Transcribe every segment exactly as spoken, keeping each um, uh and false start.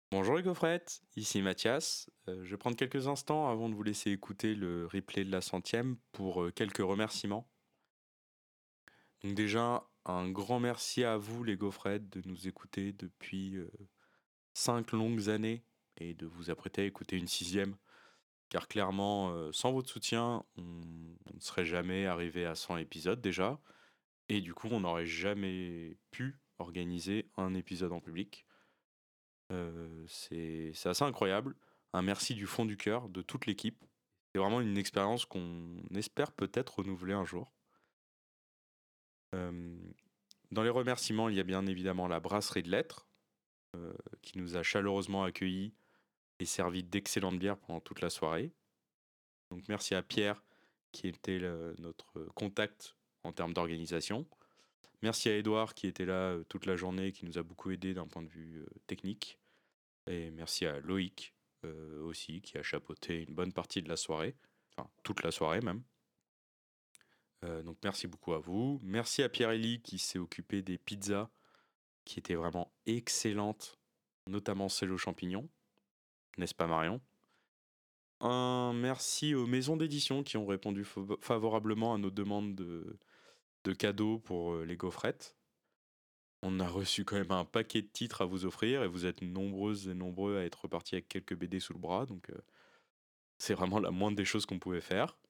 Bonjour les gaufrettes, ici Mathias. Euh, je vais prendre quelques instants avant de vous laisser écouter le replay de la centième pour euh, quelques remerciements. Donc déjà, un grand merci à vous les gaufrettes de nous écouter depuis euh, cinq longues années et de vous apprêter à écouter une sixième. Car clairement, euh, sans votre soutien, on on ne serait jamais arrivé à cent épisodes déjà. Et du coup, on n'aurait jamais pu organiser un épisode en public. Euh, c'est c'est assez incroyable. Un merci du fond du cœur de toute l'équipe. C'est vraiment une expérience qu'on espère peut-être renouveler un jour. Euh, dans les remerciements, il y a bien évidemment la brasserie de lettres, euh, qui nous a chaleureusement accueillis et servi d'excellentes bières pendant toute la soirée. Donc merci à Pierre, qui était le- notre contact en termes d'organisation. Merci à Edouard, qui était là euh, toute la journée et qui nous a beaucoup aidé d'un point de vue euh, technique. Et merci à Loïc euh, aussi, qui a chapeauté une bonne partie de la soirée, enfin toute la soirée même. Euh, donc merci beaucoup à vous. Merci à Pierre-Élie qui s'est occupé des pizzas, qui étaient vraiment excellentes, notamment celles aux champignons. N'est-ce pas Marion? Un merci aux maisons d'édition qui ont répondu fa- favorablement à nos demandes de, de cadeaux pour euh, les gaufrettes. On a reçu quand même un paquet de titres à vous offrir et vous êtes nombreuses et nombreux à être repartis avec quelques B D sous le bras, donc euh, c'est vraiment la moindre des choses qu'on pouvait faire.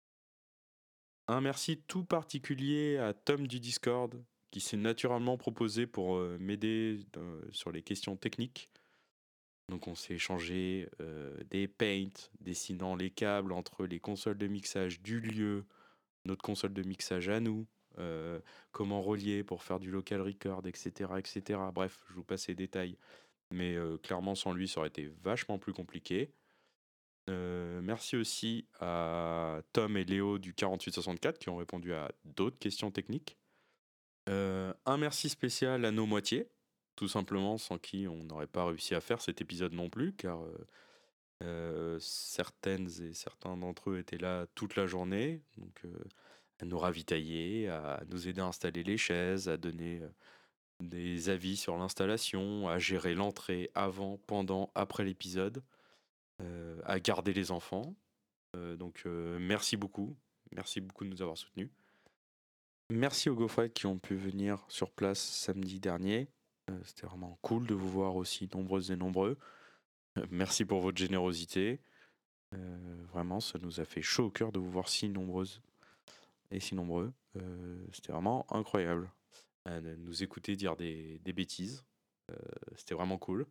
Un merci tout particulier à Tom du Discord qui s'est naturellement proposé pour euh, m'aider euh, sur les questions techniques. Donc on s'est échangé euh, des paints, dessinant les câbles entre les consoles de mixage du lieu, notre console de mixage à nous, euh, comment relier pour faire du local record, et cetera, et cetera. Bref, je vous passe les détails. Mais euh, clairement, sans lui, ça aurait été vachement plus compliqué. Euh, merci aussi à Tom et Léo du quarante-huit soixante-quatre qui ont répondu à d'autres questions techniques. Euh, un merci spécial à nos moitiés, tout simplement, sans qui on n'aurait pas réussi à faire cet épisode non plus, car euh, euh, certaines et certains d'entre eux étaient là toute la journée, donc euh, à nous ravitailler, à nous aider à installer les chaises, à donner euh, des avis sur l'installation, à gérer l'entrée avant, pendant, après l'épisode, euh, à garder les enfants. Euh, donc euh, merci beaucoup, merci beaucoup de nous avoir soutenus. Merci aux gaufrettes qui ont pu venir sur place samedi dernier. Euh, C'était vraiment cool de vous voir aussi nombreuses et nombreux. Euh, merci pour votre générosité. Euh, vraiment, ça nous a fait chaud au cœur de vous voir si nombreuses et si nombreux. Euh, C'était vraiment incroyable. Euh, de nous écouter dire des, des bêtises. Euh, C'était vraiment cool.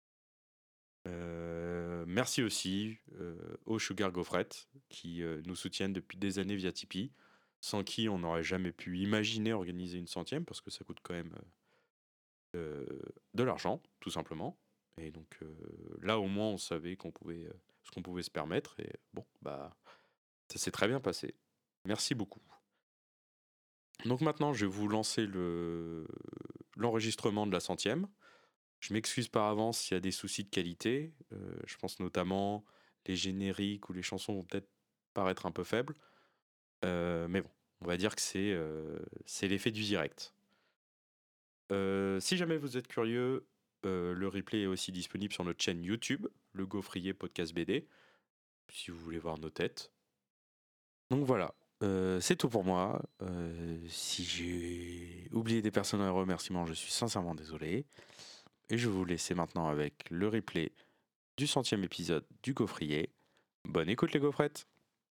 Euh, merci aussi euh, aux Sugar Gaufrettes qui euh, nous soutiennent depuis des années via Tipeee, sans qui on n'aurait jamais pu imaginer organiser une centième parce que ça coûte quand même euh, de l'argent, tout simplement. Et donc euh, là au moins on savait qu'on pouvait, euh, ce qu'on pouvait se permettre et bon bah ça s'est très bien passé. Merci beaucoup. Donc maintenant je vais vous lancer le l'enregistrement de la centième. Je m'excuse par avance s'il y a des soucis de qualité. Euh, je pense notamment les génériques ou les chansons vont peut-être paraître un peu faibles. Euh, mais bon, on va dire que c'est euh, c'est l'effet du direct. Euh, si jamais vous êtes curieux, euh, le replay est aussi disponible sur notre chaîne YouTube, le Gaufrier Podcast B D, si vous voulez voir nos têtes. Donc voilà, euh, c'est tout pour moi. Euh, si j'ai oublié des personnes à remerciement, je suis sincèrement désolé. Et je vais vous laisser maintenant avec le replay du centième épisode du Gaufrier. Bonne écoute les gaufrettes.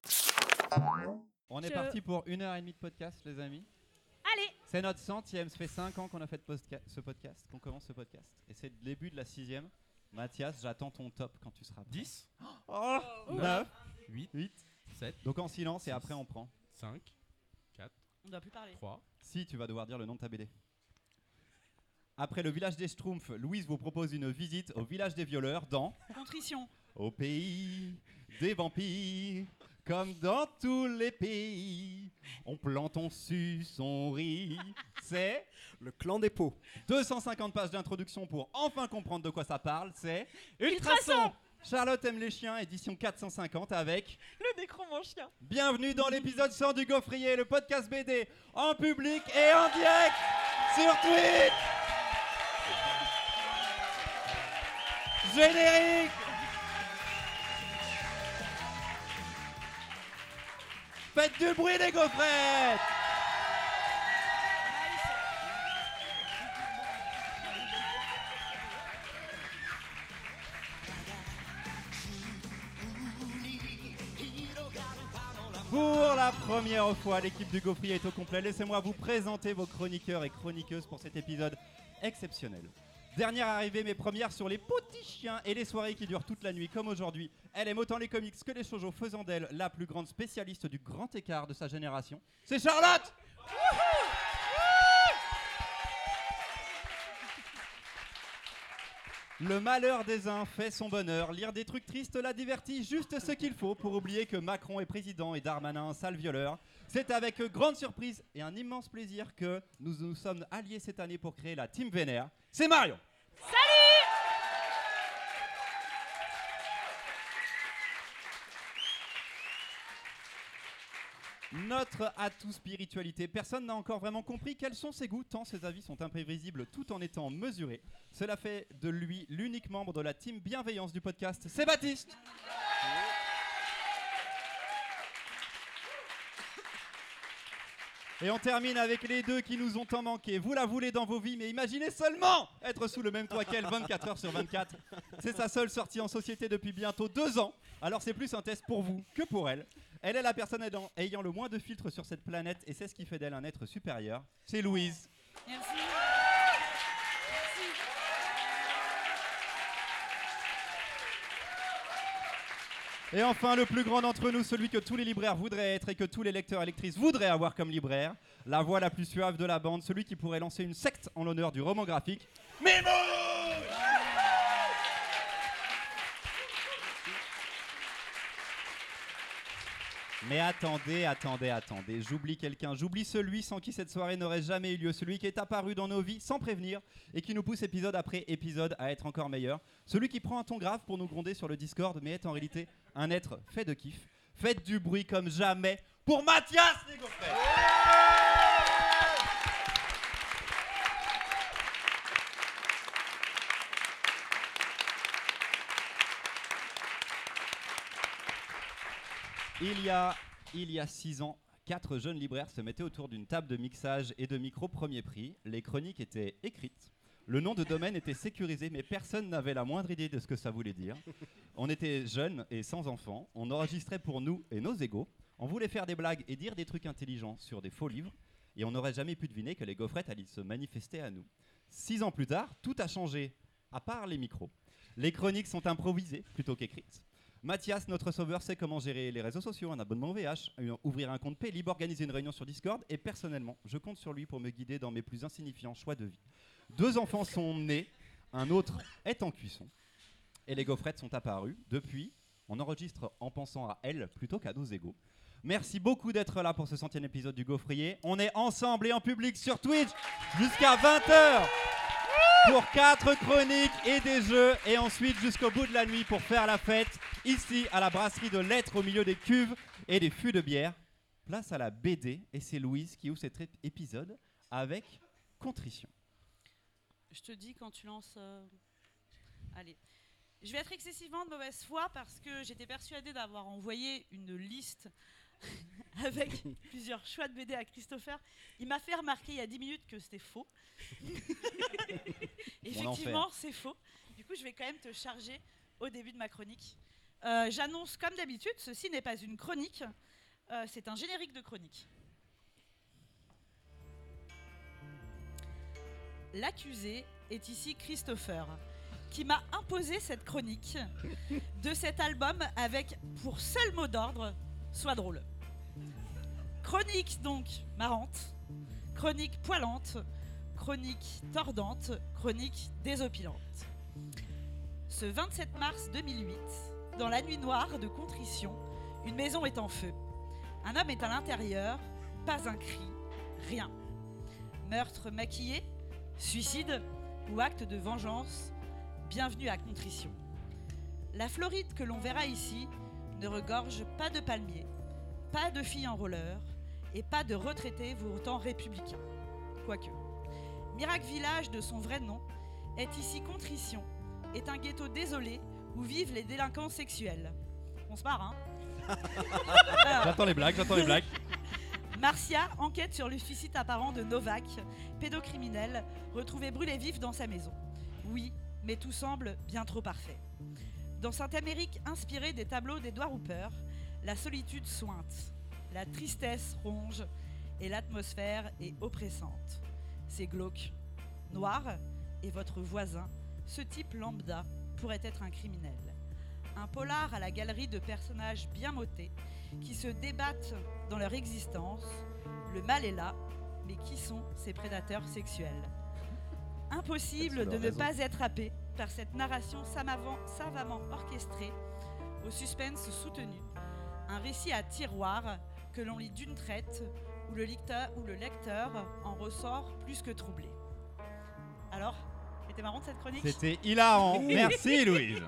On est Je- parti pour une heure et demie de podcast, les amis. Allez, C'est notre centième, ça fait cinq ans qu'on a fait posca- ce podcast, qu'on commence ce podcast. Et c'est le début de la sixième. Mathias, j'attends ton top quand tu seras prêt. dix, Oh, neuf, huit, huit. sept, Donc en silence et Six. après on prend. cinq, quatre, on doit plus parler. trois. Si, tu vas devoir dire le nom de ta B D. Après le village des Schtroumpfs, Louise vous propose une visite au village des violeurs dans... Contrition. Au pays des vampires, comme dans tous les pays, on plante, on suce, on rit. C'est Le clan des pots. deux cent cinquante pages d'introduction pour enfin comprendre de quoi ça parle. C'est Ultrason. Charlotte aime les chiens, édition quatre cent cinquante avec... Le nécromancien. Bienvenue dans l'épisode cent du Gaufrier, le podcast B D en public et en direct sur Twitch. Générique. Faites du bruit les gaufrettes. Pour la première fois, l'équipe du Gaufrier est au complet. Laissez-moi vous présenter vos chroniqueurs et chroniqueuses pour cet épisode exceptionnel. Dernière arrivée, mais première sur les petits chiens et les soirées qui durent toute la nuit, comme aujourd'hui. Elle aime autant les comics que les shoujo, faisant d'elle la plus grande spécialiste du grand écart de sa génération. C'est Charlotte. Le malheur des uns fait son bonheur. Lire des trucs tristes la divertit, juste ce qu'il faut pour oublier que Macron est président et Darmanin un sale violeur. C'est avec grande surprise et un immense plaisir que nous nous sommes alliés cette année pour créer la Team Vénère. C'est Marion. Notre atout spiritualité. Personne n'a encore vraiment compris quels sont ses goûts, tant ses avis sont imprévisibles tout en étant mesurés. Cela fait de lui l'unique membre de la team bienveillance du podcast. C'est Baptiste. Et on termine avec les deux qui nous ont tant manqué. Vous la voulez dans vos vies, mais imaginez seulement être sous le même toit qu'elle vingt-quatre heures sur vingt-quatre. C'est sa seule sortie en société depuis bientôt deux ans. Alors c'est plus un test pour vous que pour elle. Elle est la personne ayant, ayant le moins de filtres sur cette planète et c'est ce qui fait d'elle un être supérieur. C'est Louise. Merci. Et enfin, le plus grand d'entre nous, celui que tous les libraires voudraient être et que tous les lecteurs et lectrices voudraient avoir comme libraire, la voix la plus suave de la bande, celui qui pourrait lancer une secte en l'honneur du roman graphique, Mimo. Mais attendez, attendez, attendez, j'oublie quelqu'un, j'oublie celui sans qui cette soirée n'aurait jamais eu lieu, celui qui est apparu dans nos vies sans prévenir et qui nous pousse épisode après épisode à être encore meilleur, celui qui prend un ton grave pour nous gronder sur le Discord mais est en réalité un être fait de kiff. Faites du bruit comme jamais pour Mathias les gaufrettes. Il y a, il y a six ans, quatre jeunes libraires se mettaient autour d'une table de mixage et de micro premier prix. Les chroniques étaient écrites. Le nom de domaine était sécurisé, mais personne n'avait la moindre idée de ce que ça voulait dire. On était jeunes et sans enfants. On enregistrait pour nous et nos égos. On voulait faire des blagues et dire des trucs intelligents sur des faux livres. Et on n'aurait jamais pu deviner que les gaufrettes allaient se manifester à nous. Six ans plus tard, tout a changé, à part les micros. Les chroniques sont improvisées plutôt qu'écrites. Mathias, notre sauveur, sait comment gérer les réseaux sociaux, un abonnement V H, ouvrir un compte Paylib, organiser une réunion sur Discord. Et personnellement, je compte sur lui pour me guider dans mes plus insignifiants choix de vie. Deux enfants sont nés, un autre est en cuisson. Et les gaufrettes sont apparues. Depuis, on enregistre en pensant à elles plutôt qu'à nos égos. Merci beaucoup d'être là pour ce centième épisode du Gaufrier. On est ensemble et en public sur Twitch jusqu'à vingt heures. Pour quatre chroniques et des jeux, et ensuite jusqu'au bout de la nuit pour faire la fête, ici à la brasserie de Lettres au milieu des cuves et des fûts de bière. Place à la B D, et c'est Louise qui ouvre cet épisode avec Contrition. Je te dis quand tu lances... Euh... Allez. Je vais être excessivement de mauvaise foi parce que j'étais persuadée d'avoir envoyé une liste avec plusieurs choix de B D à Christopher. Il m'a fait remarquer il y a dix minutes que c'était faux. Effectivement, c'est faux. Du coup, je vais quand même te charger au début de ma chronique. Euh, j'annonce comme d'habitude, ceci n'est pas une chronique, euh, c'est un générique de chronique. L'accusé est ici Christopher, qui m'a imposé cette chronique de cet album avec pour seul mot d'ordre « Sois drôle ». Chronique donc marrante, chronique poilante, chronique tordante, chronique désopilante. Ce vingt-sept mars deux mille huit, dans la nuit noire de Contrition, une maison est en feu. Un homme est à l'intérieur, pas un cri, rien. Meurtre maquillé, suicide ou acte de vengeance, bienvenue à Contrition. La Floride que l'on verra ici ne regorge pas de palmiers, pas de filles en roller et pas de retraités pourtant républicains. Quoique. Miracle Village, de son vrai nom, est ici Contrition, est un ghetto désolé où vivent les délinquants sexuels. On se marre, hein. Alors, J'attends les blagues, j'attends les blagues. Marcia enquête sur le suicide apparent de Novak, pédocriminel, retrouvé brûlé vif dans sa maison. Oui, mais tout semble bien trop parfait. Dans cette Amérique inspirée des tableaux d'Edward Hopper, la solitude sointe, la tristesse ronge et l'atmosphère est oppressante. C'est glauque, noir, et votre voisin, ce type lambda, pourrait être un criminel. Un polar à la galerie de personnages bien motés qui se débattent dans leur existence. Le mal est là, mais qui sont ces prédateurs sexuels? Impossible de ne pas être happé par cette narration savamment, savamment orchestrée, au suspense soutenu. Un récit à tiroir que l'on lit d'une traite, où le lecteur, où le lecteur en ressort plus que troublé. Alors, c'était marrant cette chronique? C'était hilarant. Merci Louise.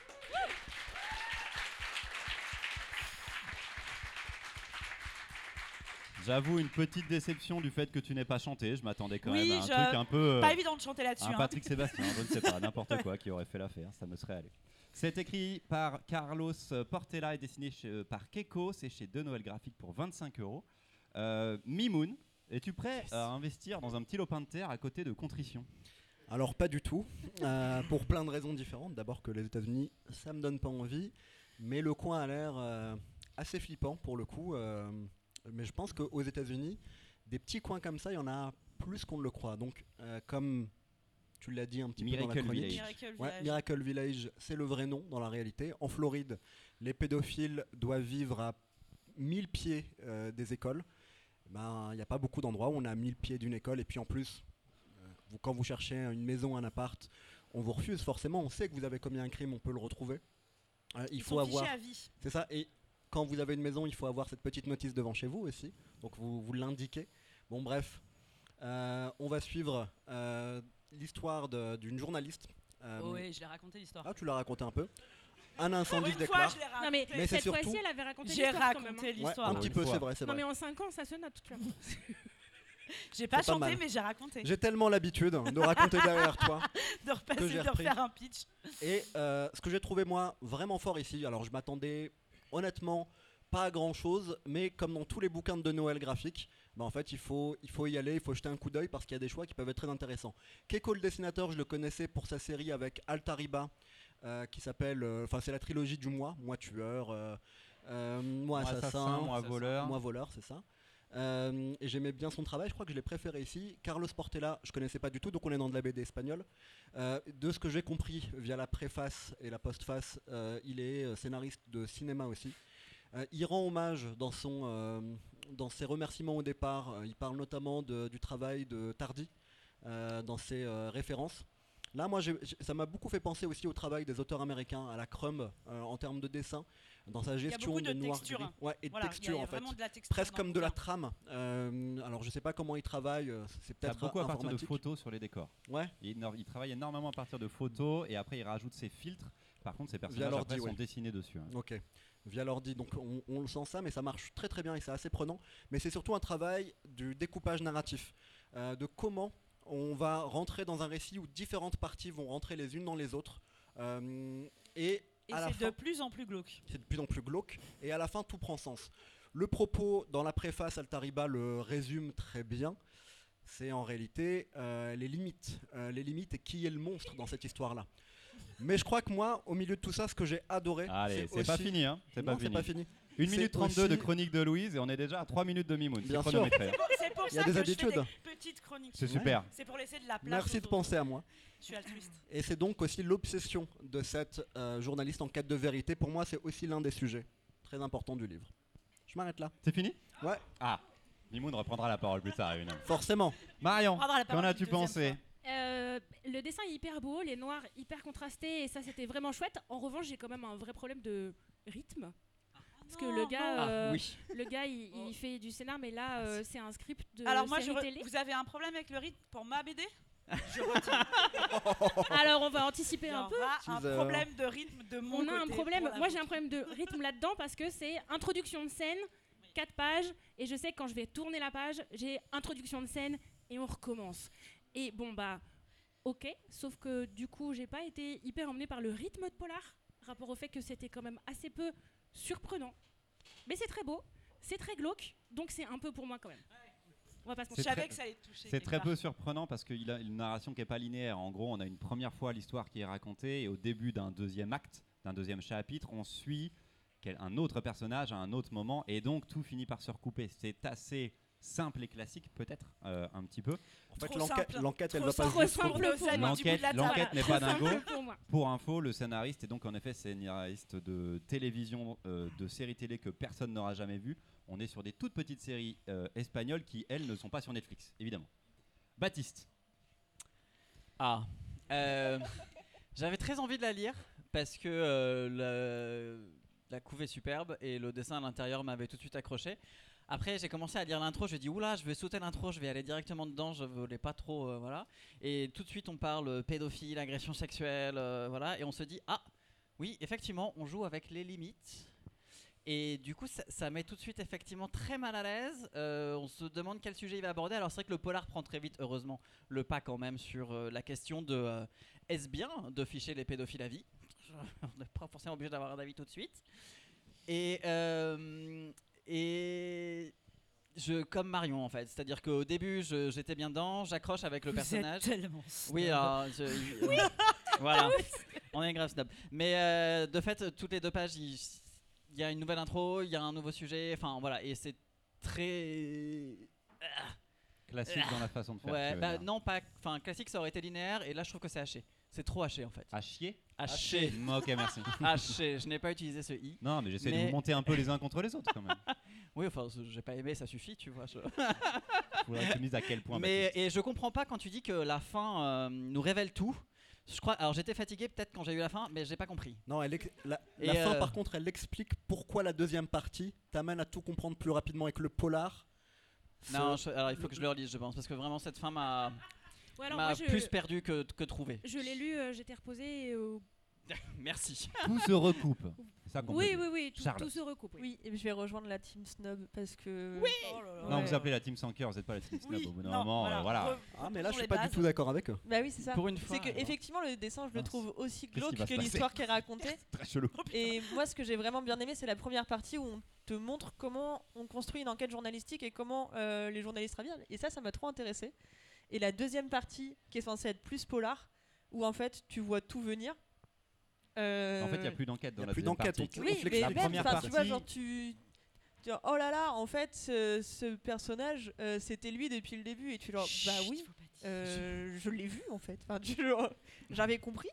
J'avoue une petite déception du fait que tu n'aies pas chanté. Je m'attendais quand Oui, même à un je- truc un peu. euh, Pas évident de chanter là-dessus. un hein. Patrick Sébastien, je ne sais pas, n'importe quoi qui aurait fait l'affaire, ça me serait allé. C'est écrit par Carlos Portela et dessiné chez- euh, par Keiko, c'est chez De Noël Graphique pour vingt-cinq euros. Euh, Mimoun, es-tu prêt à investir dans un petit lopin de terre à côté de Contrition? Alors pas du tout, euh, pour plein de raisons différentes. D'abord que les États-Unis, ça me donne pas envie, mais le coin a l'air euh, assez flippant pour le coup. euh, mais je pense qu'aux États-Unis, des petits coins comme ça, il y en a plus qu'on ne le croit. Donc euh, comme tu l'as dit un petit peu dans la Miracle chronique, Village. Miracle ouais, Village. Miracle Village, c'est le vrai nom dans la réalité. En Floride, les pédophiles doivent vivre à mille pieds euh, des écoles. Ben, il n'y a pas beaucoup d'endroits où on est à mille pieds d'une école, et puis en plus, euh, vous, quand vous cherchez une maison, un appart, on vous refuse forcément. On sait que vous avez commis un crime, on peut le retrouver. Euh, il Ils faut sont fichés avoir, à vie. c'est ça. Et quand vous avez une maison, il faut avoir cette petite notice devant chez vous aussi. Donc vous, vous l'indiquez. Bon bref, euh, on va suivre euh, l'histoire de- d'une journaliste. Euh, Oh oui, je l'ai raconté l'histoire. Ah, tu l'as raconté un peu. Un Pour incendie une se fois, déclare. je l'ai raconté. Non mais, Mais c'est cette surtout- fois-ci, elle avait raconté J'ai l'histoire quand même. raconté hein. Ouais, l'histoire. un Pour petit une peu, fois. c'est vrai, c'est Non vrai. mais en cinq ans, ça se note, tu vois. J'ai pas C'est pas chanté, mal. mais j'ai raconté. J'ai tellement l'habitude de raconter derrière toi. De repasser, que j'ai de repris. refaire un pitch. Et euh, ce que j'ai trouvé moi vraiment fort ici, alors je m'attendais honnêtement pas à grand chose, mais comme dans tous les bouquins de Noël graphique, bah en fait il faut, il faut y aller, il faut jeter un coup d'œil parce qu'il y a des choix qui peuvent être très intéressants. Keiko le dessinateur, je le connaissais pour sa série avec Altariba, euh, qui s'appelle, enfin c'est la trilogie du mois, moi tueur, euh, euh, moi Moi assassin, assassin, moi voleur. moi voleur, c'est ça. Euh, et j'aimais bien son travail, je crois que je l'ai préféré ici. Carlos Portela, je connaissais pas du tout, donc on est dans de la B D espagnole. Euh, de ce que j'ai compris via la préface et la postface, euh, il est euh, scénariste de cinéma aussi. Euh, il rend hommage dans, son, euh, dans ses remerciements au départ, euh, il parle notamment de- du travail de Tardy euh, dans ses euh, références. Là, moi, j'ai- j'ai- ça m'a beaucoup fait penser aussi au travail des auteurs américains, à la Crumb, euh, en termes de dessin, dans sa y a gestion beaucoup de de noir texture. gris. Ouais, et de Voilà, il y a- texture il y a en fait. vraiment de la texture Presque dans comme le de la bouquin. trame. Euh, alors, je sais pas comment il travaille, euh, c'est C'est peut-être beaucoup à partir de informatique. photos sur les décors. Ouais. Il, no- il travaille énormément à partir de photos et après il rajoute ses filtres. Par contre, ces personnages l'ordi, après sont ouais. dessinés dessus. hein. Ok, via l'ordi, donc on, on le sent ça, mais ça marche très très bien et c'est assez prenant. Mais c'est surtout un travail du découpage narratif, euh, de comment on va rentrer dans un récit où différentes parties vont rentrer les unes dans les autres. Euh, et Et à la c'est fin, de plus en plus glauque. c'est de plus en plus glauque, et à la fin tout prend sens. Le propos dans la préface, Altariba le résume très bien. C'est en réalité euh, les limites, euh, les limites et qui est le monstre dans cette histoire-là. Mais je crois que moi, au milieu de tout ça, ce que j'ai adoré, Allez, c'est pas aussi- fini. Hein. C'est Non, pas c'est fini. pas fini. une c'est minute trente-deux de aussi- chronique de Louise et on est déjà à trois minutes de Mimoun. C'est Bien sûr. chronométré. hein. C'est pour Il y a ça des que habitudes. je fais des petites chroniques. C'est super. C'est pour laisser de la place. Merci aux de autres. penser à moi. Je suis altruiste. Et c'est donc aussi l'obsession de cette euh, journaliste en quête de vérité. Pour moi, c'est aussi l'un des sujets très importants du livre. Je m'arrête là. C'est fini? Ouais. Ah, Mimoun reprendra la parole plus tard, évidemment. Forcément. Marion, On prendra la qu'en parole as-tu une deuxième pensé? fois. Euh, le dessin est hyper beau, les noirs hyper contrastés et ça c'était vraiment chouette. En revanche, j'ai quand même un vrai problème de rythme. Parce que le Non, gars, non. euh, Oui. le gars il, il fait du scénar, mais là euh, c'est un script de Alors moi, je série re- télé. vous avez un problème avec le rythme pour ma B D? Je retire. Alors on va anticiper Il y un peu. aura un Teaser. problème de rythme de mon On côté. a un problème. pour la Moi j'ai un vôtre. problème de rythme là-dedans parce que c'est introduction de scène, quatre pages, et je sais que quand je vais tourner la page, j'ai introduction de scène et on recommence. Et bon bah, ok, sauf que du coup, j'ai pas été hyper emmenée par le rythme de Polar, rapport au fait que c'était quand même assez peu surprenant. Mais c'est très beau, c'est très glauque, donc c'est un peu pour moi quand même. On va pas se Je C'est mentir. savais très- que ça allait te toucher. C'est quelque très part. peu surprenant parce qu'il a une narration qui n'est pas linéaire. En gros, on a une première fois l'histoire qui est racontée et au début d'un deuxième acte, d'un deuxième chapitre, on suit quel- un autre personnage à un autre moment et donc tout finit par se recouper. C'est assez simple et classique peut-être, euh, un petit peu. En fait, Trop l'enquête, simple. l'enquête, elle Trop va pas simple. jusqu'au Trop bout. simple pour moi. L'enquête, l'enquête n'est Trop pas simple dingo. pour moi. Pour info, le scénariste est donc en effet scénariste de télévision, euh, de séries télé que personne n'aura jamais vues. On est sur des toutes petites séries euh, espagnoles qui, elles, ne sont pas sur Netflix, évidemment. Baptiste. Ah. Euh, J'avais très envie de la lire parce que euh, le- la couve est superbe et le dessin à l'intérieur m'avait tout de suite accroché. Après, j'ai commencé à lire l'intro, je me dis oula, je vais sauter l'intro, je vais aller directement dedans, je voulais pas trop, euh, voilà. Et tout de suite, on parle euh, pédophile, agression sexuelle, euh, voilà, et on se dit ah, oui, effectivement, on joue avec les limites. Et du coup, ça, ça met tout de suite effectivement très mal à l'aise. Euh, on se demande quel sujet il va aborder. Alors c'est vrai que le polar prend très vite, heureusement, le pas quand même sur euh, la question de euh, est-ce bien de ficher les pédophiles à vie. On n'est pas forcément obligé d'avoir un avis tout de suite. Et, euh, et je, comme Marion en fait, c'est-à-dire qu'au début je- j'étais bien dedans, j'accroche avec le Vous personnage. êtes tellement Oui, snob. alors, je- euh, voilà, on est grave snob. Mais euh, de fait, toutes les deux pages, il il y a une nouvelle intro, il y a un nouveau sujet, enfin voilà, et c'est très. Classique dans la façon de faire. Ouais, tu veux bah dire. non, pas. Enfin, classique, ça aurait été linéaire, et là, je trouve que c'est haché. C'est trop haché en fait. À chier. Haché. Mm, Ok, merci. Haché. Je n'ai pas utilisé ce i. Non, mais j'essaie de Mais- vous monter un peu les uns contre les autres quand même. Oui, enfin, j'ai pas aimé, ça suffit, tu vois. je- Faudrait que tu mises à quel point. Mais Baptiste. et je comprends pas quand tu dis que la fin euh, nous révèle tout. Je crois. Alors j'étais fatigué peut-être quand j'ai eu la fin, mais j'ai pas compris. Non, elle ex- la, Et la fin, euh, par contre, elle explique pourquoi la deuxième partie t'amène à tout comprendre plus rapidement avec le polar. Non, Ce- je- alors il faut que je le relise, je pense, parce que vraiment cette fin m'a Ouais, alors m'a moi, je, plus perdu que, que trouvé. je l'ai lu, euh, j'étais reposée. Et, euh, Merci. Tout se recoupe. C'est ça qu'on peut oui, dire. oui, oui, tout, Charles. tout se recoupe. Oui. Oui, et je vais rejoindre la team snob parce que. Oh là là. Non, Ouais. vous appelez la team sans cœur, vous n'êtes pas la team snob Oui, au bout d'un non, moment. euh, voilà. Re- Ah, mais là, je sur suis les pas bases. du tout d'accord avec eux. Bah oui, c'est ça. Pour une fois. C'est que alors. effectivement le dessin, je le Mince. trouve aussi Qu'est-ce qui glauque va se que passer l'histoire qui est racontée. Très chelou. Et moi, ce que j'ai vraiment bien aimé, c'est la première partie où on te montre comment on construit une enquête journalistique et comment euh, les journalistes travaillent. Et ça, ça m'a trop intéressé. Et la deuxième partie, qui est censée être plus polar, où en fait tu vois tout venir. euh, En fait, il n'y a plus d'enquête dans y a la plus deuxième d'enquête, partie. on- Oui, on mais l'explique. La même, première enfin, tu vois, partie- genre tu. tu vois, oh là là, en fait, ce, ce personnage, euh, c'était lui depuis le début. Et tu genre, bah oui, Chut, faut pas dire. euh, je l'ai vu en fait. Enfin, tu- genre, j'avais compris.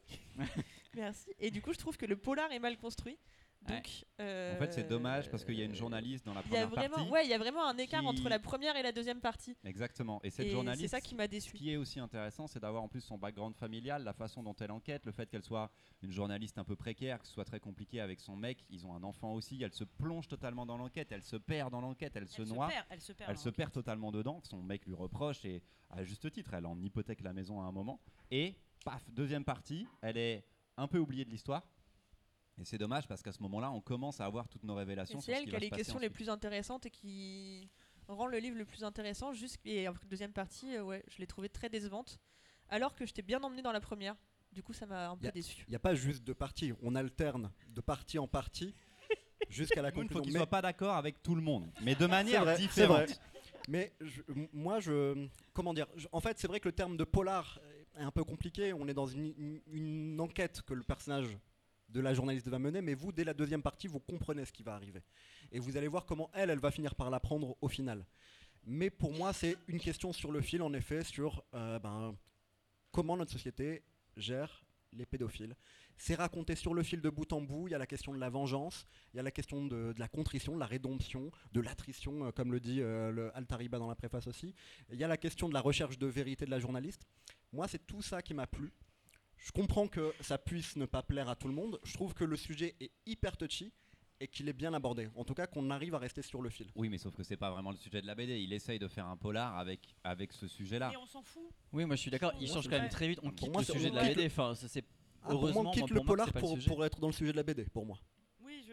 Merci. Et du coup, je trouve que le polar est mal construit. Donc, euh, En fait, c'est dommage parce qu'il y a une journaliste dans la Il y a première vraiment, partie. ouais, il y a vraiment un écart qui- entre la première et la deuxième partie. Exactement. Et cette Et journaliste, c'est ça qui m'a ce déçu. qui est aussi intéressant, c'est d'avoir en plus son background familial, la façon dont elle enquête, le fait qu'elle soit une journaliste un peu précaire, que ce soit très compliqué avec son mec. Ils ont un enfant aussi. Elle se plonge totalement dans l'enquête. Elle se perd dans l'enquête. Elle, se Elle noie. perd, elle se perd. Elle dans se perd totalement dedans. Son mec lui reproche et à juste titre, elle en hypothèque la maison à un moment. Et paf, deuxième partie, elle est un peu oubliée de l'histoire. Et c'est dommage parce qu'à ce moment-là, on commence à avoir toutes nos Et révélations. c'est sur ce elle qui qui a va les se passer questions les ensuite. plus intéressantes et qui rend le livre le plus intéressant. Juste et en deuxième partie, euh, ouais, je l'ai trouvée très décevante. Alors que j'étais bien emmenée dans la première. Du coup, ça m'a un peu Y a- déçu. Il n'y a pas juste deux parties. On alterne de partie en partie jusqu'à la Il faut conclusion. qu'il Mais- soit pas d'accord avec tout le monde, mais de manière vrai, c'est différente. vrai. Mais je- m- moi, je, comment dire je- En fait, c'est vrai que le terme de polar est un peu compliqué. On est dans une, une- une enquête que le personnage de la journaliste va mener, mais vous, dès la deuxième partie, vous comprenez ce qui va arriver. Et vous allez voir comment elle, elle va finir par l'apprendre au final. Mais pour moi, c'est une question sur le fil, en effet, sur euh, ben, comment notre société gère les pédophiles. C'est raconté sur le fil de bout en bout. Il y a la question de la vengeance, il y a la question de, de la contrition, de la rédemption, de l'attrition, euh, comme le dit euh, le Altariba dans la préface aussi. Il y a la question de la recherche de vérité de la journaliste. Moi, c'est tout ça qui m'a plu. Je comprends que ça puisse ne pas plaire à tout le monde. Je trouve que le sujet est hyper touchy et qu'il est bien abordé. En tout cas, qu'on arrive à rester sur le fil. Oui, mais sauf que c'est pas vraiment le sujet de la B D. Il essaye de faire un polar avec, avec ce sujet-là. Mais on s'en fout. Oui, moi je suis d'accord. Il Moi, change c'est quand même vrai. très vite. On Pour quitte moi, le c'est- sujet on de la quitte B D. Enfin, ça, c'est Ah, pour moi, heureusement on quitte moi, le pour moi, polar c'est pas le pour, sujet. pour être dans le sujet de la B D, pour moi. Oui, je veux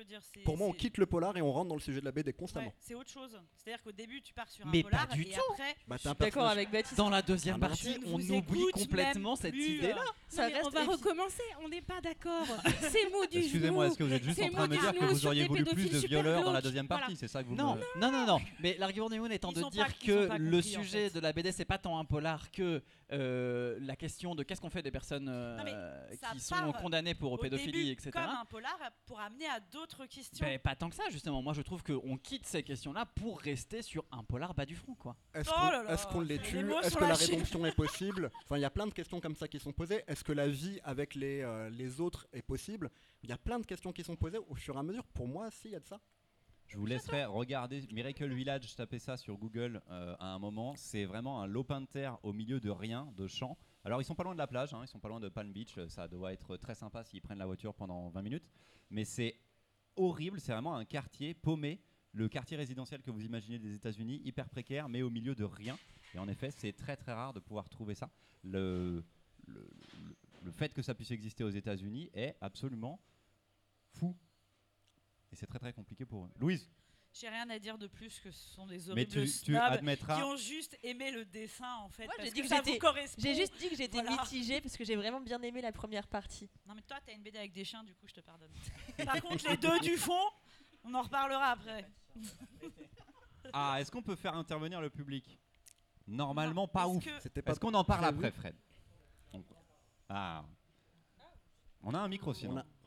dire. C'est, Pour moi, on c'est- quitte le polar et on rentre dans le sujet de la B D constamment. Ouais, c'est autre chose. C'est-à-dire qu'au début, tu pars sur un Mais polar pas du et tout. après, Bah, Je t'es un suis d'accord personnage- avec Baptiste. Dans la deuxième Ah non. partie, Je ne on vous oublie écoute complètement même cette plus, idée-là. euh, Ça Non, mais reste on va évi- recommencer, on n'est pas d'accord. C'est mot du Excusez-moi, genou. est-ce que vous êtes juste C'est en train de me moi dire du que genou vous sur auriez des voulu plus pédophiles de super violeurs dans la glauques. deuxième partie? Voilà. C'est ça que vous Non, me... non, non, non. Mais l'argument du Moon étant Ils de sont dire pas- ils que sont pas le compris, en sujet fait. de la B D, c'est pas tant un polar que euh, la question de qu'est-ce qu'on fait des personnes euh, Non, mais ça qui sont part condamnées pour au pédophilie, début, et cetera. comme un polar pour amener à d'autres questions. Ben, pas tant que ça, justement. Moi, je trouve qu'on quitte ces questions-là pour rester sur un polar bas du front, quoi. Est-ce Oh qu'on, là là, est-ce qu'on les les tue? mots Est-ce sont que la lâchés. rédemption est possible? Enfin, il y a plein de questions comme ça qui sont posées. Est-ce que la vie avec les, euh, les autres est possible? Il y a plein de questions qui sont posées au fur et à mesure. Pour moi, si, il y a de ça. Je vous laisserai regarder Miracle Village, je tapais ça sur Google euh, à un moment. C'est vraiment un lopin de terre au milieu de rien, de champs. Alors ils sont pas loin de la plage, hein, ils sont pas loin de Palm Beach. Ça doit être très sympa s'ils prennent la voiture pendant vingt minutes. Mais c'est horrible, c'est vraiment un quartier paumé. Le quartier résidentiel que vous imaginez des États-Unis, hyper précaire, mais au milieu de rien. Et en effet, c'est très très rare de pouvoir trouver ça. Le, le, le, le fait que ça puisse exister aux États-Unis est absolument fou. Et c'est très très compliqué pour eux. Louise, J'ai rien à dire de plus que ce sont des mais horribles tu, tu snobs admettras. qui ont juste aimé le dessin en fait. Moi, parce j'ai dit que, que ça j'étais- vous correspond. J'ai juste dit que j'étais Voilà. mitigée parce que j'ai vraiment bien aimé la première partie. Non mais toi t'as une B D avec des chiens, du coup je te pardonne. Par contre les deux du fond, on en reparlera après. Ah, est-ce qu'on peut faire intervenir le public? Normalement, Non, pas est-ce ouf. que- C'était pas Est-ce qu'on en parle prévu. après, Fred? On- Ah. On a un micro sinon. On a-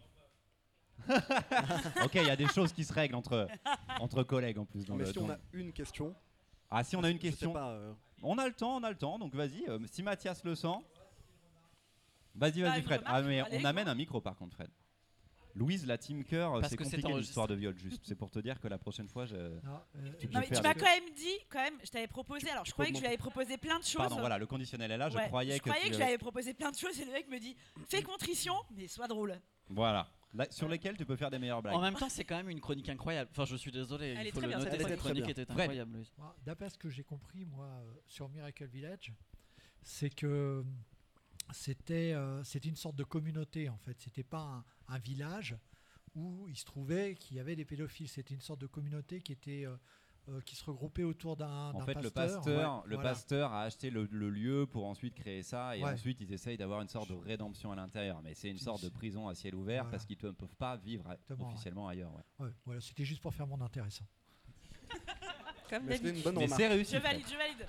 Ok, il y a des choses qui se règlent entre, entre collègues en plus. Dans Mais le, si on dans- a une question. Ah, si on a une je sais question. pas, euh, On a le temps, on a le temps, donc vas-y. euh, si Mathias le sent. Vas-y, Bah, vas-y, une Fred. remarque, Ah, mais allez, on amène quoi. un micro par contre, Fred. Louise, la team cœur, Parce c'est que c'est compliqué enregistré. l'histoire de viol, juste. C'est pour te dire que la prochaine fois, je. Non, euh, Tu peux Non mais faire tu m'as le- quand même dit, quand même, je t'avais proposé, alors je tu croyais peux que je lui avais proposé plein de choses. Pardon, voilà, le conditionnel est là. Je Ouais, croyais je que. croyais tu que je avais- lui avais proposé plein de choses et le mec me dit fais contrition mais sois drôle. Voilà. Là, sur lesquels tu peux faire des meilleures blagues. En même temps, c'est quand même une chronique incroyable. Enfin, je suis désolé, Elle il est faut très le bien, noter. cette Cette chronique. chronique était Fred. incroyable, Louise. moi, d'après ce que j'ai compris, moi, euh, sur Miracle Village, c'est que euh, c'était euh, c'était une sorte de communauté, en fait. C'était pas un, un village où il se trouvait qu'il y avait des pédophiles. C'était une sorte de communauté qui était euh, euh, qui se regroupait autour d'un En d'un fait, le pasteur. pasteur, Ouais, le voilà. pasteur a acheté le, le lieu pour ensuite créer ça, et Ouais. ensuite ils essayent d'avoir une sorte de rédemption à l'intérieur. Mais c'est une C'est- sorte de c'est- prison à ciel ouvert Voilà. parce qu'ils ne peuvent pas vivre à- Exactement, ouais. officiellement ailleurs. ouais. Ouais, voilà, c'était juste pour faire mon intéressant. Comme mais c'était d'habitude. une bonne Mais remarque. c'est réussi. Je Fred. valide, je valide.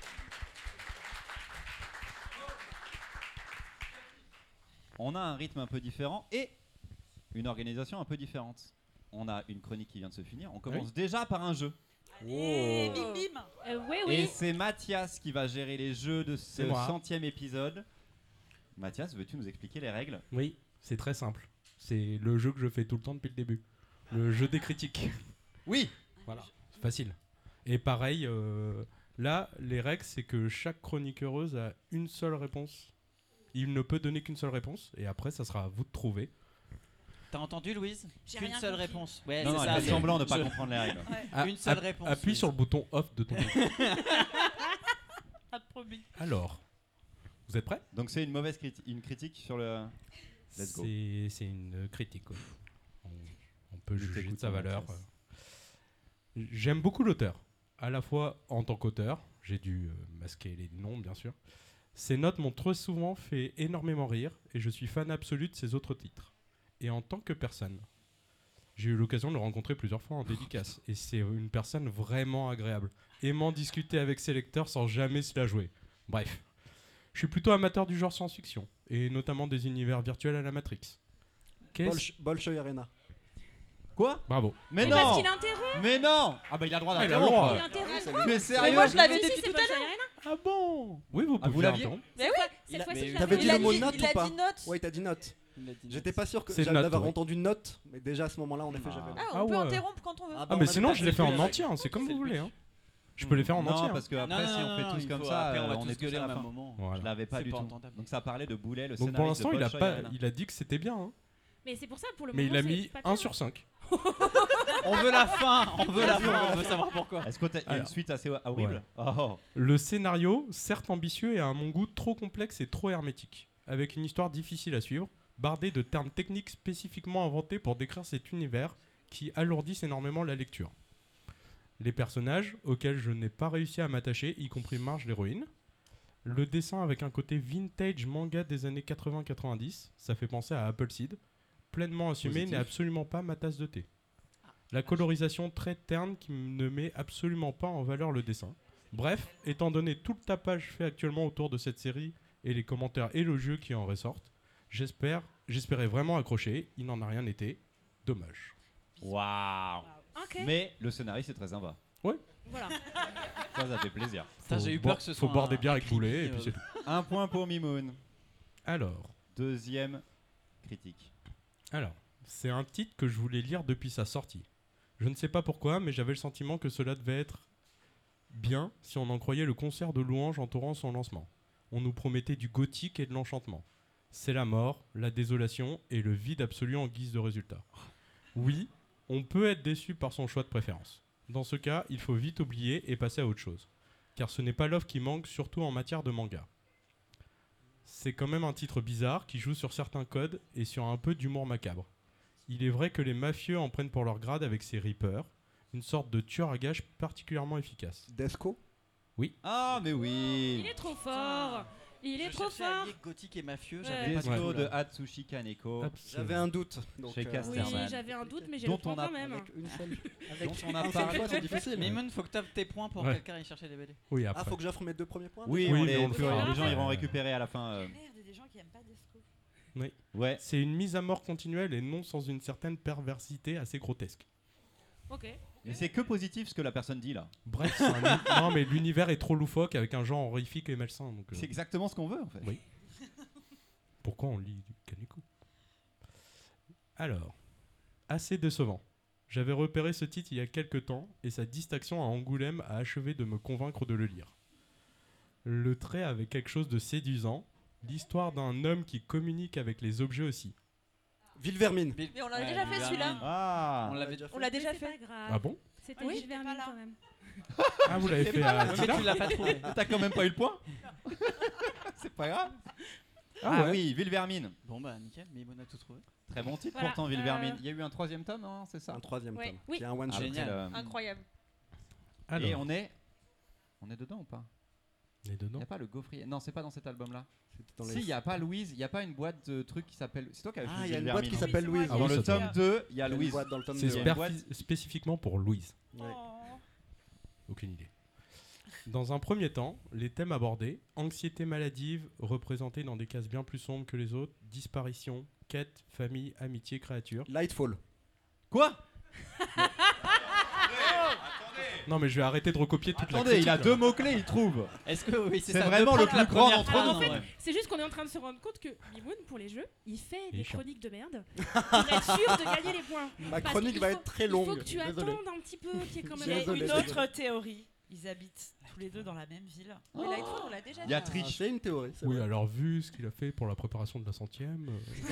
On a un rythme un peu différent et une organisation un peu différente. On a une chronique qui vient de se finir. On commence déjà par un jeu. Allez, bim bim. Euh, oui, Et oui. c'est Mathias qui va gérer les jeux de ce C'est moi. centième épisode. Mathias, veux-tu nous expliquer les règles? Oui, c'est très simple. C'est le jeu que je fais tout le temps depuis le début. Le jeu des critiques. Oui. Voilà, c'est facile. Et pareil, euh, là, les règles, c'est que chaque chroniqueuse a une seule réponse. Il ne peut donner qu'une seule réponse, et après, ça sera à vous de trouver. T'as entendu, Louise? J'ai Qu'une rien seule compris. réponse. Ouais, Non, c'est non, ça, elle fait mais- semblant de ne pas je- comprendre les règles. Ouais, Ah, Une seule app- réponse, Appuie Louise. sur le bouton off de ton côté. pas de promis. Alors, vous êtes prêts? Donc c'est une mauvaise critique, une critique sur le. Let's go. C'est c'est une critique. ouais. On, on peut Je juger de t'écoute, sa valeur. Mathias. euh. J'aime beaucoup l'auteur. À la fois en tant qu'auteur, j'ai dû euh, masquer les noms bien sûr. Ses notes m'ont très souvent fait énormément rire et je suis fan absolu de ses autres titres. Et en tant que personne, j'ai eu l'occasion de le rencontrer plusieurs fois en dédicace et c'est une personne vraiment agréable, aimant discuter avec ses lecteurs sans jamais se la jouer. Bref, je suis plutôt amateur du genre science-fiction et notamment des univers virtuels à la Matrix. Qu'est-ce... Bolsh- Bolshoi Arena. Quoi? Bravo. Mais Mais parce non! qu'il interrompt. Mais non! Ah bah il a le droit Ah, il a le d'interrompre. droit. Il interrompt. Mais Mais sérieux? moi, je l'avais Si, dit si, c'est tout à Bolshoi l'heure. Arena. Ah bon? Oui, vous Ah, pouvez vous l'aviez? interrompre. Mais oui, Cette Il a- fois-ci, mais je oui. T'avais l'avais. dit il a le mot dit, note il ou a pas dit note. Ouais, t'as dit note. Il a dit J'étais note. pas sûr que C'est j'allais note, d'avoir ouais. entendu une note, mais déjà à ce moment-là, en effet, Ah. j'avais. Ah, Ah on peut ouais. interrompre quand on veut. Ah, Ah, bah, mais on sinon, avait je pas l'ai fait en calculé. entier, hein, c'est comme C'est vous le voulez. but. Hein. Je peux les faire en Non, entier. hein. parce que Non, après, non, si non, on fait non, tous il comme faut- ça, après, on euh, va on tous est tous gueuler à au la même fin. moment. Voilà. Je l'avais pas C'est du pas tout. entendable. Donc ça parlait de Boulet, le Donc pour scénariste l'instant, de il a Bolshoi pas, Arena. il a dit que c'était bien. Hein. Mais c'est pour ça, pour le Mais moment, il a c'est mis pas un clair. sur cinq. On veut la fin, on veut la fin, on veut savoir pourquoi. Est-ce qu'il y a une Alors. suite assez horrible? Oh. Le scénario, certes ambitieux, est à mon goût trop complexe et trop hermétique, avec une histoire difficile à suivre, bardée de termes techniques spécifiquement inventés pour décrire cet univers qui alourdissent énormément la lecture. Les personnages, auxquels je n'ai pas réussi à m'attacher, y compris Marge l'héroïne. Le dessin avec un côté vintage manga des années quatre-vingts quatre-vingt-dix, ça fait penser à Appleseed. Pleinement assumé, Positif. n'est absolument pas ma tasse de thé. La colorisation très terne qui ne met absolument pas en valeur le dessin. Bref, étant donné tout le tapage fait actuellement autour de cette série et les commentaires élogieux qui en ressortent, j'espère, j'espérais vraiment accrocher, il n'en a rien été. Dommage. Waouh. Ok. Mais le scénariste est très sympa. Voilà. Ça, ça fait plaisir. Putain, Faut j'ai eu boire- peur que ce Faut soit boire un- des bières un avec boulet et creepy, puis euh, c'est tout. Un point pour Mimoun. Alors, Deuxième critique. alors, c'est un titre que je voulais lire depuis sa sortie. Je ne sais pas pourquoi, mais j'avais le sentiment que cela devait être bien si on en croyait le concert de louanges entourant son lancement. On nous promettait du gothique et de l'enchantement. C'est la mort, la désolation et le vide absolu en guise de résultat. Oui, on peut être déçu par son choix de préférence. Dans ce cas, il faut vite oublier et passer à autre chose. Car ce n'est pas l'offre qui manque, surtout en matière de manga. C'est quand même un titre bizarre qui joue sur certains codes et sur un peu d'humour macabre. Il est vrai que les mafieux en prennent pour leur grade avec ces Reapers, une sorte de tueur à gages particulièrement efficace. Desco. Ah, mais oui. Il est trop fort. Il est Je trop cherchais à fort. lier gothique et mafieux, Ouais. j'avais pas du Desco tout, de là. Hatsushi Kaneko. J'avais un doute. Donc, Chez euh, Caster. Oui, Sterman. j'avais un doute, mais j'ai Dont le point on a- quand même. avec une seule. Avec Dont on a un seul parlé. choix, c'est difficile. Mimoun, faut que tu tes points pour Ouais. quelqu'un aille chercher des B D. Oui, Ah, après. faut que j'offre mes deux premiers points. Oui, Oui, on mais les, on le fera les gens après. iront récupérer à la fin. euh. Merde, il y a des gens qui aiment pas Desco. Ouais. C'est une mise à mort continuelle et non sans une certaine perversité assez grotesque. Ok. Mais c'est que positif ce que la personne dit là. Bref, c'est un- non mais l'univers est trop loufoque avec un genre horrifique et malsain. Donc, euh, C'est exactement ce qu'on veut en fait. Oui. pourquoi on lit du Kaneko? Alors, assez décevant. J'avais repéré ce titre il y a quelques temps et sa distinction à Angoulême a achevé de me convaincre de le lire. Le trait avait quelque chose de séduisant, l'histoire d'un homme qui communique avec les objets aussi. Villevermine. Bill- Mais on l'a Ouais, déjà fait Bill celui-là. Vermin. Ah. On l'avait déjà On l'a déjà Mais fait. C'est pas grave. Ah bon? C'était Oui, Gilles j'étais Vermin pas là. quand même. Ah, vous l'avez fait à Ouais, mais Attila tu l'as pas trouvé. T'as quand même pas eu le point. C'est pas grave. Ah, ouais. oui, Villevermine. Bon bah nickel, Mimoun a tout trouvé. Très bon titre Voilà, pourtant, Villevermine. euh, Il y a eu un troisième tome, hein, c'est ça. Un troisième Ouais. tome. Oui. Qui est un one shot. Après Génial. le- Incroyable. Alors, Et on est, on est dedans ou pas? on est Il dedans. y a pas le gaufrier. Non, c'est pas dans cet album-là. C'était dans Si, les- il y a pas Louise. Il y a pas une boîte de trucs qui s'appelle. C'est toi qui as Ah, il y a une boîte qui Villevermine, s'appelle Oui, Louise. c'est Ah moi bon, qui Dans ai le ça tome fait, deux, il y a Il y a une Louise. boîte dans le tome C'est deux. une sper- boîte. spécifiquement pour Louise. euh, Ouais. oh. Aucune idée. Dans un premier temps, les thèmes abordés, anxiété maladive, représentée dans des cases bien plus sombres que les autres, disparition, quête, famille, amitié, créature. Lightfall. Quoi? Non mais je vais arrêter de recopier toute la Attendez, critique, il a là. deux mots-clés, il trouve. Est-ce que oui, c'est C'est ça, vraiment de le prendre la plus grand première d'entre phrase, nous. en vrai. C'est juste qu'on est en train de se rendre compte que Mimoun, pour les jeux, il fait Il est des chiant. chroniques de merde pour être sûr de gagner les points. Ma Parce chronique qu'il va faut- être très Il longue. faut que tu Désolé. attendes un petit peu, qu'il y ait quand Il même y a Désolé, une désolé. autre théorie. Ils habitent tous les deux dans la même ville. Mais Lightfall, on l'a déjà Il y a fait. Ah, triche. c'est une théorie. c'est Oui, vrai. alors vu ce qu'il a fait pour la préparation de la centième... euh,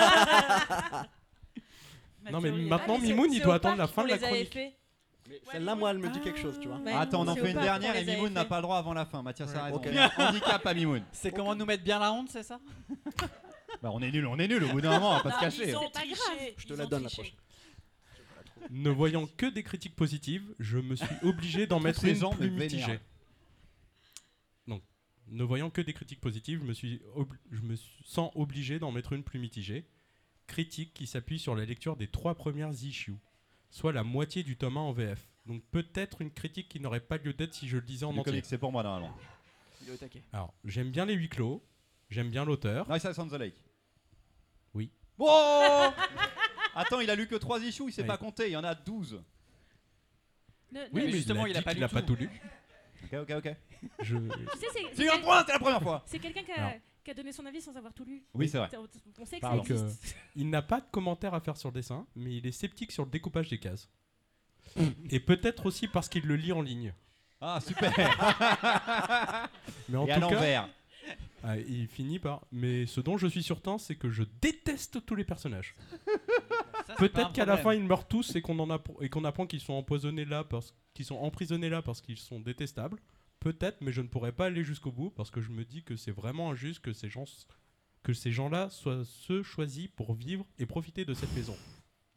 Ma Non, mais théorie est- maintenant, Ah, mais c'est- Mimoun, il c'est doit au attendre la parc fin de qu'on la les avait chronique. fait. Mais Celle-là, moi, elle me dit quelque chose, tu vois. Ouais, Attends, on en c'est fait au une parc dernière qu'on et les avait Mimoun n'a fait. pas le droit avant la fin. Mathias Ouais, a raison. ok. Il y a un handicap à Mimoun. C'est comment nous mettre bien la honte, c'est ça? Bah, on est nul, on est nul. Au bout d'un moment, on va pas se Non, cacher. ils ont C'est pas triché, grave. Je te ils la ont donne la triché. prochaine. Ne voyant que des critiques positives, je me suis obligé d'en mettre ces une gens me plus vénèrent. mitigée. Donc, ne voyant que des critiques positives, je me, suis ob- je me suis- sens obligé d'en mettre une plus mitigée. Critique qui s'appuie sur la lecture des trois premières issues, soit la moitié du tome un en V F. Donc peut-être une critique qui n'aurait pas lieu d'être si je le disais en Du entier. comic, c'est pour moi normalement. Il est au taquet. Alors, j'aime bien les huis clos, j'aime bien l'auteur. Nice House on the Lake. Oui. Bon. Attends, il a lu que trois issues, il sait Oui. pas compter. Il y en a douze. Ne- Oui, ne- mais justement, il a, il a dit pas qu'il lu l'a pas tout. tout lu. Ok, ok, ok. Je... Tu sais, c'est- C'est eu un point, c'est la première fois. c'est quelqu'un qui Alors. a, qui a donné son avis sans avoir tout lu. Oui, c'est vrai. On on sait que Pardon. ça Donc, euh, existe. il n'a pas de commentaire à faire sur le dessin, mais il est sceptique sur le découpage des cases. Et peut-être aussi parce qu'il le lit en ligne. Ah, super. Mais en Et à tout cas, l'envers. ah, il finit par. Mais ce dont je suis certain, c'est que je déteste tous les personnages. Ça, c'est pas un Peut-être qu'à la fin problème. ils meurent tous et qu'on en appre- et qu'on apprend qu'ils sont empoisonnés là parce qu'ils sont emprisonnés là parce qu'ils sont détestables. Peut-être, mais je ne pourrais pas aller jusqu'au bout parce que je me dis que c'est vraiment injuste que ces gens, que ces gens-là soient ceux choisis pour vivre et profiter de cette maison.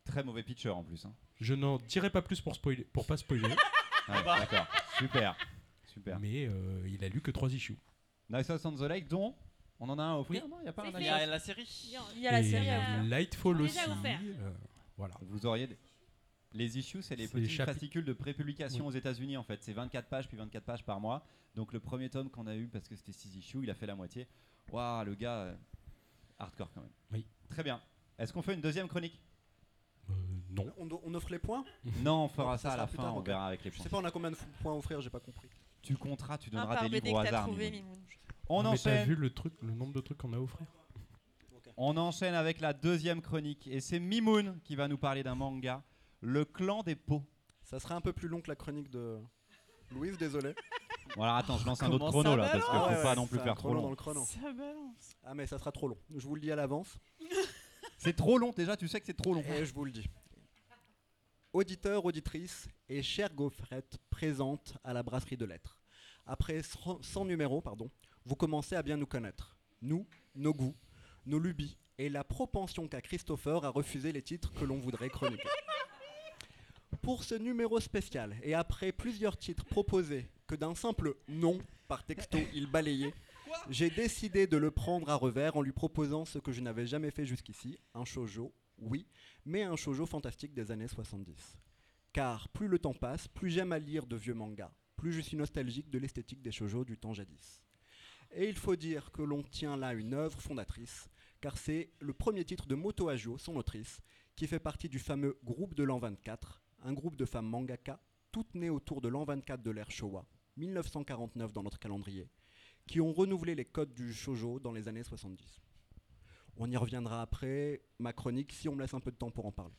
Très mauvais pitcher en plus. Hein. Je n'en dirai pas plus pour spoiler, pour pas spoiler. Ouais, d'accord. Super. Super. Mais euh, il a lu que trois issues. Nice House on the Lake, dont on en a un à offrir, Oui. non? Il y a pas C'est un fait. Il y a la série. Il y a- il y a la Et série à offrir. Lightfall aussi. Déjà offert. euh, voilà. Vous auriez des... Les issues, c'est les C'est les petits chapitres. fascicules de prépublication Oui. aux États-Unis en fait. C'est vingt-quatre pages puis vingt-quatre pages par mois. Donc le premier tome qu'on a eu, parce que c'était six issues, il a fait la moitié. Waouh, le gars, euh, hardcore quand même. Oui. Très bien. Est-ce qu'on fait une deuxième chronique? Euh, non. On, on offre les points? Non, on fera Non, ça, ça à sera la plus fin, tard, on ok. verra avec les Je points. sais pas, on a combien de f- points à offrir, j'ai pas compris. Tu compteras, tu Un donneras par des B D livres au que t'as hasard. trouvé, Mimoun. Mimoun. On Mais t'as enchaîne. vu le truc, le nombre de trucs qu'on a à offrir? On enchaîne avec la deuxième chronique. Et c'est Mimoun qui va nous parler d'un manga, Le Clan des Pots. Ça serait un peu plus long que la chronique de Louise, désolé. Bon alors attends, je lance un autre Comment chrono ça là, balance parce qu'il Ah faut ouais, pas ouais, non plus ça faire va trop dans long. le chrono. Ça balance. Ah mais ça sera trop long. Je vous le dis à l'avance C'est trop long déjà, tu sais que c'est trop long. et je vous le dis. Auditeurs, auditrices et chère gaufrette présente à la brasserie de lettres. Après cent numéros, pardon, vous commencez à bien nous connaître. Nous, nos goûts, nos lubies et la propension qu'a Christopher à refuser les titres que l'on voudrait chroniquer. Pour ce numéro spécial, et après plusieurs titres proposés que d'un simple non par texto il balayait, j'ai décidé de le prendre à revers en lui proposant ce que je n'avais jamais fait jusqu'ici, un shoujo, oui, mais un shoujo fantastique des années soixante-dix. Car plus le temps passe, plus j'aime à lire de vieux mangas, plus je suis nostalgique de l'esthétique des shoujo du temps jadis. Et il faut dire que l'on tient là une œuvre fondatrice, car c'est le premier titre de Moto Hagio, son autrice, qui fait partie du fameux groupe de l'an vingt-quatre, un groupe de femmes mangaka, toutes nées autour de l'an vingt-quatre de l'ère Showa, mille neuf cent quarante-neuf dans notre calendrier, qui ont renouvelé les codes du shoujo dans les années soixante-dix. On y reviendra après ma chronique si on me laisse un peu de temps pour en parler.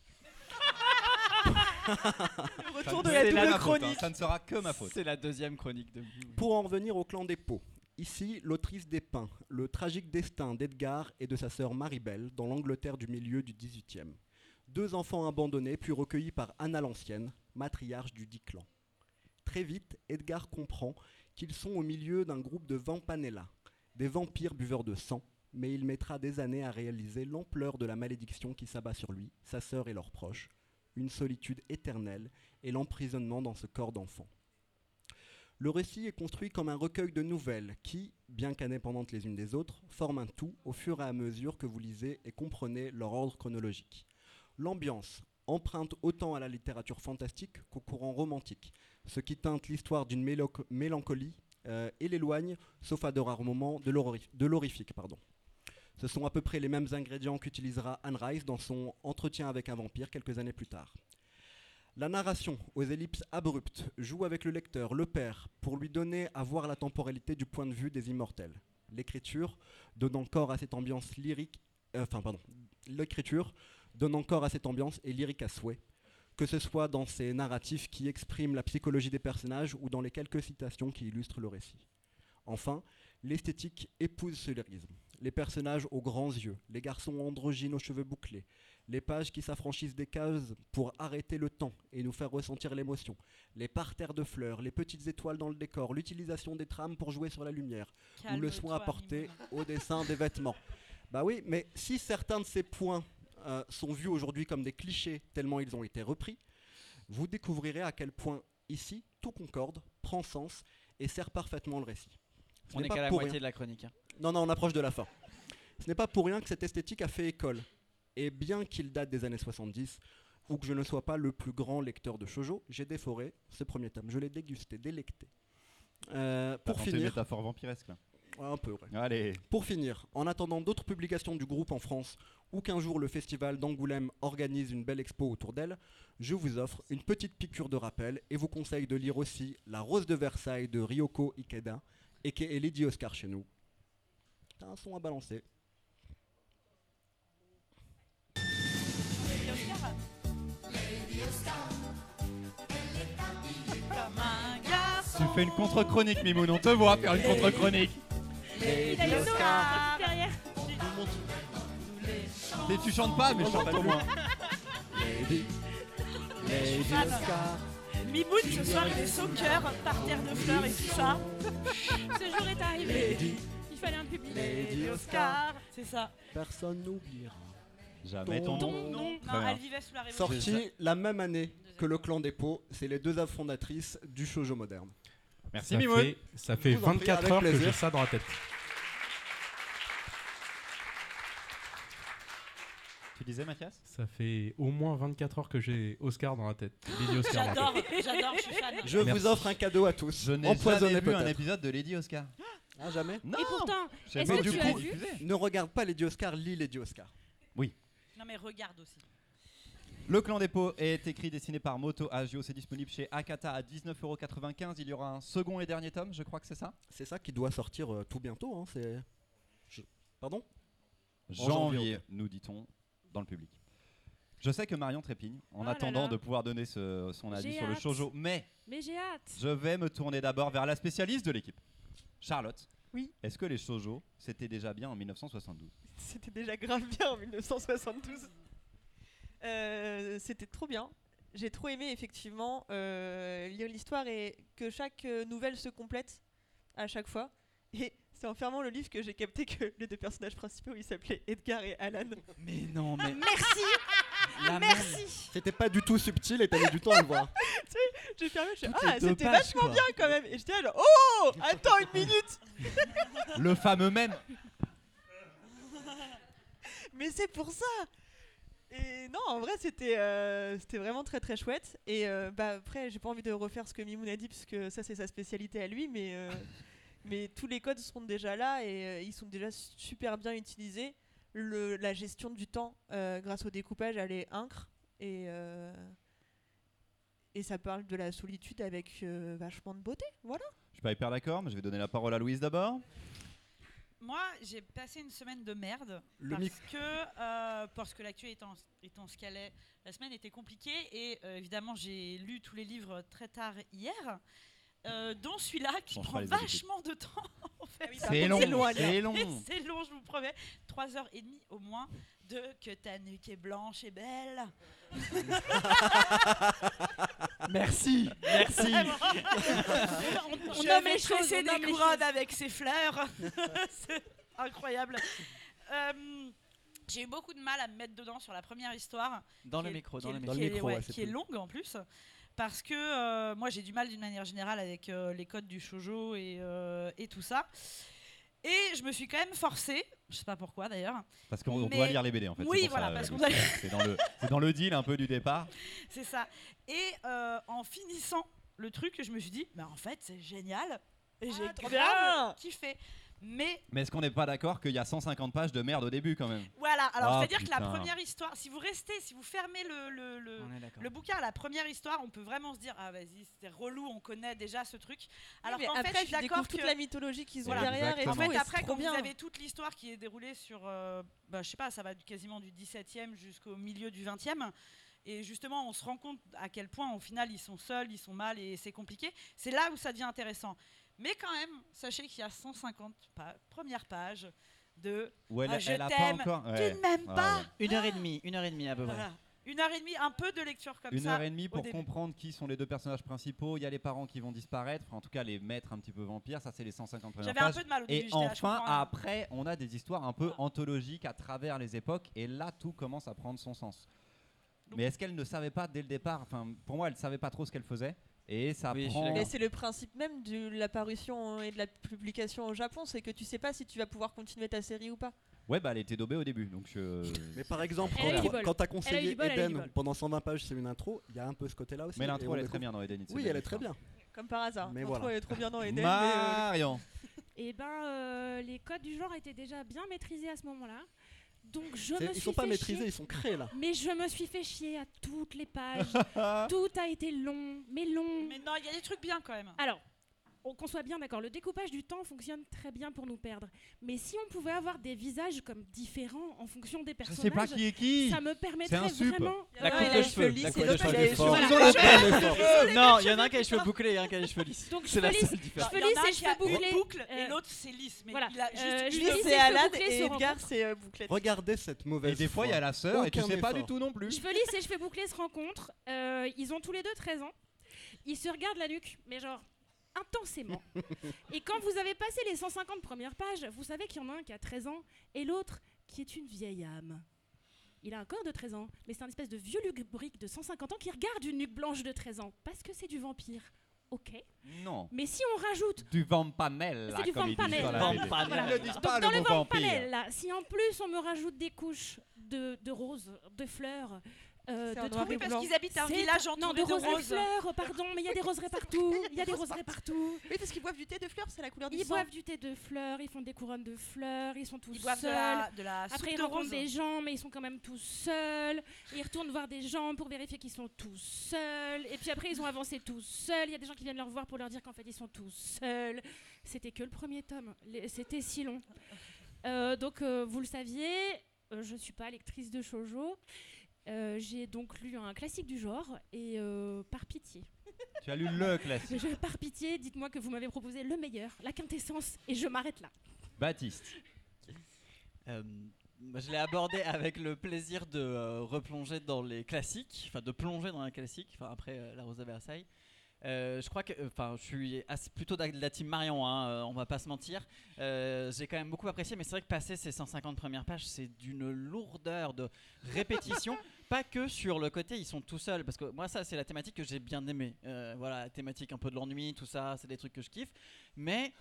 Le retour de C'est la la double ma faute, hein, chronique. ça ne sera que ma faute. C'est la deuxième chronique de Mimoun. Pour en revenir au clan des Pots, ici l'autrice dépeint le tragique destin d'Edgar et de sa sœur Maribel dans l'Angleterre du milieu du dix-huitième. Deux enfants abandonnés puis recueillis par Anna l'Ancienne, matriarche du dit clan. Très vite, Edgar comprend qu'ils sont au milieu d'un groupe de Vampanella, des vampires buveurs de sang, mais il mettra des années à réaliser l'ampleur de la malédiction qui s'abat sur lui, sa sœur et leurs proches, une solitude éternelle et l'emprisonnement dans ce corps d'enfant. Le récit est construit comme un recueil de nouvelles qui, bien qu'indépendantes les unes des autres, forment un tout au fur et à mesure que vous lisez et comprenez leur ordre chronologique. L'ambiance emprunte autant à la littérature fantastique qu'au courant romantique, ce qui teinte l'histoire d'une mélo- mélancolie euh, et l'éloigne, sauf à de rares moments, de l'horrif- de l'horrifique. Pardon. Ce sont à peu près les mêmes ingrédients qu'utilisera Anne Rice dans son Entretien avec un vampire quelques années plus tard. La narration, aux ellipses abruptes, joue avec le lecteur, le père, pour lui donner à voir la temporalité du point de vue des immortels. L'écriture donne encore à cette ambiance lyrique, euh, enfin pardon, l'écriture donne encore à cette ambiance et lyrique à souhait, que ce soit dans ses narratifs qui expriment la psychologie des personnages ou dans les quelques citations qui illustrent le récit. Enfin, l'esthétique épouse ce lyrisme. Les personnages aux grands yeux, les garçons androgynes aux cheveux bouclés, les pages qui s'affranchissent des cases pour arrêter le temps et nous faire ressentir l'émotion, les parterres de fleurs, les petites étoiles dans le décor, l'utilisation des trames pour jouer sur la lumière, ou le soin apporté au dessin des vêtements. Bah oui, mais si certains de ces points euh, sont vus aujourd'hui comme des clichés tellement ils ont été repris, vous découvrirez à quel point ici tout concorde, prend sens et sert parfaitement le récit. Ce On n'est est pas qu'à la pour moitié rien. de la chronique. hein. Non, non, on approche de la fin. Ce n'est pas pour rien que cette esthétique a fait école. Et bien qu'il date des années soixante-dix, ou que je ne sois pas le plus grand lecteur de shoujo, j'ai dévoré ce premier tome. Je l'ai dégusté, délecté. Euh, pour T'as tenté une finir, métaphore vampiresque là. Ouais, un peu, ouais. Allez. Pour finir, en attendant d'autres publications du groupe en France ou qu'un jour le festival d'Angoulême organise une belle expo autour d'elle, je vous offre une petite piqûre de rappel et vous conseille de lire aussi La Rose de Versailles de Ryoko Ikeda et qui est Lady Oscar chez nous. T'as un son à balancer. Tu fais une contre-chronique, Mimoun, on te voit faire une contre-chronique. Il a le dos là, derrière. Et tu chantes pas, mais je chante au moins. Lady, Lady Fan. Oscar. Mimoun, ce soir, il est soccer, parterre de fleurs et tout ça. Ce jour est arrivé. Lady, Il fallait un public. Lady Lady Oscar. Oscar, c'est ça. Personne n'oubliera Jamais ton nom. Non, non, Très bien. elle vivait sous la Révolution. Sorti la même année que le Clan des Pots, c'est les deux œuvres fondatrices du shoujo moderne. Merci Ça Mimoun. fait, ça fait Je vous en prie, vingt-quatre avec heures que plaisir. j'ai ça dans la tête. Tu disais Mathias? Ça fait au moins vingt-quatre heures que j'ai Oscar dans la tête. Lady Oscar dans la J'adore, tête. j'adore, je suis fan. Je Merci. vous offre un cadeau à tous. Je n'ai Empoisonné jamais vu un peut-être. épisode de Lady Oscar. Ah, jamais. Non. Et pourtant, J'ai est-ce pas que du tu coup as vu diffusé. Ne regarde pas Lady Oscar, lis Lady Oscar. Non mais regarde aussi. Le Clan des Pots est écrit, dessiné par Moto Agio. C'est disponible chez Akata à dix-neuf euros quatre-vingt-quinze. Il y aura un second et dernier tome, je crois que c'est ça. C'est ça qui doit sortir euh, tout bientôt. Hein, c'est... Je- Pardon Janvier, janvier, ok. nous dit-on dans le public. Je sais que Marion trépigne en Oh là attendant là. de pouvoir donner ce- son avis J'ai sur le hâte. shoujo, mais Mais j'ai hâte. je vais me tourner d'abord vers la spécialiste de l'équipe. Charlotte. Oui. Est-ce que les shoujo c'était déjà bien en mille neuf cent soixante-douze? C'était déjà grave bien en mille neuf cent soixante-douze. Euh, c'était trop bien. J'ai trop aimé effectivement euh, lire l'histoire et que chaque euh, nouvelle se complète à chaque fois. Et c'est en fermant le livre que j'ai capté que les deux personnages principaux ils s'appelaient Edgar et Alan. Mais non, mais. Merci, La merci. C'était pas du tout subtil et t'as mis du temps à le voir. J'ai fermé, je suis Toutes ah les deux c'était pages, vachement quoi. bien quand même. Et j'étais là genre oh attends une minute. Le fameux même. Mais c'est pour ça. Et non, en vrai, c'était euh, c'était vraiment très très chouette. Et euh, bah, après, j'ai pas envie de refaire ce que Mimoun a dit, parce que ça, c'est sa spécialité à lui. Mais, euh, mais tous les codes sont déjà là et euh, ils sont déjà super bien utilisés. Le, la gestion du temps, euh, grâce au découpage, elle est incre. Et, euh, et ça parle de la solitude avec euh, vachement de beauté. Voilà. Je suis pas hyper d'accord, mais je vais donner la parole à Louise d'abord. Moi, j'ai passé une semaine de merde Le parce mic- que euh, parce que l'actu étant étant ce qu'elle est, la semaine était compliquée et euh, évidemment j'ai lu tous les livres très tard hier, euh, dont celui-là qui Change pas prend les habitudes. vachement de temps en fait. C'est long, c'est long à lire. c'est long. Et c'est long, je vous promets. Trois heures et demie au moins de que ta nuque est blanche et belle. Merci, merci. on, on je nomme vais les choses, tresser on nomme des les couronnes choses. avec ses fleurs. C'est incroyable. Euh, j'ai eu beaucoup de mal à me mettre dedans sur la première histoire. Dans qui le est- micro, qui dans est- le Dans micro. le qui est- micro, ouais, ouais, c'est qui est plus- longue en plus. Parce que euh, moi j'ai du mal d'une manière générale avec euh, les codes du shoujo et, euh, et tout ça. Et je me suis quand même forcée, je sais pas pourquoi d'ailleurs, Parce qu'on Mais- doit lire les B D en fait. Oui, c'est pour voilà, ça, parce euh, qu'on Louise. C'est dans, le- c'est dans le deal un peu du départ. c'est ça. Et euh, en finissant le truc, je me suis dit, bah en fait c'est génial. Et j'ai Ah, trop grave bien. kiffé. Mais Mais est-ce qu'on n'est pas d'accord qu'il y a cent cinquante pages de merde au début quand même? voilà, alors Ah, c'est-à-dire que la putain. première histoire, si vous restez, si vous fermez le, le, le, On est d'accord. le bouquin à la première histoire, on peut vraiment se dire, ah vas-y, c'était relou, on connaît déjà ce truc. Alors Mais qu'en après, fait, je suis tu découvres d'accord toute que... la mythologie qu'ils ont Voilà. derrière et Exactement. En tout, fait, et après, c'est trop quand bien. vous avez toute l'histoire qui est déroulée sur, euh, bah, je sais pas, ça va du- quasiment du dix-septième jusqu'au milieu du vingtième. Et justement, on se rend compte à quel point, au final, ils sont seuls, ils sont mal et c'est compliqué. C'est là où ça devient intéressant. Mais quand même, sachez qu'il y a cent cinquante pa- premières pages de Ou elle, Ah, je elle a pas t'aime, encore. tu ouais. ne m'aimes Ah, pas. ouais. Une heure et demie, une heure et demie à peu près. Voilà. Une heure et demie, un peu de lecture comme Une ça. heure et demie au pour début. comprendre qui sont les deux personnages principaux. Il y a les parents qui vont disparaître, enfin, en tout cas les maîtres un petit peu vampires. Ça, c'est les cent cinquante premières J'avais un pages. peu de mal au Et début. j'étais là, je enfin, comprends rien. après, on a des histoires un peu Voilà. anthologiques à travers les époques, et là, tout commence à prendre son sens. Donc- Mais est-ce qu'elle ne savait pas dès le départ? Enfin, pour moi, elle savait pas trop ce qu'elle faisait, et ça Oui, je suis prend. d'accord. Mais c'est le principe même de la parution et de la publication au Japon, c'est que tu sais pas si tu vas pouvoir continuer ta série ou pas. Ouais, bah elle était daubée au début, donc. je- Mais par exemple, Elle a eu quand, du toi- bol. quand t'as Elle a eu conseillé du bol, elle a eu du Eden bol. pendant cent vingt pages, c'est une intro, il y a un peu ce côté-là aussi. Mais et l'intro, on elle est découvre- très bien dans Eden. It's a Oui, Belle elle est Histoire. très bien. Comme par hasard. Mais L'intro voilà. est trop bien dans Eden. mais, euh, Marion. Et ben, euh, les codes du genre étaient déjà bien maîtrisés à ce moment-là. Donc je C'est- me Ils suis sont pas fait maîtrisés, chier. ils sont créés là. Mais je me suis fait chier à toutes les pages. Tout a été long, mais long. Mais non, il y a des trucs bien quand même. Alors, on- qu'on soit bien d'accord, le découpage du temps fonctionne très bien pour nous perdre. Mais si on pouvait avoir des visages comme différents en fonction des Je personnages, sais pas qui est qui. ça me permettrait un sup. vraiment. La Ouais, coupe il a de les cheveux. cheveux lisses La et coupe de l'autre, il a cheveux. les cheveux Voilà. Ils ont la peine, les forts. Non, il y en a un qui a les cheveux bouclés et un qui a les cheveux lisses. Donc C'est la cheveux seule lisses, différence. cheveux Il y en a lisses un et qui a cheveux une bouclés. boucle et Euh, l'autre c'est lisse. Mais voilà. il a juste Euh, une je Lui, Cheveux boucle. lisses c'est et cheveux Alan bouclés et se Edgar, rencontrent. c'est euh, bouclette. Regardez cette mauvaise Et des fois, il y foi. a la sœur, et tu Aucun sais pas effort. du tout non plus. Cheveux lisses et cheveux bouclés se rencontrent. Euh, ils ont tous les deux treize ans. Ils se regardent la nuque, mais genre intensément. Et quand vous avez passé les cent cinquante premières pages, vous savez qu'il y en a un qui a treize ans et l'autre qui est une vieille âme. Il a un corps de treize ans, mais c'est un espèce de vieux lubrique de cent cinquante ans qui regarde une nuque blanche de treize ans. Parce que c'est du vampire. Ok. Non. Mais si on rajoute... Du vampanel, là, C'est du comme ils disent vampanel. dans la Voilà. B D. Voilà. Ils ne disent Donc, pas dans le le mot vampire. vampanel, là, si en plus on me rajoute des couches de, de roses, de fleurs... Euh, C'est de en noir trucs- et Parce blanc. qu'ils habitent un C'est- village Non, entouré de de roses et roses. fleurs, pardon, mais il y a des roseraies partout. Il y a des roseraies partout. Oui, parce qu'ils boivent du thé de fleurs, c'est la couleur du Ils sang. boivent du thé de fleurs, ils font des couronnes de fleurs, ils sont tous Ils boivent de seuls. la, de la soupe Après, ils de rencontrent rose. des gens, mais ils sont quand même tous seuls. Ils retournent voir des gens pour vérifier qu'ils sont tous seuls. Et puis après, ils ont avancé tous seuls. Il y a des gens qui viennent leur voir pour leur dire qu'en fait, ils sont tous seuls. C'était que le premier tome. Les- C'était si long. Euh, donc, euh, vous le saviez, euh, je ne suis pas lectrice de shoujo. Euh, J'ai donc lu un classique du genre et euh, par pitié. Tu as lu le classique. Je, par pitié, dites-moi que vous m'avez proposé le meilleur, la quintessence, et je m'arrête là. Baptiste. Euh, moi, je l'ai abordé avec le plaisir de euh, replonger dans les classiques, enfin de plonger dans les classiques, enfin après euh, La Rose de Versailles. Euh, je crois que, enfin, je suis assez- plutôt de la team Marion, hein, euh, on va pas se mentir. Euh, J'ai quand même beaucoup apprécié, mais c'est vrai que passer ces cent cinquante premières pages, c'est d'une lourdeur de répétition. Pas que sur le côté, ils sont tout seuls, parce que moi, ça, c'est la thématique que j'ai bien aimée. Euh, voilà, la thématique un peu de l'ennui, tout ça, c'est des trucs que je kiffe. Mais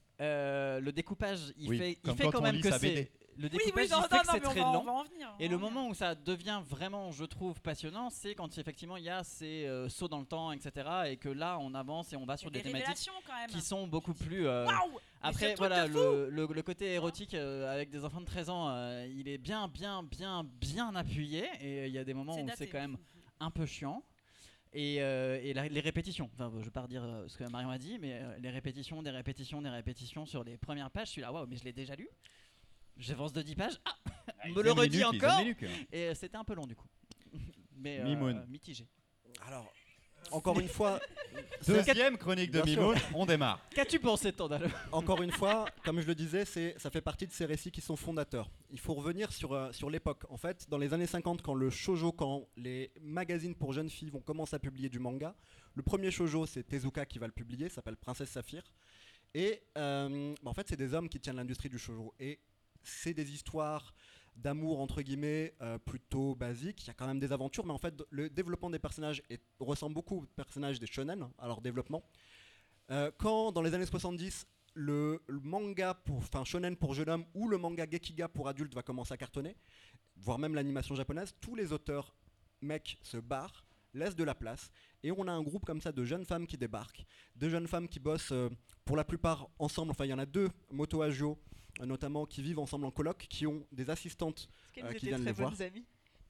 euh, le découpage, il Oui, fait, il comme fait quand quand on même lit que sa B D. c'est. Le Oui, découpage, oui, non, il fait non, que non, c'est mais on très va, on lent. va en venir. on Et va le en venir. moment où ça devient vraiment, je trouve, passionnant, c'est quand effectivement il y a ces euh, sauts dans le temps, et cetera. Et que là, on avance et on va sur Il y a des des thématiques révélations quand même. qui sont beaucoup plus. euh, Waouh. Mais Après, ce truc voilà, de fou. le, le, le côté érotique euh, avec des enfants de treize ans, euh, il est bien, bien, bien, bien appuyé. Et il y a des moments C'est où daté. c'est quand même un peu chiant. Et, euh, et la- les répétitions, enfin, je vais pas redire euh, ce que Marion a dit, mais euh, les répétitions, des répétitions, des répétitions sur les premières pages, je suis là, waouh, mais je l'ai déjà lu. J'avance de dix pages, ah, on me le Ils aiment les redit nuques, ils aiment encore. les nuques, hein. Et euh, c'était un peu long du coup. Mais euh, Mimoun. mitigé. Alors, encore une fois, Deuxième chronique de Bien sûr. Mimoun, on démarre. Qu'as-tu pensé de ton album? encore une fois, comme je le disais, c'est, ça fait partie de ces récits qui sont fondateurs. Il faut revenir sur, euh, sur l'époque. En fait, dans les années cinquante, quand le shoujo, quand les magazines pour jeunes filles vont commencer à publier du manga, le premier shoujo, c'est Tezuka qui va le publier, ça s'appelle Princesse Saphir. Et euh, bah, en fait, c'est des hommes qui tiennent l'industrie du shoujo. Et c'est des histoires d'amour, entre guillemets, euh, plutôt basiques. Il y a quand même des aventures, mais en fait, le développement des personnages est- ressemble beaucoup aux personnages des shonen, à leur développement. Euh, quand, dans les années soixante-dix, le, le manga, pour, enfin shonen pour jeune homme, ou le manga Gekiga pour adultes va commencer à cartonner, voire même l'animation japonaise, tous les auteurs mecs se barrent, laissent de la place, et on a un groupe comme ça de jeunes femmes qui débarquent, de jeunes femmes qui bossent euh, pour la plupart ensemble, enfin il y en a deux, Moto Hagio, euh, notamment, qui vivent ensemble en coloc, qui ont des assistantes Est-ce qu'elles euh, qui étaient viennent très les voir. bonnes amies?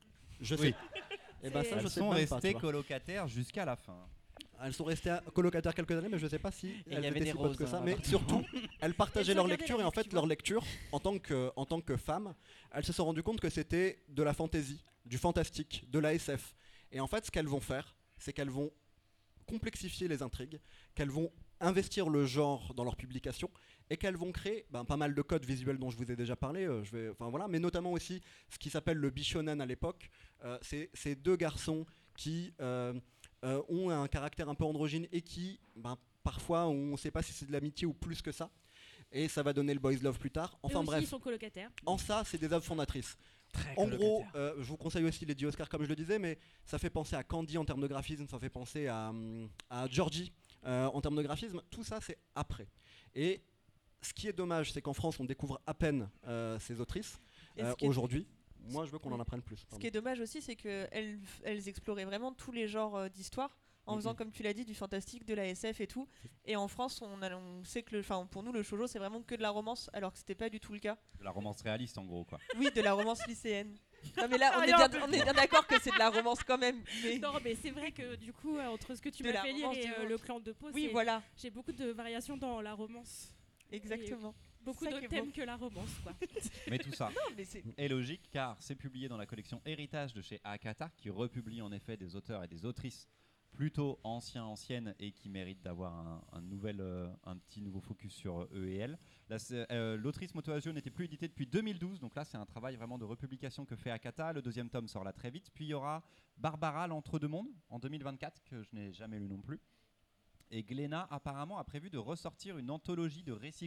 Je Oui. sais. Et ben ça, je Elles sais sont même pas, restées tu vois. colocataires jusqu'à la fin. Elles sont restées à- colocataires quelques années, mais je sais pas si il y elles avait étaient des si potes roses que dans ça. la Mais partie. surtout, elles partageaient Elles leur regardaient lecture la et en vie, fait, tu leur vois. lecture, en tant que, en tant que femme, elles se sont rendues compte que c'était de la fantaisie, du fantastique, de la S F. Et en fait, ce qu'elles vont faire, c'est qu'elles vont complexifier les intrigues, qu'elles vont investir le genre dans leur publication et qu'elles vont créer ben, pas mal de codes visuels dont je vous ai déjà parlé, euh, je vais, enfin, voilà, mais notamment aussi ce qui s'appelle le bishonen à l'époque. Euh, c'est ces deux garçons qui euh, euh, ont un caractère un peu androgyne et qui, ben, parfois, on ne sait pas si c'est de l'amitié ou plus que ça. Et ça va donner le boys love plus tard. Eux Enfin aussi, bref, ils sont colocataires. en ça, c'est des œuvres fondatrices. Très En gros, colocataire. euh, je vous conseille aussi Lady Oscar, comme je le disais, mais ça fait penser à Candy en termes de graphisme, ça fait penser à, hum, à Georgie euh, en termes de graphisme. Tout ça, c'est après. Et ce qui est dommage, c'est qu'en France, on découvre à peine euh, ces autrices Et ce euh, qui est- aujourd'hui. Moi, je veux qu'on en Oui. apprenne plus. Ce pardon. qui est dommage aussi, c'est qu'elles elles exploraient vraiment tous les genres euh, d'histoire en Mhm. faisant, comme tu l'as dit, du fantastique, de la S F et tout. Et en France, on, a- on sait que le, 'fin, pour nous, le shoujo, c'est vraiment que de la romance, alors que c'était pas du tout le cas. De la romance réaliste en gros quoi. Oui, de la romance lycéenne. Non, mais là, on Ah, est non, bien, mais- on est bien d'accord que c'est de la romance quand même. Mais... Non, mais c'est vrai que du coup, euh, entre ce que tu De m'as la fait lire romance et du euh, monde. le clan de peau, Oui, c'est- voilà, j'ai beaucoup de variations dans la romance. exactement. Beaucoup ça d'autres qui est beau. thèmes que la romance, quoi. Mais tout ça Non, mais c'est est logique car c'est publié dans la collection Héritage de chez Akata qui republie en effet des auteurs et des autrices plutôt anciens, anciennes et qui méritent d'avoir un, un nouvel, euh, un petit nouveau focus sur euh, eux et elles. Là, c'est, euh, l'autrice Moto Hagio n'était plus éditée depuis deux mille douze, donc là c'est un travail vraiment de republication que fait Akata. Le deuxième tome sort là très vite. Puis il y aura Barbara l'entre-deux-mondes en deux mille vingt-quatre que je n'ai jamais lu non plus. Et Glénat apparemment a prévu de ressortir une anthologie de récits courts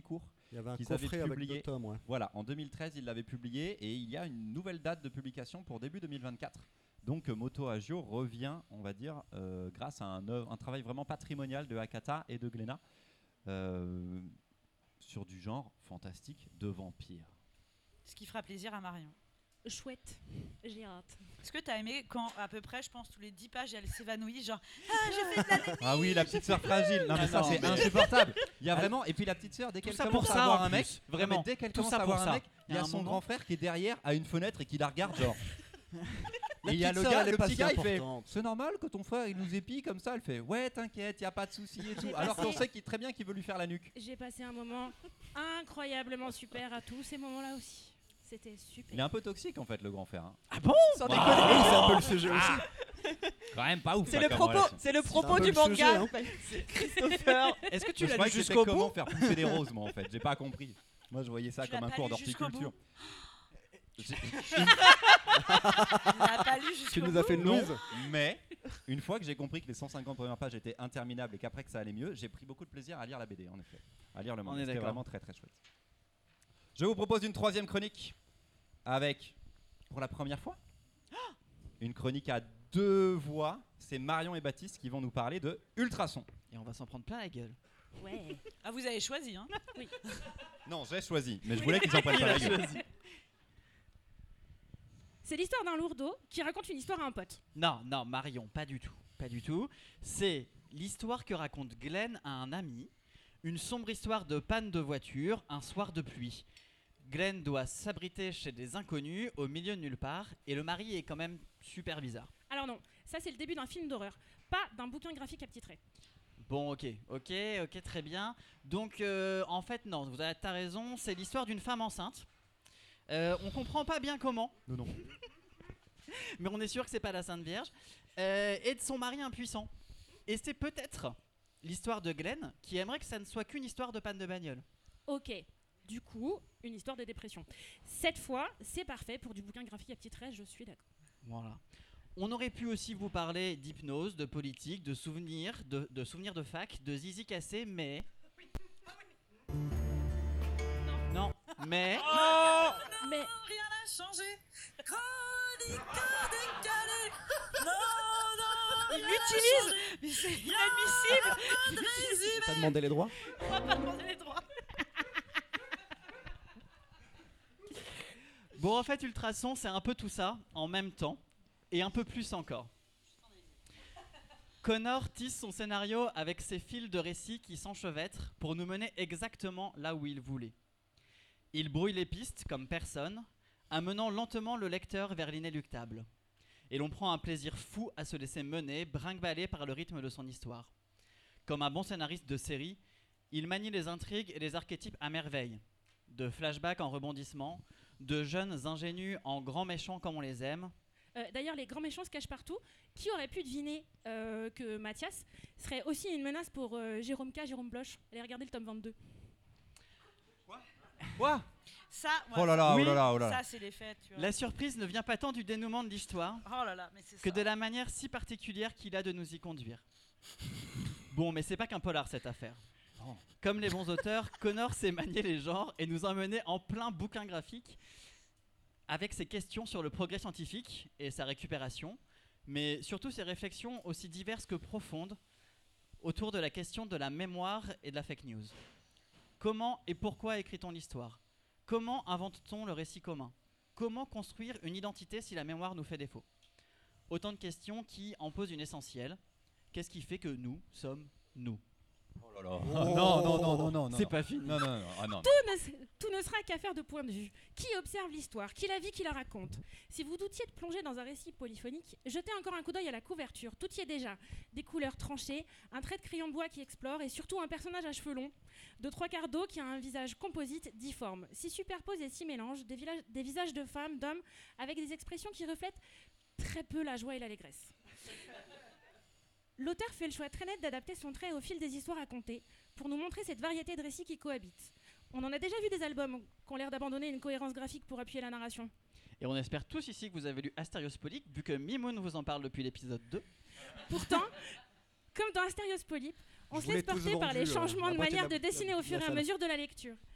Il y avait un qu'ils avaient coffret avec publié. deux tomes, ouais. Voilà, en deux mille treize, ils l'avaient publié et il y a une nouvelle date de publication pour début deux mille vingt-quatre. Donc euh, Moto Hagio revient, on va dire, euh, grâce à un, œuvre- un travail vraiment patrimonial de Hakata et de Glénat euh, sur du genre fantastique de vampire. Ce qui fera plaisir à Marion. Chouette, j'ai hâte. Est-ce que t'as aimé quand, à peu près, je pense, tous les dix pages, elle s'évanouit, genre Ah, j'ai fait de l'anémie. Ah oui, la petite sœur fragile. Non mais Ah ça non, c'est mais- insupportable. Il y a vraiment et puis la petite sœur dès Tout qu'elle ça commence pour à ça, avoir en un mec, plus, non, mais vraiment. dès qu'elle Tout commence ça à pour avoir un ça. mec, il y a un son moment- grand frère qui est derrière à une fenêtre et qui la regarde genre. La Et il y a petite le sœur, gars, elle est le pas petit si gars, il fait importante. c'est normal que ton frère il nous épie comme ça. Elle fait ouais t'inquiète, y a pas de souci et tout. J'ai Alors passé- qu'on sait qu'il très bien qu'il veut lui faire la nuque. J'ai passé un moment incroyablement super à tous ces moments-là aussi. C'était super. Il est un peu toxique en fait le grand frère. Hein. Ah bon Sans Ah, déconner. oui, c'est un peu le sujet aussi. Quand même pas ouf. C'est hein, le comme propos, relation. c'est le un propos peu du le sujet, manga. hein. C'est Christopher. Est-ce que tu Je l'as croyais lu que c'était jusqu'au comment bout faire pousser des roses moi en fait. J'ai pas compris. Moi je voyais ça Tu l'as comme un pas cours lu jusqu'au d'horticulture. J'ai- Tu l'as pas lu jusqu'au Tu nous as fait une Non, louise. mais une fois que j'ai compris que les cent cinquante premières pages étaient interminables et qu'après que ça allait mieux, j'ai pris beaucoup de plaisir à lire la B D en effet, à lire le On manga. est C'était d'accord. vraiment très très chouette. Je vous propose une troisième chronique avec, pour la première fois, une chronique à deux voix. C'est Marion et Baptiste qui vont nous parler de Ultrason. Et on va s'en prendre plein la gueule. Ouais. Ah, vous avez choisi, hein. Non, j'ai choisi, mais je voulais qu'ils en prennent pas la gueule. C'est l'histoire d'un lourdeau qui raconte une histoire à un pote. Non, non, Marion, pas du tout. Pas du tout. C'est l'histoire que raconte Glenn à un ami. Une sombre histoire de panne de voiture, un soir de pluie. Glenn doit s'abriter chez des inconnus au milieu de nulle part et le mari est quand même super bizarre. Alors non, ça c'est le début d'un film d'horreur, pas d'un bouquin graphique à petits traits. Bon, ok, ok, ok, très bien. Donc, euh, en fait, non, vous avez t'as raison, c'est l'histoire d'une femme enceinte. Euh, on comprend pas bien comment. Non, non. Mais on est sûr que c'est pas la Sainte Vierge. Euh, et de son mari impuissant. Et c'est peut-être l'histoire de Glenn qui aimerait que ça ne soit qu'une histoire de panne de bagnole. Ok, du coup, une histoire de dépression. Cette fois, c'est parfait pour du bouquin graphique à petits traits, je suis d'accord. Voilà. On aurait pu aussi vous parler d'hypnose, de politique, de souvenirs, de, de souvenirs de fac, de zizi cassé, mais... Non, mais... Mais Rien n'a changé. Chronique décalée. Non, non. Il m'utilise. Mais c'est inadmissible. T'as demandé les droits. On va pas demander les droits. Bon, en fait, Ultrason, c'est un peu tout ça, en même temps, et un peu plus encore. Connor tisse son scénario avec ses fils de récits qui s'enchevêtrent pour nous mener exactement là où il voulait. Il brouille les pistes comme personne, amenant lentement le lecteur vers l'inéluctable. Et l'on prend un plaisir fou à se laisser mener, brinque-ballé par le rythme de son histoire. Comme un bon scénariste de série, il manie les intrigues et les archétypes à merveille. De flashbacks en rebondissement, de jeunes ingénus en grands méchants comme on les aime. euh, d'ailleurs, les grands méchants se cachent partout. Qui aurait pu deviner euh, que Mathias serait aussi une menace pour euh, Jérôme K, Jérôme Bloch? Allez regarder le tome vingt-deux. Quoi ? Ça, ouais, Oh là là, Oui. oh là là, oh là là. ça c'est les fêtes, tu vois. La surprise ne vient pas tant du dénouement de l'histoire Oh là là, mais c'est que ça. de la manière si particulière qu'il a de nous y conduire. Bon, mais c'est pas qu'un polar cette affaire. Comme les bons auteurs, Connor sait manier les genres et nous emmener en plein bouquin graphique avec ses questions sur le progrès scientifique et sa récupération, mais surtout ses réflexions aussi diverses que profondes autour de la question de la mémoire et de la fake news. Comment et pourquoi écrit-on l'histoire ? Comment invente-t-on le récit commun ? Comment construire une identité si la mémoire nous fait défaut ? Autant de questions qui en posent une essentielle. Qu'est-ce qui fait que nous sommes nous ? Oh là là. Non, non, non, non, non. non, C'est non. pas fini. Non, non, non. Ah, non. Tout ne, tout ne sera qu'affaire de point de vue. Qui observe l'histoire? Qui la vit? Qui la raconte? Si vous doutiez de plonger dans un récit polyphonique, jetez encore un coup d'œil à la couverture. Tout y est déjà. Des couleurs tranchées, un trait de crayon de bois qui explore et surtout un personnage à cheveux longs, de trois quarts d'eau qui a un visage composite difforme. S'y superposent et s'y mélangent des, villages- des visages de femmes, d'hommes, avec des expressions qui reflètent très peu la joie et l'allégresse. L'auteur fait le choix très net d'adapter son trait au fil des histoires racontées pour nous montrer cette variété de récits qui cohabitent. On en a déjà vu des albums qui ont l'air d'abandonner une cohérence graphique pour appuyer la narration. Et on espère tous ici que vous avez lu Asterios Polype, vu que Mimoun vous en parle depuis l'épisode deux. Pourtant, comme dans Asterios Polype, on Je se vous laisse l'ai tous porter par vendu, les euh, changements la de moitié manière de de la- dessiner au de fur la et à salle. mesure de la lecture.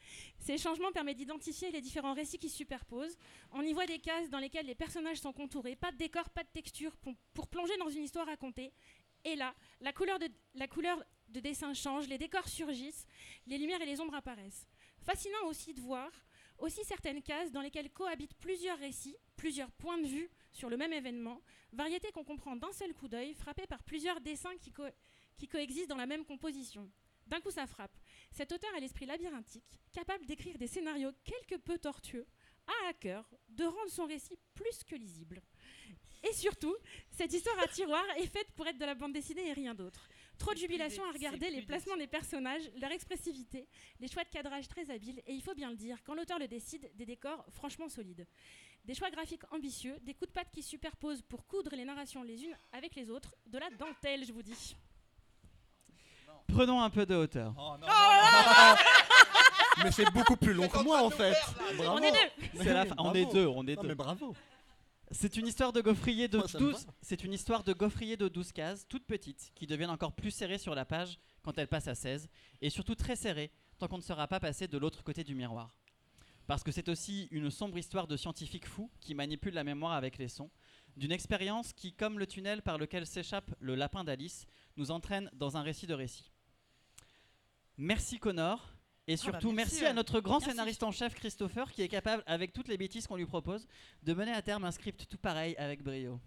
Ces changements permettent d'identifier les différents récits qui se superposent. On y voit des cases dans lesquelles les personnages sont contourés, pas de décor, pas de texture, pour, pour plonger dans une histoire racontée. Et là, la couleur, de, la couleur de dessin change, les décors surgissent, les lumières et les ombres apparaissent. Fascinant aussi de voir aussi certaines cases dans lesquelles cohabitent plusieurs récits, plusieurs points de vue sur le même événement, variété qu'on comprend d'un seul coup d'œil, frappée par plusieurs dessins qui, co- qui coexistent dans la même composition. D'un coup, ça frappe. Cet auteur a l'esprit labyrinthique, capable d'écrire des scénarios quelque peu tortueux, a à cœur de rendre son récit plus que lisible. Et surtout, cette histoire à tiroir est faite pour être de la bande dessinée et rien d'autre. Trop de jubilation à regarder les placements des personnages, leur expressivité, les choix de cadrage très habiles, et il faut bien le dire, quand l'auteur le décide, des décors franchement solides. Des choix graphiques ambitieux, des coups de patte qui se superposent pour coudre les narrations les unes avec les autres, de la dentelle, je vous dis. Prenons un peu de hauteur. Oh, non, non, non, non. Mais c'est beaucoup plus long que moi en fait. Bravo. On est deux. C'est la fin- on est deux, on est Non, deux. mais bravo. C'est une histoire de gaufrier de Moi, ça me douze. va. C'est une histoire de gaufrier de douze cases, toutes petites, qui deviennent encore plus serrées sur la page quand elles passent à seize, et surtout très serrées tant qu'on ne sera pas passé de l'autre côté du miroir. Parce que c'est aussi une sombre histoire de scientifiques fous qui manipulent la mémoire avec les sons, d'une expérience qui, comme le tunnel par lequel s'échappe le lapin d'Alice, nous entraîne dans un récit de récit. Merci Connor. Et surtout, bah merci, merci, ouais. à notre grand Merci. scénariste en chef Christopher qui est capable, avec toutes les bêtises qu'on lui propose, de mener à terme un script tout pareil avec brio.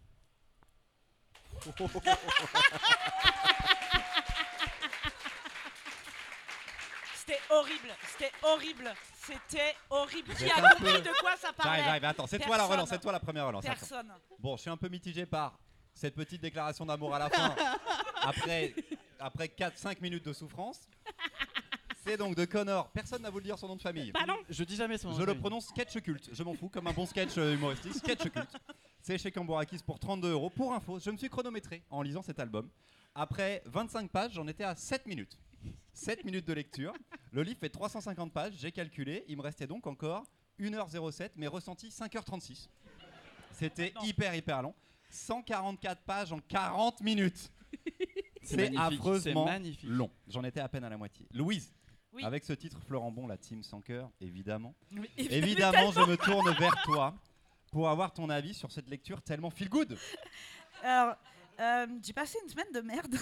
C'était horrible, c'était horrible, c'était horrible. Qui Vous êtes a un compris peu- de quoi ça parlait? J'arrive, j'arrive. Attends, c'est toi la Personne. relance, c'est toi la première relance. Attends. Personne. Bon, je suis un peu mitigé par cette petite déclaration d'amour à la fin, après, après quatre cinq minutes de souffrance. C'est donc de Connor. Personne n'a voulu dire son nom de famille. Pardon. Je dis jamais son nom. Je le prononce sketch culte. Je m'en fous, comme un bon sketch euh, humoristique. Sketch culte. C'est chez Cambourakis pour trente-deux euros. Pour info, je me suis chronométré en lisant cet album. Après vingt-cinq pages, j'en étais à sept minutes. sept minutes de lecture. Le livre fait trois cent cinquante pages, j'ai calculé. Il me restait donc encore une heure zéro sept, mais ressenti cinq heures trente-six. C'était hyper, hyper long. cent quarante-quatre pages en quarante minutes. C'est magnifique, affreusement c'est magnifique. long. J'en étais à peine à la moitié. Louise, Oui. avec ce titre, Florent Bon, la team sans cœur, évidemment. Oui, Évidemment, je me tourne vers toi pour avoir ton avis sur cette lecture tellement feel good. Alors, euh, j'ai passé une semaine de merde.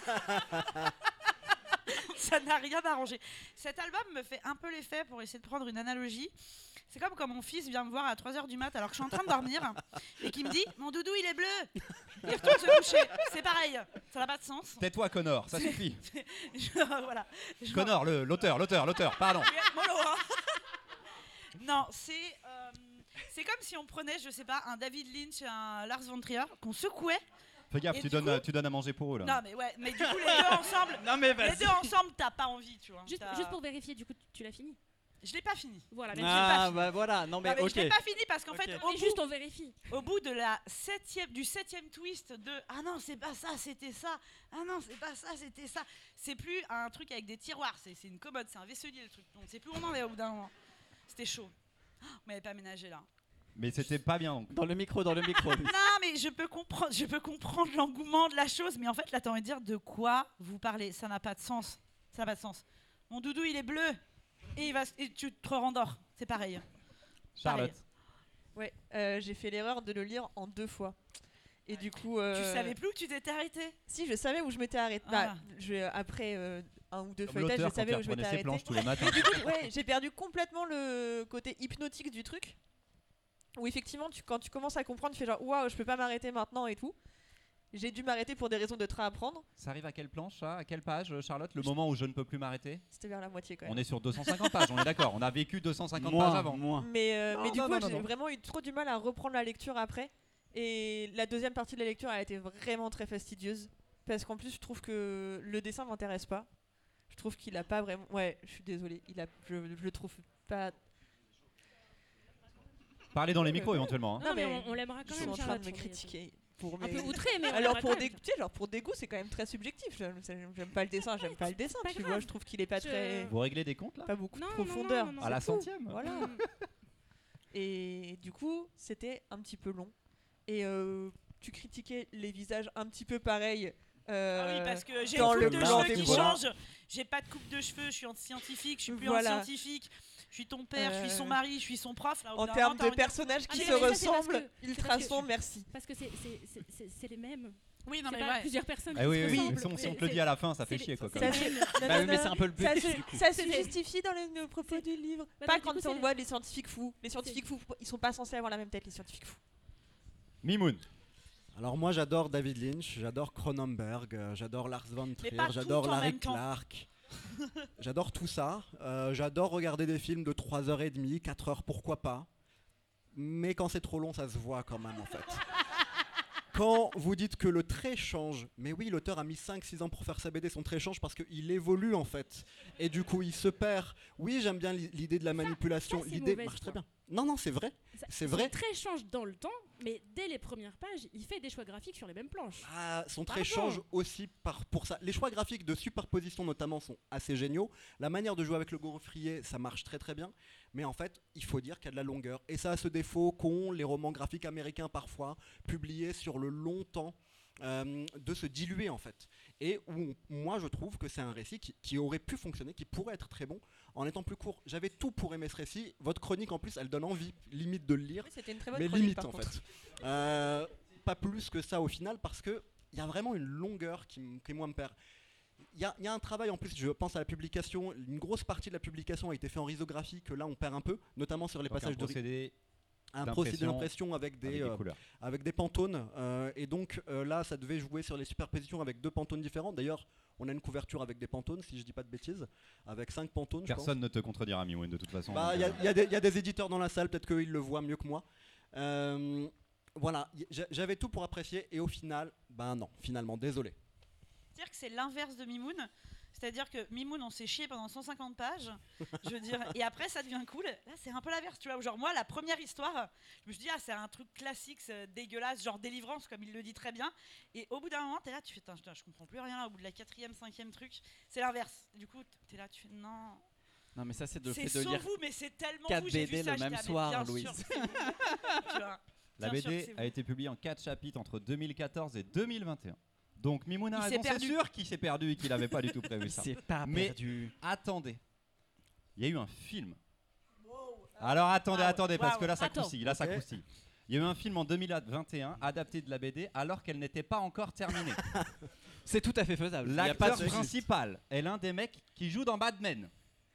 Ça n'a rien arrangé. Cet album me fait un peu l'effet, pour essayer de prendre une analogie. C'est comme quand mon fils vient me voir à trois heures du mat alors que je suis en train de dormir et qui me dit « Mon doudou, il est bleu !» Il retourne se coucher. C'est pareil. Ça n'a pas de sens. Tais-toi, Connor, ça suffit. Je- voilà. Je- Connor, le- l'auteur, l'auteur, l'auteur, pardon. Mollo, hein. Non, c'est euh, c'est comme si on prenait, je sais pas, un David Lynch, un Lars von Trier, qu'on secouait. Fais gaffe, Et tu du donnes, coup- tu donnes à manger pour eux là. Non, mais ouais, mais du coup, les deux ensemble, Non mais les vas-y. deux ensemble, t'as pas envie, tu vois. Juste, T'as- juste pour vérifier, du coup, tu l'as fini. Je l'ai pas fini. Voilà, Mais mais j'ai pas Ah fini. bah voilà, non mais, Non, mais ok. je l'ai pas fini parce qu'en Ok. fait, au mais bout, juste on vérifie. au bout de la septième, du septième twist de ah non c'est pas ça, c'était ça, ah non c'est pas ça, c'était ça, c'est plus un truc avec des tiroirs, c'est c'est une commode, c'est un vaisselier le truc. On sait plus où on en est au bout d'un moment. C'était chaud. Oh, on m'avait pas aménagé là. Mais c'était pas bien donc. Dans le micro, dans le micro. Non mais je peux comprendre, je peux comprendre l'engouement de la chose, mais en fait là t'as envie de dire de quoi vous parlez, ça n'a pas de sens, ça n'a pas de sens. Mon doudou il est bleu et il va, et tu te rendors, c'est pareil. Charlotte. Ouais, euh, j'ai fait l'erreur de le lire en deux fois. Et du coup. euh, Tu savais plus où tu t'étais arrêté? Si, je savais où je m'étais arrêtée. Ah. Bah, je, après euh, un ou deux Comme feuilletages, je l'auteur quand savais il où je m'étais reprenait ses arrêtée. planches tous les matins. Du coup, ouais, j'ai perdu complètement le côté hypnotique du truc. Où effectivement, tu, quand tu commences à comprendre, tu fais genre waouh, je peux pas m'arrêter maintenant et tout. J'ai dû m'arrêter pour des raisons de train à prendre. Ça arrive à quelle planche ça? À quelle page, Charlotte? Le moment où je ne peux plus m'arrêter? C'était vers la moitié quand même. On est sur deux cent cinquante pages, on est d'accord. On a vécu deux cent cinquante pages Moins, avant. moins. Mais, euh, Non, mais du non, coup, non, non, j'ai non. vraiment eu trop du mal à reprendre la lecture après. Et la deuxième partie de la lecture a été vraiment très fastidieuse. Parce qu'en plus, je trouve que le dessin m'intéresse pas. Je trouve qu'il a pas vraiment. Ouais, je suis désolée. Il a... je, je le trouve pas. Parlez dans les micros éventuellement. hein. Non, mais mais on, on l'aimera quand Je suis même. en train Charlotte, de me on est- critiquer. Pour Un mes... peu outré, mais on Alors l'aimera pour, quand dé- même. tu sais, genre pour dégoût, c'est quand même très subjectif. J'aime j'aime pas le dessin, j'aime pas le dessin. pas Tu grave. vois, je trouve qu'il est pas Je- très. Vous réglez des comptes là? Pas beaucoup Non, de non, non, profondeur. non, non, À la c'est tout. centième? Voilà. Mm. Et du coup, c'était un petit peu long. Et euh, tu critiquais les visages un petit peu pareils. euh, Ah oui, parce que j'ai dans une le coupe de blanc cheveux des qui blancs. change. J'ai pas de coupe de cheveux, je suis scientifique, je suis plus Voilà. en scientifique. Je suis ton père, je suis son Euh, mari, je suis son prof. Là, au bout En d'un termes moment, t'as de envie dire- personnages Ah, qui mais se ça, c'est parce ressemblent, que- c'est ultra parce que- sombres, merci. Parce que c'est- c'est- c'est- c'est c'est les mêmes. Oui, non, C'est mais pas ouais. plusieurs personnes Ah qui oui, se oui, ressemblent. si on, si on C'est- te le dit à la fin, ça fait c'est- chier quoi. c'est- quand Ça même. se, Bah oui, mais c'est un peu le but ça se, du coup. ça se C'est- justifie dans le, le propos du livre. Bah pas non, du quand coup, on c'est- voit les scientifiques fous. Les scientifiques fous, ils sont pas censés avoir la même tête, les scientifiques fous. Mimoun. Alors moi j'adore David Lynch, j'adore Cronenberg, euh, j'adore Lars von Trier, pas j'adore tout en Larry même temps. Clark. J'adore tout ça. Euh, j'adore regarder des films de trois heures trente, quatre heures, pourquoi pas. Mais quand c'est trop long, ça se voit quand même en fait. Quand vous dites que le trait change, mais oui, l'auteur a mis cinq six ans pour faire sa B D, son trait change parce qu'il évolue en fait. Et du coup, il se perd. Oui, j'aime bien l'i- l'idée de la manipulation. ça, c'est L'idée mauvaise marche très foi. bien. Non, non, c'est vrai. Ça- C'est son vrai. trait change dans le temps, mais dès les premières pages, il fait des choix graphiques sur les mêmes planches. Ah, son trait Pardon. change aussi par, pour ça. Les choix graphiques de superposition notamment sont assez géniaux. La manière de jouer avec le gaufrier, ça marche très très bien. Mais en fait, il faut dire qu'il y a de la longueur. Et ça a ce défaut qu'ont les romans graphiques américains parfois, publiés sur le long temps, euh, de se diluer en fait. Et où on- moi je trouve que c'est un récit qui, qui aurait pu fonctionner, qui pourrait être très bon en étant plus court. J'avais tout pour aimer ce récit. Votre chronique en plus, elle donne envie, limite de le lire. Oui, c'était une très bonne Mais chronique, limite par en contre. fait. Euh, pas plus que ça au final parce que il y a vraiment une longueur qui, m- qui moi me perd. Il y, a- il y a un travail en plus, je pense à la publication, une grosse partie de la publication a été faite en risographie que là on perd un peu, notamment sur les Donc, un passages de ri- procédé un d'impression procédé d'impression avec des, avec des euh, couleurs. avec des pantones euh, et donc euh, là ça devait jouer sur les superpositions avec deux pantones différents. D'ailleurs on a une couverture avec des pantones si je dis pas de bêtises, avec cinq pantones. je pense. Personne ne te contredira, Mimoun, de toute façon. Bah, donc, il y, a- euh, il y a des- il y a des éditeurs dans la salle, peut-être qu'ils le voient mieux que moi. Euh, voilà, y- j'a- j'avais tout pour apprécier et au final, ben non, finalement, désolé. dire que c'est l'inverse de Mimoun. C'est-à-dire que Mimoun, on s'est chié pendant cent cinquante pages, je veux dire, et après ça devient cool. Là, c'est un peu l'inverse, tu vois. Genre, moi, la première histoire, je me suis dit, ah, c'est un truc classique, c'est dégueulasse, genre délivrance, comme il le dit très bien. Et au bout d'un moment, t'es là, tu fais, putain, je comprends plus rien là, au bout de la quatrième, cinquième truc. C'est l'inverse. Du coup, t'es là, tu fais, non. Non, mais ça, c'est le C'est fait de sans lire vous, mais c'est tellement quatre vous, j'ai B D vu ça, le j'étais même là, mais soir, bien Louise. sûr, c'est vous. Tu vois. La Bien B sûr que D c'est a vous. été publiée en quatre chapitres entre deux mille quatorze et deux mille vingt et un. Donc Mimoun a Il s'est raison, c'est perdu. sûr qu'il s'est perdu et qu'il n'avait pas du tout prévu ça. C'est pas Mais perdu. attendez, il y a eu un film. Alors attendez, Wow. attendez, parce Wow. que là ça Attends. croustille, là ça Ok. croustille. Il y a eu un film en deux mille vingt et un adapté de la B D alors qu'elle n'était pas encore terminée. C'est tout à fait faisable. Il y a pas L'acteur de souci. principal est l'un des mecs qui joue dans Mad Men.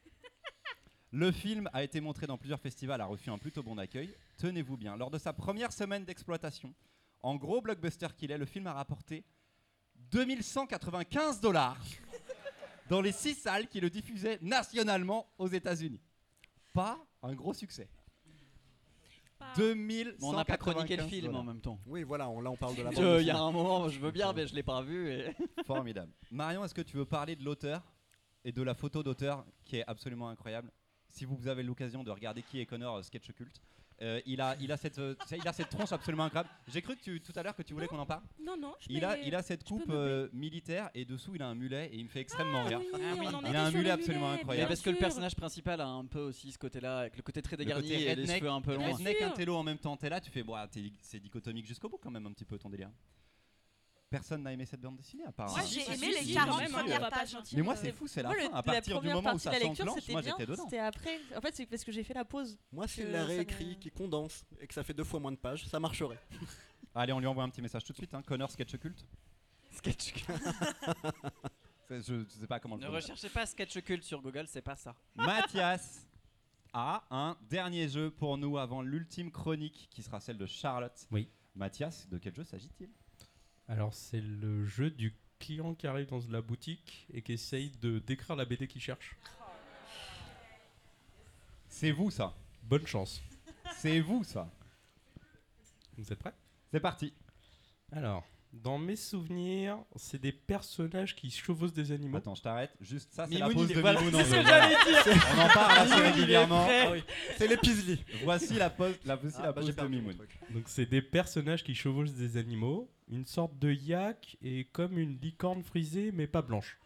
Le film a été montré dans plusieurs festivals, a reçu un plutôt bon accueil. Tenez-vous bien, lors de sa première semaine d'exploitation, en gros blockbuster qu'il est, le film a rapporté deux mille cent quatre-vingt-quinze dollars dans les six salles qui le diffusaient nationalement aux États-Unis. Pas un gros succès. Pas- deux mille cent Mais on n'a pas chroniqué le quatre-vingt-quinze film en dollars. même temps. Oui, voilà, on, là on parle de la bande. Je- Il y a dessinée. un moment, je veux bien, mais je l'ai pas vu. Et... Formidable. Marion, est-ce que tu veux parler de l'auteur et de la photo d'auteur qui est absolument incroyable? Si vous avez l'occasion de regarder Qui est Connor, euh, sketch culte, euh, il, a, il, a cette, euh, il a cette tronche absolument incroyable. J'ai cru que tu, tout à l'heure que tu voulais qu'on en parle. Non, non, je Il peux- a, il a cette je peux coupe me euh, militaire et dessous il a un mulet et il me fait extrêmement Ah rire. oui, Ah oui. on en Il était a un sur mulet le absolument mulet, incroyable. Mais parce que le bien sûr. personnage principal a un peu aussi ce côté-là, avec le côté très Le dégarni côté et les redneck, cheveux un peu longs. Bien redneck sûr. intello en même temps. T'es là, tu fais, bon, t'es- c'est dichotomique jusqu'au bout quand même un petit peu ton délire. Personne n'a aimé cette bande dessinée à part. Moi, hein. j'ai Si, aimé si, les si, quarante quand même, hein, premières on va pas pages. se mentir, Mais moi euh, c'est fou, c'est la Moi, le- fin. À la partir du première moment où partie ça de la lecture, s'enclenche, c'était moi bien, j'étais dedans. C'était après. En fait, c'est parce que j'ai fait la pause. Moi, s'il que l'a ça réécrit, me- qui condense et que ça fait deux fois moins de pages, ça marcherait. Allez, on lui envoie un petit message tout de suite. Hein. Connor sketch culte. Sketch. C'est- Je, je sais pas comment le Ne prononcer. recherchez pas sketch culte sur Google, c'est pas ça. Mathias a un dernier jeu pour nous avant l'ultime chronique qui sera celle de Charlotte. Oui. Mathias, de quel jeu s'agit-il? Alors, c'est le jeu du client qui arrive dans la boutique et qui essaye de décrire la B D qu'il cherche. C'est vous ça. Bonne chance. C'est vous ça. Vous êtes prêts? C'est parti. Alors, dans mes souvenirs, c'est des personnages qui chevauchent des animaux. Attends, je t'arrête. Juste ça, c'est Mimoun, la pause il est- de voilà, Mimoun en c'est ce jeu. que j'allais dire. On en parle assez Mimoun, il est régulièrement. prêt. Ah oui. C'est les Pisli. Voici la pause, la, voici Ah, la bah, pause j'ai de perdu mon Mimoun. truc. Donc, c'est des personnages qui chevauchent des animaux. Une sorte de yak et comme une licorne frisée, mais pas blanche.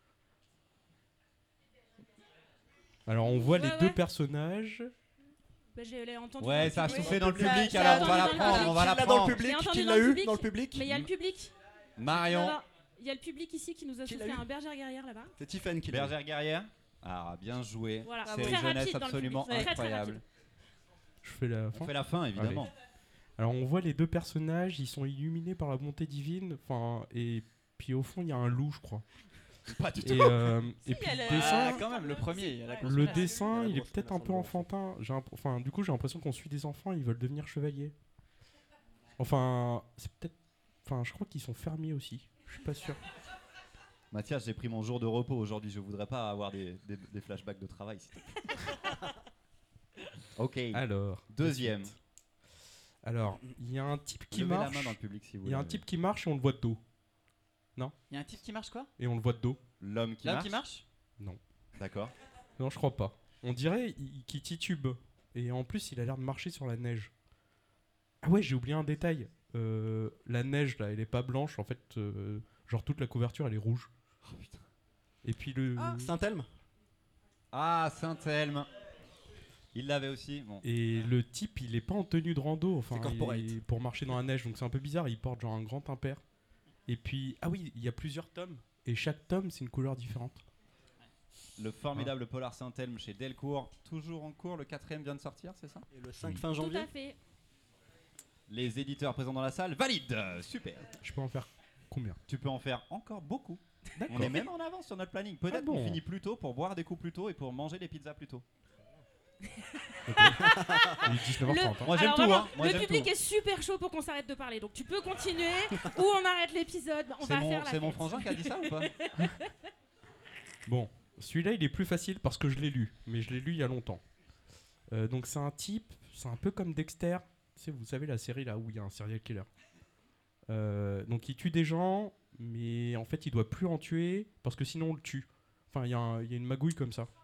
Alors, on voit Ouais, les ouais. deux personnages. Bah, je l'ai entendu. Ouais, dans ça a le public. soufflé dans le Ça- public, ça a alors on va la entendu dans le prendre, public. on va la Qui l'a dans le prendre. public? J'ai entendu Qui dans l'a le eu public. dans le public? Mais il y a le public. Marion, Non, non, il y a le public ici qui nous a Qui l'a soufflé eu un bergère guerrière là-bas. C'est Tiffen qui l'a eu. bergère guerrière. Ah, bien joué. Voilà, C'est très une jeunesse rapide dans le absolument public. Très, très incroyable. rapide. Je fais la On fin. fait la fin, évidemment. Alors on voit les deux personnages, ils sont illuminés par la bonté divine, enfin et puis au fond il y a un loup, je crois. Pas du Et, tout. euh, Si, et puis elle le est- dessin, Ah, quand même, le premier. il y a la le consolation. dessin, la il est grosse peut-être un peu connaissance de enfantin. J'ai un- enfin du coup j'ai l'impression qu'on suit des enfants, ils veulent devenir chevaliers. Enfin c'est peut-être, enfin je crois qu'ils sont fermiers aussi. Je suis pas sûr. Mathias, j'ai pris mon jour de repos aujourd'hui. Je voudrais pas avoir des, des, des flashbacks de travail, s'il te plaît. Ok. Alors Deuxième. la suite. Alors il y a un type qui Levez marche. la main dans le public si vous Il y a un voulez. type qui marche et on le voit de dos. Il y a un type qui marche quoi Et on le voit de dos. L'homme qui L'homme marche. qui marche D'accord. Non, je crois pas. On dirait il- qu'il titube. Et en plus, il a l'air de marcher sur la neige. Ah ouais, j'ai oublié un détail. Euh, la neige, là, elle est pas blanche. En fait, euh, genre toute la couverture, elle est rouge. Oh putain. Et puis le... Ah, Saint-Elme. Ah, Saint-Elme. Il l'avait aussi. Bon. Et le type, il est pas en tenue de rando. Enfin, C'est corporate. il est pour marcher dans la neige. Donc c'est un peu bizarre. Il porte genre un grand impair. Et puis... Ah oui, il y a plusieurs tomes. Et chaque tome, c'est une couleur différente. Le formidable polar Saint-Elme chez Delcourt. Toujours en cours. Le quatrième vient de sortir, c'est ça? Et le cinq Oui. fin Tout janvier. à fait. Les éditeurs présents dans la salle valident. Super. Je peux en faire combien? Tu peux en faire encore beaucoup. D'accord. On est même en avance sur notre planning. Peut-être Ah bon. qu'on finit plus tôt pour boire des coups plus tôt et pour manger des pizzas plus tôt. Il est dix-neuf heures trente. hein. Moi j'aime Alors tout. vraiment, Hein. Moi, le j'aime public tout. est super chaud pour qu'on s'arrête de parler. Donc tu peux continuer ou on arrête l'épisode. On C'est va mon, faire la c'est mon fête. frangin qui a dit ça ou pas? Bon, celui-là il est plus facile parce que je l'ai lu, mais je l'ai lu il y a longtemps. Euh, donc c'est un type, c'est un peu comme Dexter, tu sais, vous savez la série là où il y a un serial killer. Euh, donc il tue des gens, mais en fait il doit plus en tuer parce que sinon on le tue. Enfin il y, a un- il y a une magouille comme ça.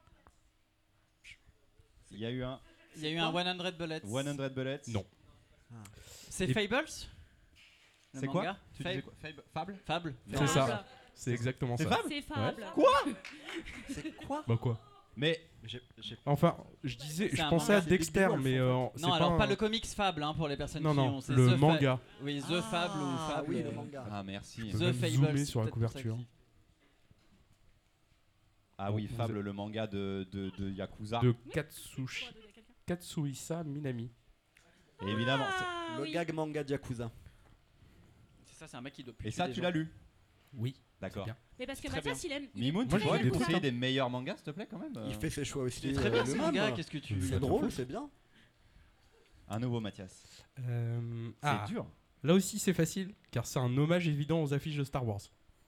Il y a eu un Il y a eu un cent Bullets. cent Bullets. Non. C'est Et- Fables Le C'est quoi? manga Tu Fable. disais quoi? Fable? Fable? Fable. C'est Fable. ça, c'est exactement C'est ça. Fable? C'est Fable. Quoi? C'est quoi? Bah quoi? Mais J'ai- j'ai- Enfin, je disais, C'est je un pensais manga, à c'est Dexter, Big Wolf, mais en euh, c'est Non, alors un- pas le comics Fable hein, pour les personnes Non qui non, ont. c'est le The Fa- manga. Oui, The Fable ou Ah, Fable. oui, le euh, manga. ah merci. Je peux The même Fables, zoomer c'est sur la peut-être pour ça couverture. que- Ah oui, Vous Fable, êtes- le manga de, de, de Yakuza. De Katsushi, Katsuhisa Minami. Et évidemment. c'est- Ah, Le oui. gag manga de Yakuza. C'est ça, c'est un mec qui doit plus Et tuer ça, des tu gens. l'as lu? Oui. D'accord. bien. Mais parce que Très Mathias, il aime. il Mimoun, aime tu Moi, pourrais j'ai nous des trucs, conseiller hein. des meilleurs mangas, s'il te plaît, quand même euh Il fait ses choix aussi. C'est très bien euh, ce lui-même. manga, qu'est-ce que tu. C'est C'est Attends, drôle, faut- c'est bien. Un nouveau Mathias. Euh, C'est ah, dur. là aussi c'est facile, car c'est un hommage évident aux affiches de Star Wars.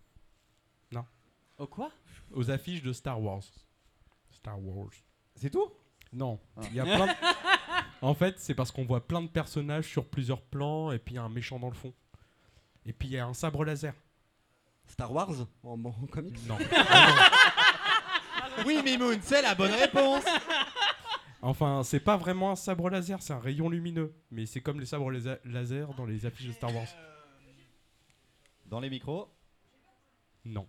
Oh quoi Aux affiches de Star Wars. Star Wars. C'est tout? Non, Ah. il y a plein de... En fait, c'est parce qu'on voit plein de personnages sur plusieurs plans, et puis il y a un méchant dans le fond. Et puis il y a un sabre laser. Star Wars en, en comics. Non. Oui, Mimoun, c'est la bonne réponse. Enfin, c'est pas vraiment un sabre laser, c'est un rayon lumineux. Mais c'est comme les sabres lasa- laser dans les affiches de Star Wars. Dans les micros. Non.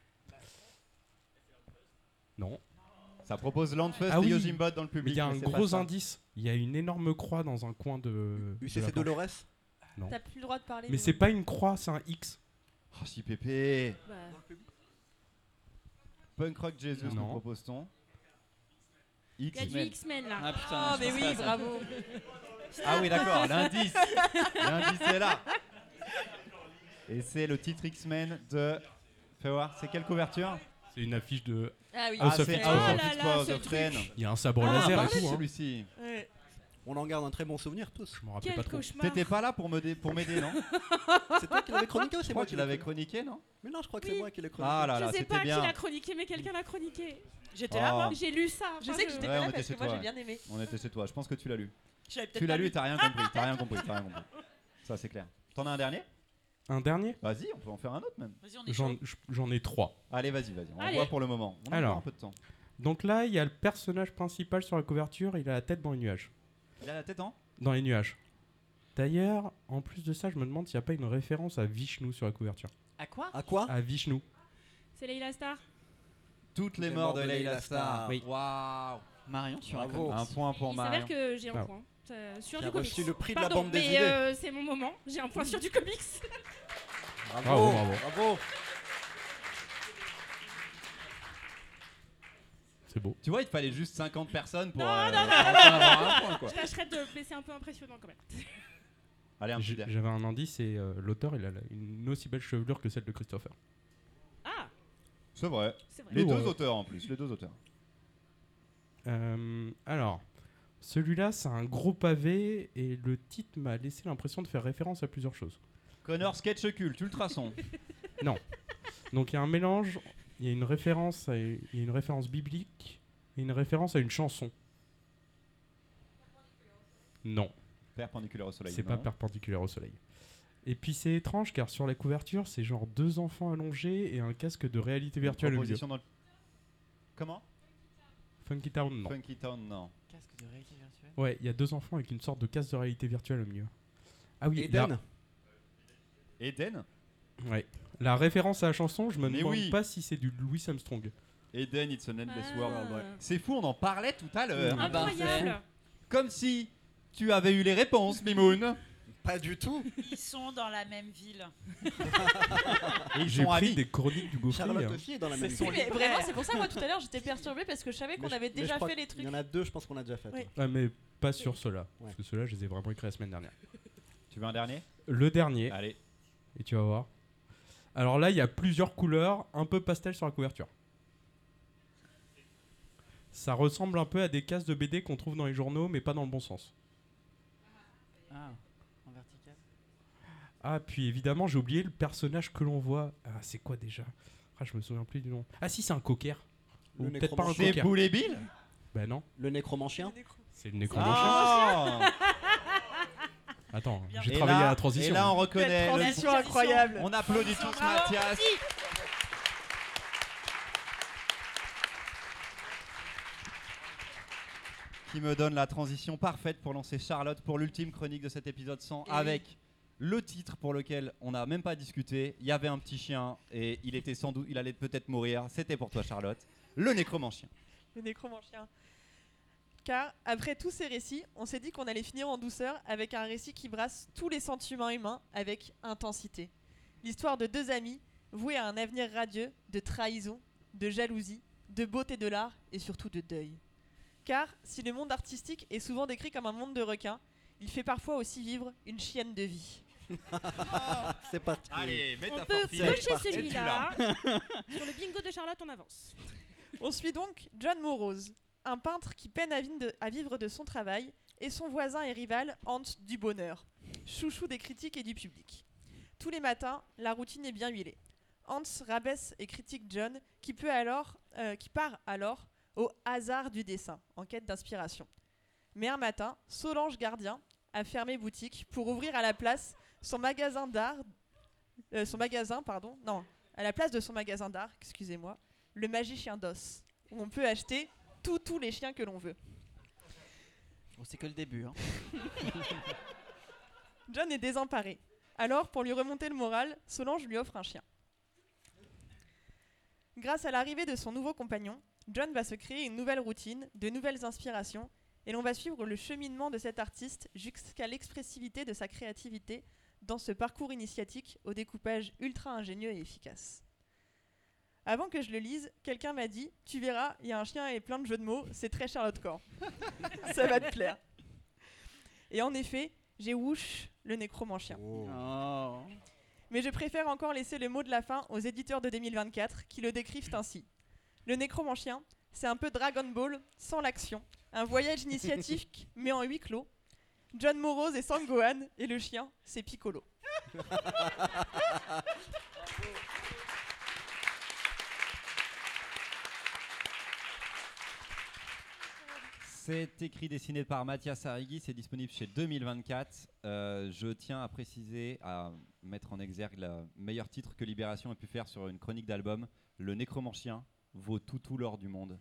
Non. Ça propose Landfest Ah et oui. Yojimbot dans le Mais public. il y a un mais c'est pas gros ça. indice. Il y a une énorme croix dans un coin de. de U C la C planche. Dolores. Non. T'as plus le droit de parler. Mais de- c'est pas une croix, c'est un X. Oh, si Pépé. Bah, Punk Rock Jesus, nous Non. propose-t-on. Il y a du X-Men. X-Men là. Ah putain. Ah, je mais pense oui, pas à ça. bravo. Ah oui, d'accord, l'indice. L'indice est là. Et c'est le titre X-Men de. Fais voir, c'est quelle couverture? C'est une affiche de. Ah oui. Ah, House of c'est X. House Oh of là X là, Powers ce of Ten. truc. Il y a un sabre Ah, laser et parlez tout. Hein. celui-ci. Ouais. On en garde un très bon souvenir tous. Je m'en rappelle Quel pas trop. cauchemar. T'étais pas là pour me dé- pour m'aider, non? C'est toi qui l'avais chroniqué ou Je c'est crois moi que qui tu l'avais chroniqué, non? Mais non, je crois que Oui. c'est moi qui l'ai chroniqué. Ah là Je là, sais c'était pas qui bien. l'a chroniqué, mais quelqu'un l'a chroniqué. J'étais là, Oh. moi. J'ai lu ça. Je enfin, sais que j'étais Ouais, pas on là était parce chez que moi toi, j'ai bien aimé. On était chez toi, je pense que tu l'as lu. Je l'avais peut-être Tu l'as pas lu, lu. t'as rien compris, t'as rien compris, t'as rien compris. Ça c'est clair. T'en as un dernier? Un dernier. Vas-y, on peut en faire un autre même. Vas-y, on est J'en chaud. j- j'en ai trois. Allez, vas-y, vas-y, on Allez. voit pour le moment. On a Alors. encore un peu de temps. Donc là, il y a le personnage principal sur la couverture, il a la tête dans les nuages. Il a la tête en? Dans les nuages. D'ailleurs, en plus de ça, je me demande s'il n'y a pas une référence à Vishnu sur la couverture. À quoi À quoi? À Vishnu. C'est Leila Star. Toutes les Les morts morts de de Leila Layla Star. Star. Oui. Waouh. Marion, tu Bravo. racontes. Un point pour Il Marion. s'avère que j'ai un Ah. point. euh, sur Qui du a comics. reçu le prix de la Pardon, bande des mais idées. euh, c'est mon moment. J'ai un point sur du comics. Bravo, Bravo, bravo. bravo. C'est beau. Tu vois, il te fallait juste cinquante personnes pour Non, euh, non, non, enfin avoir un point, quoi. Je tâcherai de me laisser un peu impressionnant quand même. Allez, un petit J- dernier. J'avais un indice et euh, l'auteur, il a la- une aussi belle chevelure que celle de Christopher. Ah, C'est vrai. c'est vrai. Les Oui, deux ouais. auteurs en plus, les deux auteurs. Euh, alors, celui-là, c'est un gros pavé et le titre m'a laissé l'impression de faire référence à plusieurs choses. Connor Sketch Cult, Ultrason. Donc il y a un mélange, il y a une référence, à, il y a une référence biblique et une référence à une chanson. Non, Perpendiculaire au soleil. c'est non. pas perpendiculaire au soleil. Et puis c'est étrange car sur la couverture, c'est genre deux enfants allongés et un casque de réalité Une virtuelle au milieu. proposition dans le- Comment Funky Town, non. Funky Town, non. Casque de réalité virtuelle. Ouais, il y a deux enfants avec une sorte de casque de réalité virtuelle au milieu. Ah oui, Eden. la, Eden ouais. La référence à la chanson, je me Mais demande oui. pas si c'est du Louis Armstrong. Eden, It's an Endless Ah. World. ouais. C'est fou, on en parlait tout à l'heure. Ah bah, Incroyable. Comme si tu avais eu les réponses, Mimoun. Pas du tout. Ils sont dans la même ville. Et ils J'ai sont pris amis. des chroniques du Gaufrier. Charlotte hein. aussi est dans la C'est même son ville. Mais vraiment, c'est pour ça, moi tout à l'heure j'étais perturbée parce que je savais qu'on Mais je- avait mais je déjà crois fait les qu'il trucs. y en a deux, je pense qu'on a déjà fait. Oui. Ah, mais pas sur ceux-là. Ouais. Parce que ceux-là, je les ai vraiment écrits la semaine dernière. Tu veux un dernier Le dernier, Allez. et tu vas voir. Alors là, il y a plusieurs couleurs, un peu pastel sur la couverture. Ça ressemble un peu à des cases de B D qu'on trouve dans les journaux, mais pas dans le bon sens. Ah, en vertical. Ah, puis évidemment, j'ai oublié le personnage que l'on voit. Ah, c'est quoi déjà? Ah, je me souviens plus du nom. Ah si, c'est un cocker. Ou Le peut-être pas un nécromancien. C'est cocker. Boule et Bill Bah non, Le nécromancien. c'est le nécromancien. Ah Attends, Bien. j'ai Et travaillé là- à la transition. Et là, on reconnaît. le- Transition incroyable. On applaudit tous Bravo. Mathias. Qui me donne la transition parfaite pour lancer Charlotte pour l'ultime chronique de cet épisode cent Et avec le titre pour lequel on n'a même pas discuté. Il y avait un petit chien et il était sans doute, il allait peut-être mourir. C'était pour toi, Charlotte. Le nécromancien. Le nécromancien. Car après tous ces récits, on s'est dit qu'on allait finir en douceur avec un récit qui brasse tous les sentiments humains avec intensité. L'histoire de deux amis voués à un avenir radieux, de trahison, de jalousie, de beauté de l'art et surtout de deuil. Car si le monde artistique est souvent décrit comme un monde de requins, il fait parfois aussi vivre une chienne de vie. C'est pas. Allez, On métaphore peut finale. cocher Et tu celui-là. Sur le bingo de Charlotte, on avance. On suit donc John Morose, un peintre qui peine à, vi- de- à vivre de son travail, et son voisin et rival Hans du Bonheur, chouchou des critiques et du public. Tous les matins, la routine est bien huilée. Hans rabaisse et critique John, qui, peut alors, euh, qui part alors au hasard du dessin, en quête d'inspiration. Mais un matin, Solange Gardien a fermé boutique pour ouvrir à la place son magasin d'art, euh, son magasin, pardon, non, à la place de son magasin d'art, excusez-moi, le Magicien d'Os, où on peut acheter tous tous les chiens que l'on veut. Bon, c'est que le début. Hein. John est désemparé. Alors, pour lui remonter le moral, Solange lui offre un chien. Grâce à l'arrivée de son nouveau compagnon, John va se créer une nouvelle routine, de nouvelles inspirations, et l'on va suivre le cheminement de cet artiste jusqu'à l'expressivité de sa créativité dans ce parcours initiatique au découpage ultra ingénieux et efficace. Avant que je le lise, quelqu'un m'a dit « Tu verras, il y a un chien et plein de jeux de mots, c'est très Charlotte Corr. Ça va te plaire. » Et en effet, j'ai Whoosh, le nécromancien. Oh. Mais je préfère encore laisser le mot de la fin aux éditeurs de deux mille vingt-quatre qui le décrivent ainsi. Le nécromancien, c'est un peu Dragon Ball sans l'action, un voyage initiatique mais en huis clos. John Morose et Sangohan et le chien, c'est Piccolo. C'est écrit, dessiné par Mathias Arrigui, c'est disponible chez deux mille vingt-quatre. Euh, je tiens à préciser, à mettre en exergue le meilleur titre que Libération ait pu faire sur une chronique d'album. Le nécromancien vaut tout tout l'or du monde.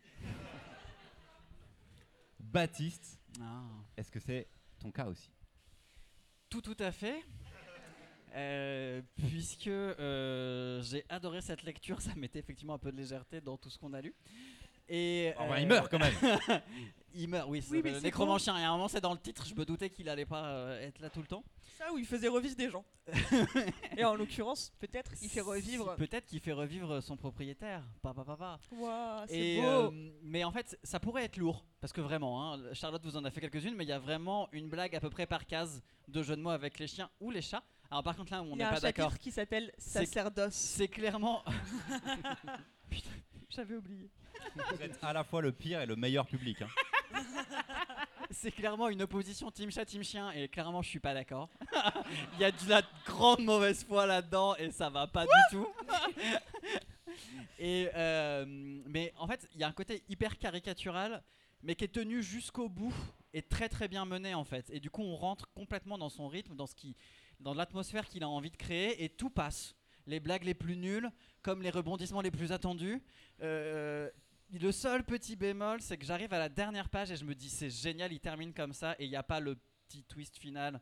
Baptiste, Ah. est-ce que c'est ton cas aussi? Tout tout à fait. Euh, puisque euh, j'ai adoré cette lecture, ça mettait effectivement un peu de légèreté dans tout ce qu'on a lu. Et, Oh, bah, euh, il meurt quand même. Il meurt, oui, c'est Oui, mais le c'est nécromancien. Et à un moment, c'est dans le titre, je me doutais qu'il allait pas euh, être là tout le temps. Ça où il faisait revivre des gens. Et en l'occurrence, peut-être il fait revivre. Peut-être qu'il fait revivre son propriétaire. Papa, papa. Waouh, c'est Et, beau. euh, mais en fait, ça pourrait être lourd. Parce que vraiment, hein, Charlotte vous en a fait quelques-unes, mais il y a vraiment une blague à peu près par case de jeu de mots avec les chiens ou les chats. Alors par contre, là, on Il y n'est a pas un d'accord. chapitre qui s'appelle C'est- Sacerdoce. C'est clairement. J'avais oublié. Vous êtes à la fois le pire et le meilleur public. hein. C'est clairement une opposition team chat team chien et clairement je suis pas d'accord. Il y a de la grande mauvaise foi là-dedans et ça va pas du tout. Et euh, mais en fait il y a un côté hyper caricatural mais qui est tenu jusqu'au bout et très très bien mené en fait. Et du coup on rentre complètement dans son rythme, dans ce qui, dans l'atmosphère qu'il a envie de créer et tout passe. Les blagues les plus nulles comme les rebondissements les plus attendus. Euh, Le seul petit bémol, c'est que j'arrive à la dernière page et je me dis c'est génial, il termine comme ça et il n'y a pas le petit twist final.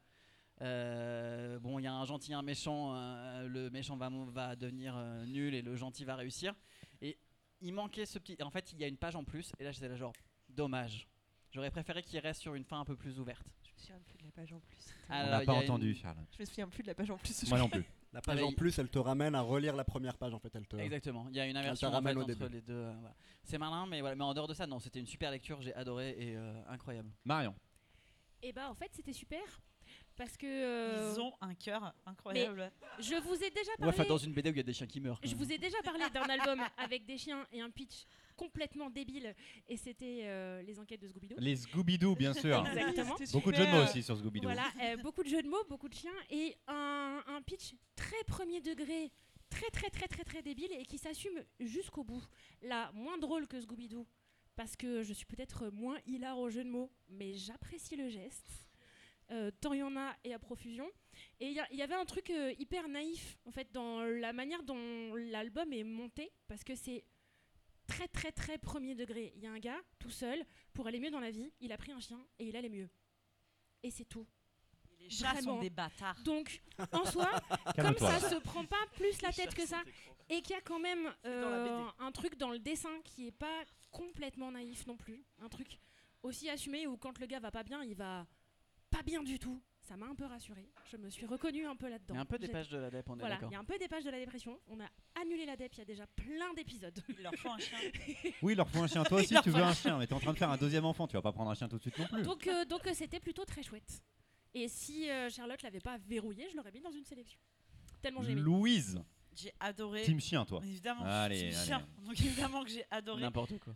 Euh, bon, il y a un gentil, un méchant, euh, le méchant va, va devenir euh, nul et le gentil va réussir. Et il manquait ce petit. En fait, il y a une page en plus et là j'étais là genre dommage. J'aurais préféré qu'il reste sur une fin un peu plus ouverte. Je me souviens plus de la page en plus. On Alors, n'a il pas y a entendu, une- Charlotte. Je me souviens plus de la page en plus. Moi non plus. La page Ah, en mais- plus, elle te ramène à relire la première page en fait. Elle te. Exactement, il y a une te inversion en ramène fait, au entre début. les deux. euh, voilà. C'est malin, mais, voilà. Mais en dehors de ça, non, c'était une super lecture, j'ai adoré et euh, incroyable. Marion. Et bah en fait c'était super parce que euh, Ils ont un cœur incroyable. je vous ai déjà Ouais, parlé. enfin, dans une B D où il y a des chiens qui meurent. quand Je même. vous ai déjà parlé d'un album avec des chiens et un pitch complètement débile et c'était euh, les enquêtes de Scooby-Doo. Les Scooby-Doo, bien sûr. Exactement. Beaucoup de jeux de mots aussi sur Scooby-Doo. Voilà, euh, beaucoup de jeux de mots, beaucoup de chiens et un, un pitch très premier degré, très très très très très débile et qui s'assume jusqu'au bout. Là, moins drôle que Scooby-Doo parce que je suis peut-être moins hilar au jeu de mots, mais j'apprécie le geste. Euh, tant il y en a et à profusion. Et il y, y avait un truc euh, hyper naïf en fait dans la manière dont l'album est monté parce que c'est très très très premier degré. Il y a un gars tout seul pour aller mieux dans la vie, il a pris un chien et il allait mieux. Et c'est tout. Les chats Vraiment. sont des bâtards. Donc, en soi, comme Calme-toi. ça se prend pas plus la tête que ça, et qu'il y a quand même dans la euh, B D. un truc dans le dessin qui est pas complètement naïf non plus, un truc aussi assumé où quand le gars va pas bien, il va pas bien du tout. Ça m'a un peu rassurée. Je me suis reconnue un peu là-dedans. Il y a un peu des J'ai- pages de la D E P, on est Voilà, d'accord. il y a un peu des pages de la dépression. On a annulé la D E P, il y a déjà plein d'épisodes. Il leur faut un chien. Oui, il leur faut un chien. Toi aussi, leur tu faut veux un un chien, mais t'es en train de faire un deuxième enfant. Tu vas pas prendre un chien tout de suite non plus. Donc, euh, donc euh, c'était plutôt très chouette. Et si euh, Charlotte l'avait pas verrouillé, je l'aurais mis dans une sélection. Tellement j'ai aimé. Louise, J'ai adoré. team chien, toi. Évidemment, Allez, team allez. chien. Donc évidemment que j'ai adoré. N'importe quoi.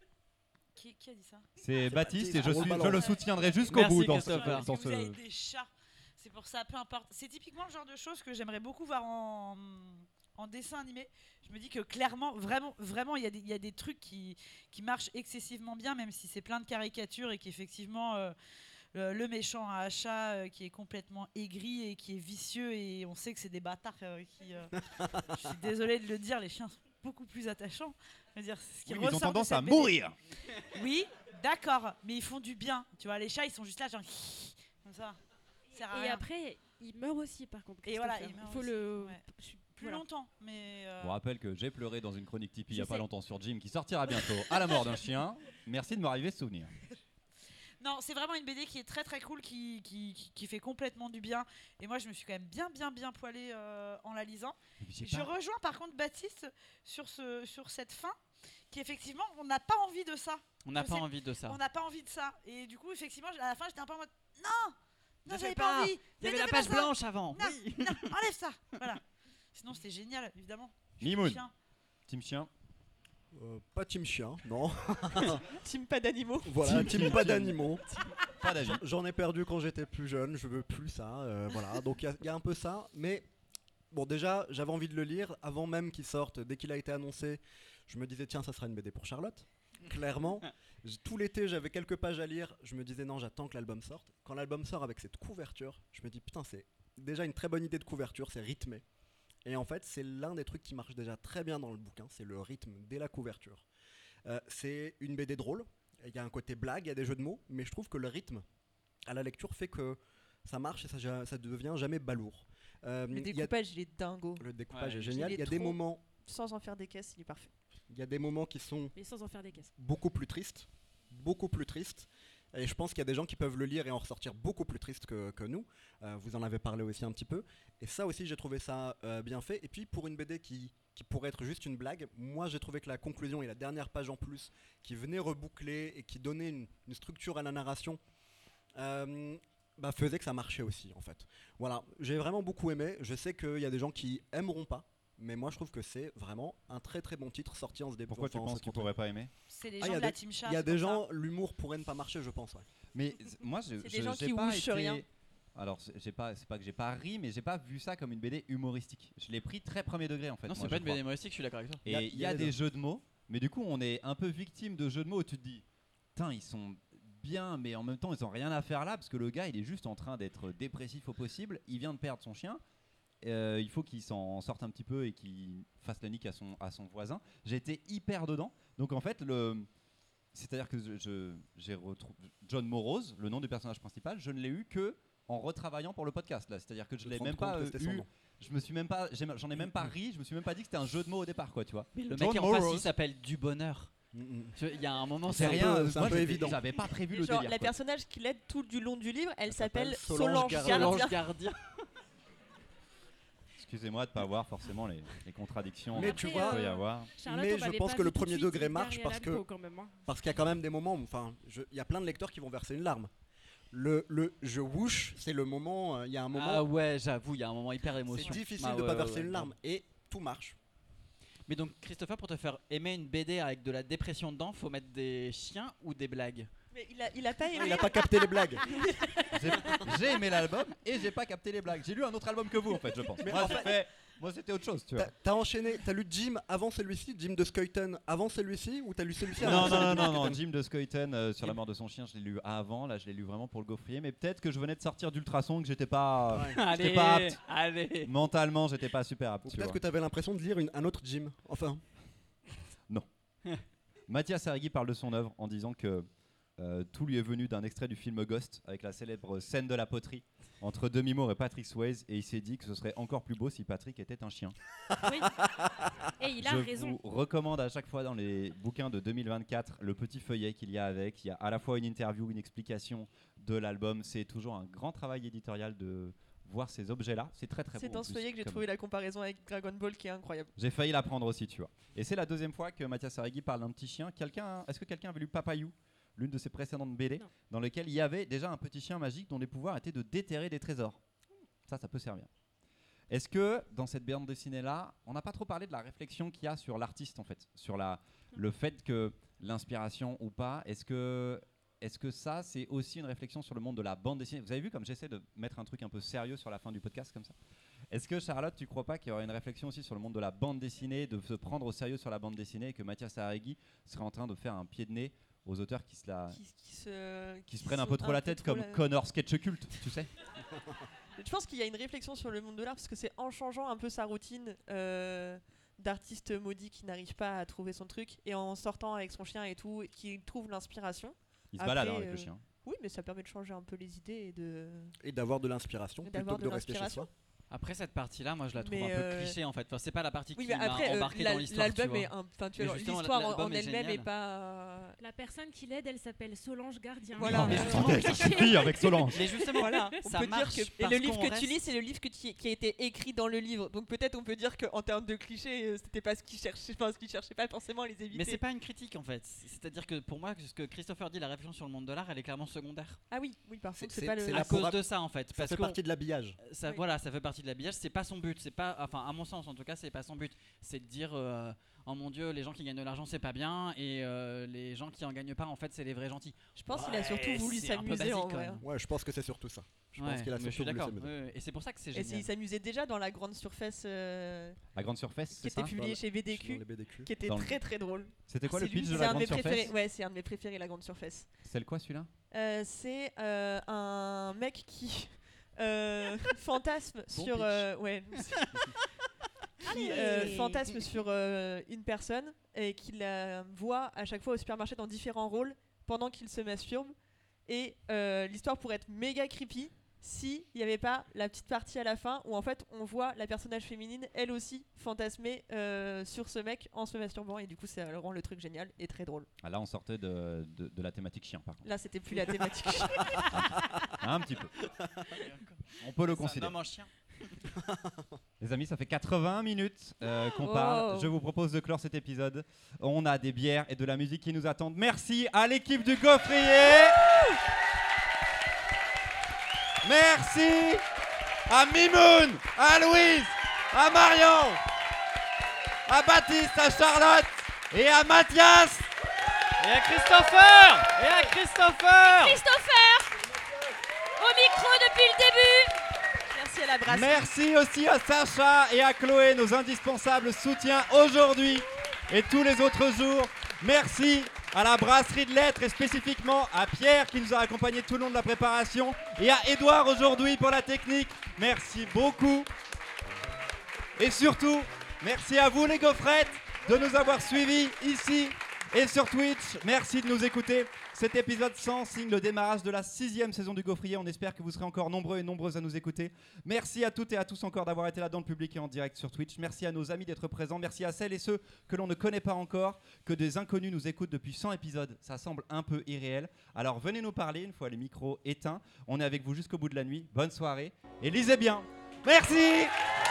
Qui, qui a dit ça C'est Baptiste et je, Baptiste. suis, Roule je le balance. soutiendrai jusqu'au Merci, bout dans ce, Christophe. Parce dans que vous avez ce... des chats. C'est pour ça, peu importe. C'est typiquement le genre de choses que j'aimerais beaucoup voir en, en dessin animé. Je me dis que clairement, vraiment, vraiment, il y, a des- il y a des trucs qui, qui marchent excessivement bien, même si c'est plein de caricatures et qu'effectivement, euh, le, le méchant a un chat euh, qui est complètement aigri et qui est vicieux et on sait que c'est des bâtards euh, qui. euh, je suis désolée de le dire, les chiens sont beaucoup plus attachants. Je veux dire, c'est ce qui Oui, mais ils ont ressort de tendance cette à B D. mourir. Oui, d'accord, mais ils font du bien. Tu vois, les chats, ils sont juste là, genre comme ça. Ça sert à Et rien. après, il meurt aussi par contre. Et voilà, Christopher. il meurt faut aussi, le. ouais. je suis- Plus voilà. longtemps, mais. euh, Je vous rappelle que j'ai pleuré dans une chronique Tipeee il y a Je pas sais. longtemps sur Jim qui sortira bientôt à la mort d'un chien. Merci de m'arriver ce souvenir. Non, c'est vraiment une B D qui est très très cool, qui, qui, qui- qui fait complètement du bien. Et moi, je me suis quand même bien bien bien poilée euh, en la lisant. Et puis, c'est Je pas- rejoins par contre Baptiste sur, ce, sur cette fin, qui effectivement, on n'a pas envie de ça. On n'a Je pas sais- envie de ça. On n'a pas envie de ça. Et du coup, effectivement, à la fin, j'étais un peu en mode non, Ne non, fais j'avais pas. pas envie. Il y Mais avait ne la fais page pas ça. blanche avant. Non, Oui. non, enlève ça. Voilà. Sinon, c'était génial, évidemment. Mimoun, Chien. team chien. Euh, pas team chien, non. Team pas d'animaux. Voilà, team pas d'animaux. Pas d'avis. J'en ai perdu quand j'étais plus jeune, je veux plus ça. euh, voilà, donc il y a- il y, a un peu ça. Mais bon, déjà, j'avais envie de le lire avant même qu'il sorte. Dès qu'il a été annoncé, je me disais, tiens, ça sera une B D pour Charlotte. Clairement. J- Tout l'été, j'avais quelques pages à lire. Je me disais, non, j'attends que l'album sorte. Quand l'album sort avec cette couverture, je me dis, putain, c'est déjà une très bonne idée de couverture, c'est rythmé. Et en fait, c'est l'un des trucs qui marche déjà très bien dans le bouquin, c'est le rythme dès la couverture. Euh, c'est une B D drôle, il y a un côté blague, il y a des jeux de mots, mais je trouve que le rythme à la lecture fait que ça marche et ça, ja- ça devient jamais balourd. Euh, Le il y a- découpage, il est dingo. le découpage Ouais, est il génial, est il y a des trop- moments Sans en faire des caisses, il est parfait. Il y a des moments qui sont Mais sans en faire des caisses. beaucoup plus tristes, beaucoup plus tristes. Et je pense qu'il y a des gens qui peuvent le lire et en ressortir beaucoup plus tristes que, que nous. Euh, vous en avez parlé aussi un petit peu. Et ça aussi, j'ai trouvé ça euh, bien fait. Et puis, pour une B D qui, qui pourrait être juste une blague, moi, j'ai trouvé que la conclusion et la dernière page en plus, qui venait reboucler et qui donnait une, une structure à la narration, euh, bah, faisait que ça marchait aussi, en fait. Voilà, j'ai vraiment beaucoup aimé. Je sais qu'il y a des gens qui aimeront pas. Mais moi, je trouve que c'est vraiment un très très bon titre sorti en se début. Pourquoi tu penses qu'ils pourraient pas aimer? C'est des Ah, gens y a de la des- team chat. Il y a c'est des pour gens, ça. l'humour pourrait ne pas marcher, je pense. Ouais. Mais z- moi, je, C'est je- des gens j'ai qui pas ouchent été- rien. Alors, c'est- j'ai pas, c'est pas que j'ai pas ri, mais j'ai pas vu ça comme une B D humoristique. Je l'ai pris très premier degré en fait. Non, moi, c'est pas je une crois. B D humoristique, je suis d'accord avec toi. Et Y a- il y y a a les des deux. jeux de mots, mais du coup, on est un peu victime de jeux de mots où tu te dis, putain, ils sont bien, mais en même temps, ils ont rien à faire là parce que le gars, il est juste en train d'être dépressif au possible. Il vient de perdre son chien. Euh, il faut qu'il s'en sorte un petit peu et qu'il fasse la nique à son, à son voisin. J'ai été hyper dedans. Donc en fait, le, c'est-à-dire que je, je- j'ai retrouvé John Morose, le nom du personnage principal, je ne l'ai eu que en retravaillant pour le podcast là. C'est-à-dire que je De l'ai te même rendre pas compte euh, que c'était son eu. nom. Je me suis même pas, j'ai- j'en ai même pas ri. Je me suis même pas dit que c'était un jeu de mots au départ, quoi, tu vois. Mais le John mec en face, Morose. il s'appelle Du Bonheur. Mm, mm. Tu vois, il y a un moment, C'est un rien. peu- c'est un moi, peu j'étais- évident. J'avais pas prévu Et le genre, délire. la quoi. personnage qui l'aide tout du long du livre, elle Elle s'appelle s'appelle Solange Solange Gardien. Gardien. Solange Gardien. Excusez-moi de pas voir forcément les, les contradictions. Mais qu'il tu Après, vois, peut y euh, avoir. Charlotte, Mais on je m'avait pense pas que vu le tout de premier suite degré Edgar marche et parce Allan que- Poe, quand même, hein. Parce qu'il y a quand même des moments, où, enfin, je- il y a plein de lecteurs qui vont verser une larme. Le, le je whoosh, c'est le moment, euh, il y a un moment, Ah ouais, j'avoue, il y a un moment hyper c'est émotion. difficile Ah de ouais, pas ouais, verser ouais, une larme grave. et tout marche. Mais donc, Christopher, pour te faire aimer une B D avec de la dépression dedans, faut mettre des chiens ou des blagues? Mais il a, il a pas Ah, aimé. il a pas capté les blagues. J'ai- J'ai aimé l'album et j'ai pas capté les blagues. J'ai lu un autre album que vous en fait, je pense. Mais Moi, en j'ai fait- fait- moi c'était autre chose, tu vois. T'as t'as enchaîné, t'as lu Jim avant celui-ci, Jim de Skeuten avant celui-ci, ou t'as lu celui-ci Non, avant non, celui non, de non, non, Skeuten Jim de Skeuten euh, sur la mort de son chien, je l'ai lu avant. Là, je l'ai lu vraiment pour le gaufrier. Mais peut-être que je venais de sortir d'ultrason, que j'étais pas. Ouais. Allez, pas apte. allez. Mentalement, j'étais pas super apte. Ou tu peut-être vois. que t'avais l'impression de lire une- un autre Jim. Enfin, Mathias Hargui parle de son œuvre en disant que euh, tout lui est venu d'un extrait du film Ghost avec la célèbre scène de la poterie entre Demi Moore et Patrick Swayze, et il s'est dit que ce serait encore plus beau si Patrick était un chien. Oui. Et il a Je raison. vous recommande à chaque fois dans les bouquins de deux mille vingt-quatre le petit feuillet qu'il y a avec. Il y a à la fois une interview, une explication de l'album. C'est toujours un grand travail éditorial de voir ces objets-là. C'est très très C'est beau. dans en ce plus, feuillet que j'ai comme- trouvé la comparaison avec Dragon Ball qui est incroyable. J'ai failli la prendre aussi, tu vois. Et c'est la deuxième fois que Mathias Hargui parle d'un petit chien. Quelqu'un, est-ce que quelqu'un avait lu Papayou, l'une de ses précédentes B D, Non. dans lequel il y avait déjà un petit chien magique dont les pouvoirs étaient de déterrer des trésors. Ça, ça peut servir. Est-ce que dans cette bande dessinée là, on n'a pas trop parlé de la réflexion qu'il y a sur l'artiste en fait, sur la, le fait que l'inspiration ou pas, est-ce que est-ce que ça c'est aussi une réflexion sur le monde de la bande dessinée? Vous avez vu comme j'essaie de mettre un truc un peu sérieux sur la fin du podcast comme ça. Est-ce que Charlotte, tu crois pas qu'il y aurait une réflexion aussi sur le monde de la bande dessinée, de se prendre au sérieux sur la bande dessinée, et que Mathias Hargui serait en train de faire un pied de nez aux auteurs qui se la Qui, qui se, qui se prennent un peu sont trop la tête trop comme la- Connor Sketch Culte, tu sais? Je pense qu'il y a une réflexion sur le monde de l'art parce que c'est en changeant un peu sa routine euh, d'artiste maudit qui n'arrive pas à trouver son truc et en sortant avec son chien et tout, qu'il trouve l'inspiration. Il se Après, balade hein, avec euh, le chien. Oui, mais ça permet de changer un peu les idées et de. et d'avoir de l'inspiration Et plutôt d'avoir que de de rester chez l'inspiration. soi. Après cette partie-là, moi je la trouve Mais un peu euh, cliché en fait. Enfin, c'est pas la partie Oui, qui mais m'a après, euh, embarqué l'al- dans l'histoire. tu l'album vois. est. un- Enfin, tu Mais vois, justement, l'histoire en, l'album en est elle-même génial. est pas. La personne qui l'aide, elle s'appelle Solange Gardien. Voilà. mais euh, attendez, ça suffit avec Solange. Mais justement, Voilà, on ça peut dire marche que. Et parce le livre qu'on que tu reste- lis, c'est le livre que tu- qui a été écrit dans le livre. Donc peut-être on peut dire qu'en termes de clichés, euh, c'était pas ce qu'il cherchait, enfin, ce qu'il cherchait pas forcément à les éviter. Mais c'est pas une critique en fait. C'est-à-dire que pour moi, ce que Christopher dit, la réflexion sur le monde de l'art, elle est clairement secondaire. Ah oui, oui, par C'est- contre, c'est c'est- pas le. c'est À la pour cause rap- de ça en fait. Ça Parce fait que partie de l'habillage. ça, Oui. voilà, ça fait partie de l'habillage. C'est pas son but. C'est pas, enfin, à mon sens en tout cas, c'est pas son but. C'est de dire, euh, oh mon Dieu, les gens qui gagnent de l'argent, c'est pas bien, et euh, les gens qui en gagnent pas, en fait, c'est les vrais gentils. Je pense qu'il a Ouais, surtout voulu c'est un peu s'amuser en basique, quand vrai. même. Ouais, je pense que c'est surtout ça. Je pense Ouais, qu'il a mais je suis surtout voulu d'accord. s'amuser. Ouais, ouais. Et c'est pour ça que c'est Et c'est- génial. il s'amusait déjà dans la grande surface euh, La grande surface, qui c'est était ça? publiée Dans chez Dans V D Q, les B D Q. qui était Dans le- très très drôle. C'était quoi le C'est lui- pitch de c'est la un de mes grande préférés. surface? Ouais, c'est un de mes préférés, la grande surface. C'est le quoi celui-là? Euh, c'est euh, un mec qui euh, fantasme Bon sur pitch. euh, ouais qui euh, Allez. fantasme sur euh, une personne et qui la voit à chaque fois au supermarché dans différents rôles pendant qu'il se masturbe et euh, l'histoire pourrait être méga creepy si il n'y avait pas la petite partie à la fin où en fait on voit la personnage féminine elle aussi fantasmer euh, sur ce mec en se masturbant et du coup ça rend le truc génial et très drôle. Ah, là, on sortait de, de, de la thématique chien, par contre. Là c'était plus la thématique. Un petit peu. On peut le C'est un considérer. homme en chien. Les amis, ça fait quatre-vingts minutes euh, qu'on Oh. parle. Je vous propose de clore cet épisode. On a des bières et de la musique qui nous attendent. Merci à l'équipe du Gaufrier. Merci à Mimoun, à Louise, à Marion, à Baptiste, à Charlotte et à Mathias. Et à Christopher Et à Christopher Christopher au micro depuis le début. Merci à la brasserie. Merci aussi à Sacha et à Chloé, nos indispensables soutiens aujourd'hui et tous les autres jours. Merci à la brasserie de lettres et spécifiquement à Pierre qui nous a accompagnés tout le long de la préparation et à Édouard aujourd'hui pour la technique. Merci beaucoup. Et surtout, merci à vous les gaufrettes de nous avoir suivis ici et sur Twitch. Merci de nous écouter. Cet épisode cent signe le démarrage de la sixième saison du Gaufrier. On espère que vous serez encore nombreux et nombreuses à nous écouter. Merci à toutes et à tous encore d'avoir été là dans le public et en direct sur Twitch. Merci à nos amis d'être présents. Merci à celles et ceux que l'on ne connaît pas encore, que des inconnus nous écoutent depuis cent épisodes. Ça semble un peu irréel. Alors venez nous parler une fois les micros éteints. On est avec vous jusqu'au bout de la nuit. Bonne soirée et lisez bien. Merci.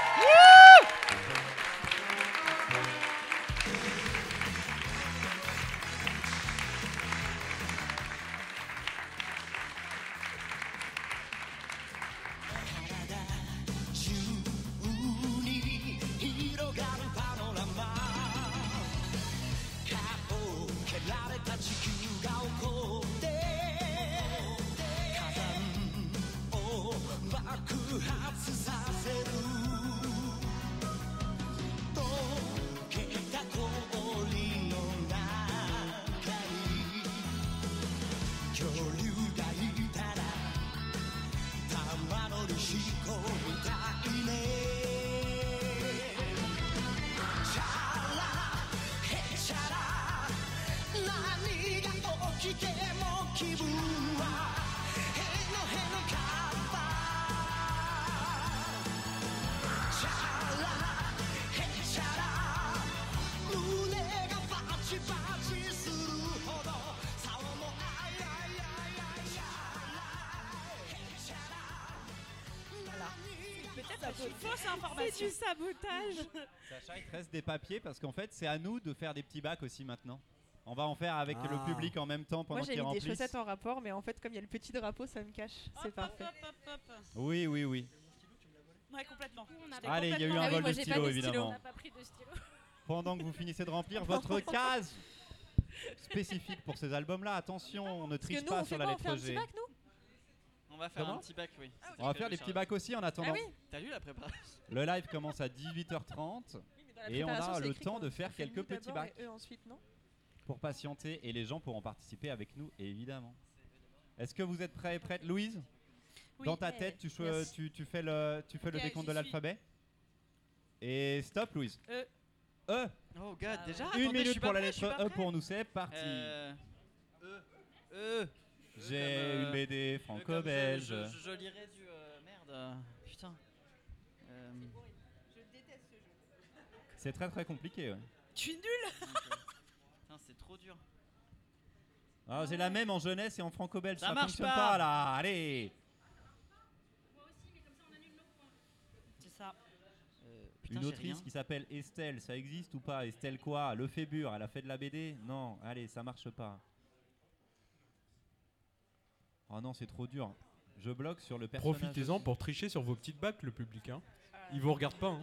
Fausse C'est information. du sabotage. Sacha, il te reste des papiers parce qu'en fait, c'est à nous de faire des petits bacs aussi maintenant. On va en faire avec Ah. le public en même temps pendant Moi j'ai qu'ils mis des remplissent. chaussettes en rapport mais en fait comme il y a le petit drapeau ça me cache. C'est Hop, parfait. hop, hop, hop, hop. Oui, oui, oui. Ouais, complètement. On a J'étais pas- Allez, il y a eu complètement- un Ah oui, vol moi, de j'ai pas stylo, de stylo. On évidemment. n'a pas pris de stylo. Pendant que vous finissez de remplir votre case spécifique pour ces albums-là, attention, on ne Parce que triche nous pas on fait sur la quoi? On fait un lettre petit G. bac nous? On va faire Comment un petit bac, oui. On va faire des petits bacs aussi en attendant. Ah oui. T'as lu la préparation? Le live commence à dix-huit heures trente Oui, mais dans la et on préparation, a c'est le écrit temps qu'on de faire fait quelques nous petits d'abord bacs et eux ensuite, non? pour patienter et les gens pourront participer avec nous, évidemment. Est-ce que vous êtes prêts et prêtes, Louise? Oui. Dans ta tête, tu, cho- Yes. tu, tu fais le, tu fais le Ok, décompte j'y de suis. l'alphabet. Et stop, Louise. E. E. Oh god, Ah ouais. déjà Une attendez, je minute suis pour pas la prêt, je suis lettre pas E prêt. pour nous, c'est parti. Euh, E. E. J'ai comme, une euh, B D E comme franco-belge. Je, je, je lirai du. euh, merde. euh, Putain. Euh, C'est très très compliqué. Ouais. Tu es nul. Putain, c'est trop dur. Ah, j'ai la même en jeunesse et en franco-belge. Ça Ça, marche fonctionne pas. pas. là. Allez. C'est ça. Euh, putain, Une j'ai autrice rien. qui s'appelle Estelle, ça existe ou pas? Estelle quoi? Lefébure, elle a fait de la B D? Non, allez, ça marche pas. Oh non, c'est trop dur. Je bloque sur le personnage. Profitez-en aussi. pour tricher sur vos petites bacs, le public. Hein. Ils vous regardent pas. Hein.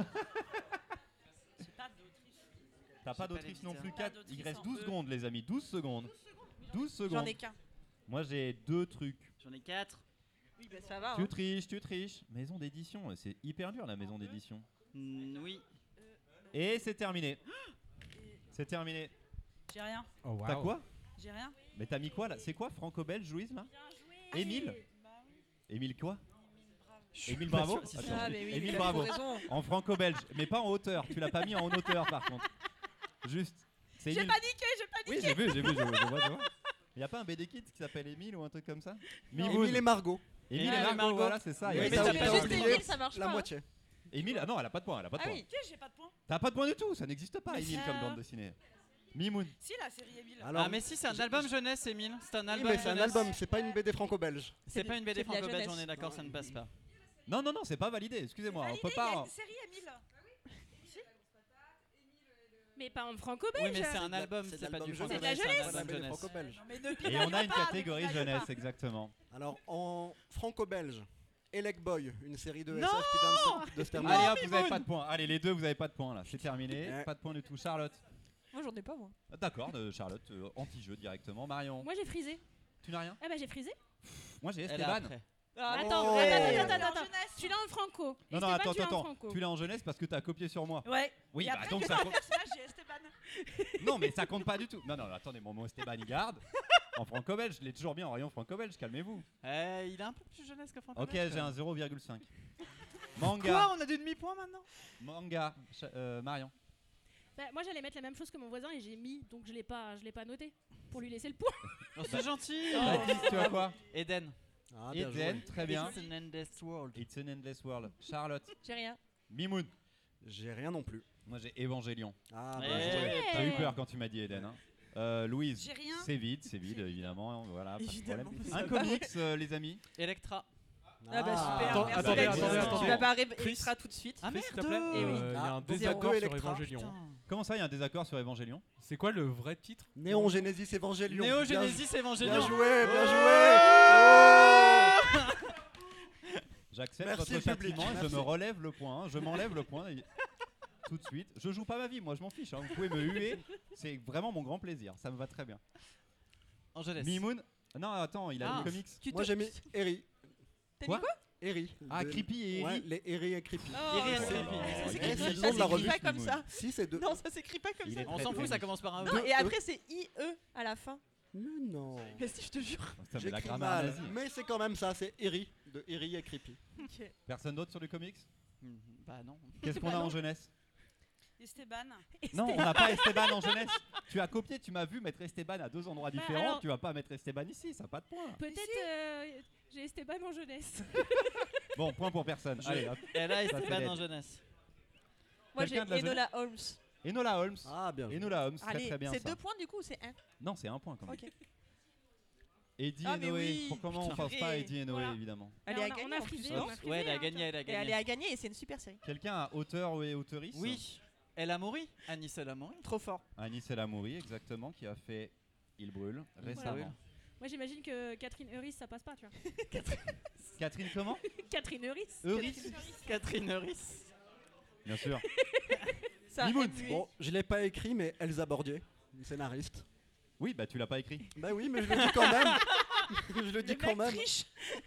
J'ai pas d'autriche. T'as pas J'ai pas d'autrice non l'éditeur. plus. Pas quatre. d'autrice Il reste en douze E. secondes, les amis. douze secondes. douze J'en secondes. ai qu'un. Moi, j'ai deux trucs. J'en ai quatre. Oui, bah ça va. Tu Hein. triches, tu triches. Maison d'édition, c'est hyper dur la maison d'édition. Mm, oui. Et c'est terminé. C'est terminé. J'ai rien. Oh, T'as wow. quoi? J'ai rien. Mais t'as mis quoi là? C'est quoi franco-belge, Louise là? Émile? Émile quoi? Émile pas Bravo? sûr si Attends, Ah, mais oui, Émile il a Bravo. trop raison. En franco-belge, mais pas en hauteur. Tu l'as pas mis en hauteur par contre. Juste. C'est J'ai Émile. paniqué, j'ai paniqué. Oui, j'ai vu, j'ai vu, je, je vois, je vois. Y a pas un B D Kid qui s'appelle Émile ou un truc comme ça? Non, Mimoun. Émile et Margot. Émile Ah, et et Margot, Margot. voilà, c'est ça. Oui, Il y a mais pas t'as de t'as point. juste oublié Émile, ça marche la pas, hein. moitié. Émile, ah non, elle a pas de point, elle a pas de Ah point. oui. Ok, j'ai pas de point. T'as pas de point du tout, ça n'existe pas, Mais Émile, c'est, comme euh, bande dessinée. Mimoun. Si, la série Émile. Alors, Ah mais si, c'est un j'ai- album jeunesse, Emile. C'est un oui, album mais c'est un jeunesse. album, c'est pas une B D franco-belge. C'est pas une B D c'est de la franco-belge, jeunesse. on est d'accord, ça ne passe pas. Non, non, non, c'est pas validé, excusez-moi, on Validé, peut il y a pas. une série Émile. Mais pas en Oui, franco-belge. mais c'est un album, C'est de c'est pas l'album du jeunesse. C'est de la franco-belge, c'est un C'est la album B D jeunesse. franco-belge. Non, mais ne Et pinaille on a une pas, ne catégorie pinaille jeunesse, pas. exactement. Alors, en franco-belge, Elec Boy, une série de Non S F qui vient de se- de se terminer. Allez hop, vous avez pas de points. Allez, les deux, vous avez pas de points là, c'est terminé. Ouais. Pas de points du tout. Charlotte. Moi, j'en ai pas, moi. Ah, D'accord, de Charlotte, euh, anti-jeu directement. Marion, Moi j'ai frisé. tu n'as rien? Ah bah j'ai frisé. Moi j'ai Elle est Esteban. après. Ah, Attends, Oh. attends, Elle est attends, en attends, attends. jeunesse. Tu l'as en franco. Non, non, Esteban, attends, tu l'as en attends. franco. Tu l'as en jeunesse parce que t'as copié sur moi. Ouais. Oui, Et bah après, donc que ça dans compte. le personnage, j'ai Esteban. Non, mais ça compte pas du tout. Non, non, attendez, mon mot Esteban il garde. En franco-belge, je l'ai toujours bien en rayon franco-belge, calmez-vous. Eh, il est un peu plus jeunesse que Ok, franco-belge. j'ai un zéro virgule cinq. Quoi, Manga. on a du demi-point maintenant? Manga. Cha- euh, Marion. Bah, moi j'allais mettre la même chose que mon voisin et j'ai mis, donc je l'ai pas, je l'ai pas noté pour lui laisser le point. Oh, c'est gentil. Baptiste, tu as quoi? Eden. Ah, bien Eden, joué. très bien. It's an endless world. It's an endless world. Charlotte. J'ai rien. Mimoun. J'ai rien non plus. Moi j'ai Évangélion. Ah, Eh, bien joué. Ouais. T'as eu peur quand tu m'as dit Eden. Hein. Euh, Louise. J'ai rien. C'est vide, c'est vide, évidemment. Voilà, pas de Évidemment, problème. ça Un comics, euh, les amis. Electra. Ah bah super, Attends, merci. attendez, Alex. attendez, Tu attendez. vas pas arriver Chris. extra tout de suite. Ah Chris, s'il te merde. plaît. Eh oui. Euh, Il y a Ah, un donc désaccord zéro sur Electra. Évangélion. Putain. Comment ça, il y a un désaccord sur Évangélion? C'est quoi le vrai titre? Néon Genesis Evangelion. Néo Bien- Genesis Bien Evangelion. joué, bien Oh. joué. J'accepte Merci, votre le public, châtiment et je merci. me relève le point. Je m'enlève le point et- tout de suite. Je joue pas ma vie, moi je m'en fiche. hein. Vous pouvez me huer. C'est vraiment mon grand plaisir. Ça me va très bien. En jeunesse. Mimoun. Non, attends, il a Ah. le comics. Tu Moi te- j'ai mis Eri. T'as Quoi mis quoi Eri. Ah, De- Creepy et Ouais, Eri. les Eri et Creepy. Oh, Eri and c'est- Creepy. ça Ouais, s'écrit- c'est le ça nom de la s'écrit revue. pas comme ça. Si, c'est deux. Non, ça s'écrit pas comme Il ça. est On très, s'en très fout, ça vite. commence par un Non, E. et après c'est I E à la fin. Mais non. Mais si, je te jure. Ça, mais la J'écris grammaire mal. nazie. Mais c'est quand même ça, c'est Eri. De Eri et Creepy. Ok. Personne d'autre sur le comics? Hmm, Bah non. Qu'est-ce qu'on Bah a non. en jeunesse? Esteban. Non, on n'a pas Esteban en jeunesse. Tu as copié, tu m'as vu mettre Esteban à deux endroits Bah, différents. alors- Tu vas pas mettre Esteban ici, ça n'a pas de point. Peut-être euh, j'ai Esteban en jeunesse. Bon, point pour personne. Je- Allez, hop. Elle a Ça, Esteban c'est en dead. jeunesse. Moi j'ai Quelqu'un de la Enola Holmes. Enola Holmes. Ah, bien joué. Enola Holmes, très Allez, très bien c'est ça. deux points du coup ou c'est un? Non, c'est un point quand même. Ok. Eddie Ah, et mais Noé. oui. Pour comment on Putain. pense pas Eddie et Noé, Voilà. évidemment. Elle Mais est on à a- gagner on a en plus, frisé, non on a frisé, Ouais, elle a hein. gagné, elle a Et elle est gagné. à gagner et c'est une super série. Quelqu'un a auteur ou auteurice? Oui. Elle a mouru. Anis Elle a mouru. Trop fort. Anis El Amouri, exactement, qui a fait Il brûle récemment. brûle. Moi j'imagine que Catherine Euris ça passe pas, tu vois. Catherine comment? Catherine Euris. Euris. Catherine Euris. Bien sûr. Ça Mimoun. M U E. Bon, je l'ai pas écrit, mais Elsa Bordier, une scénariste. Oui, bah tu l'as pas écrit. Bah oui, mais je le dis quand même. je le dis Le quand mec même. triche.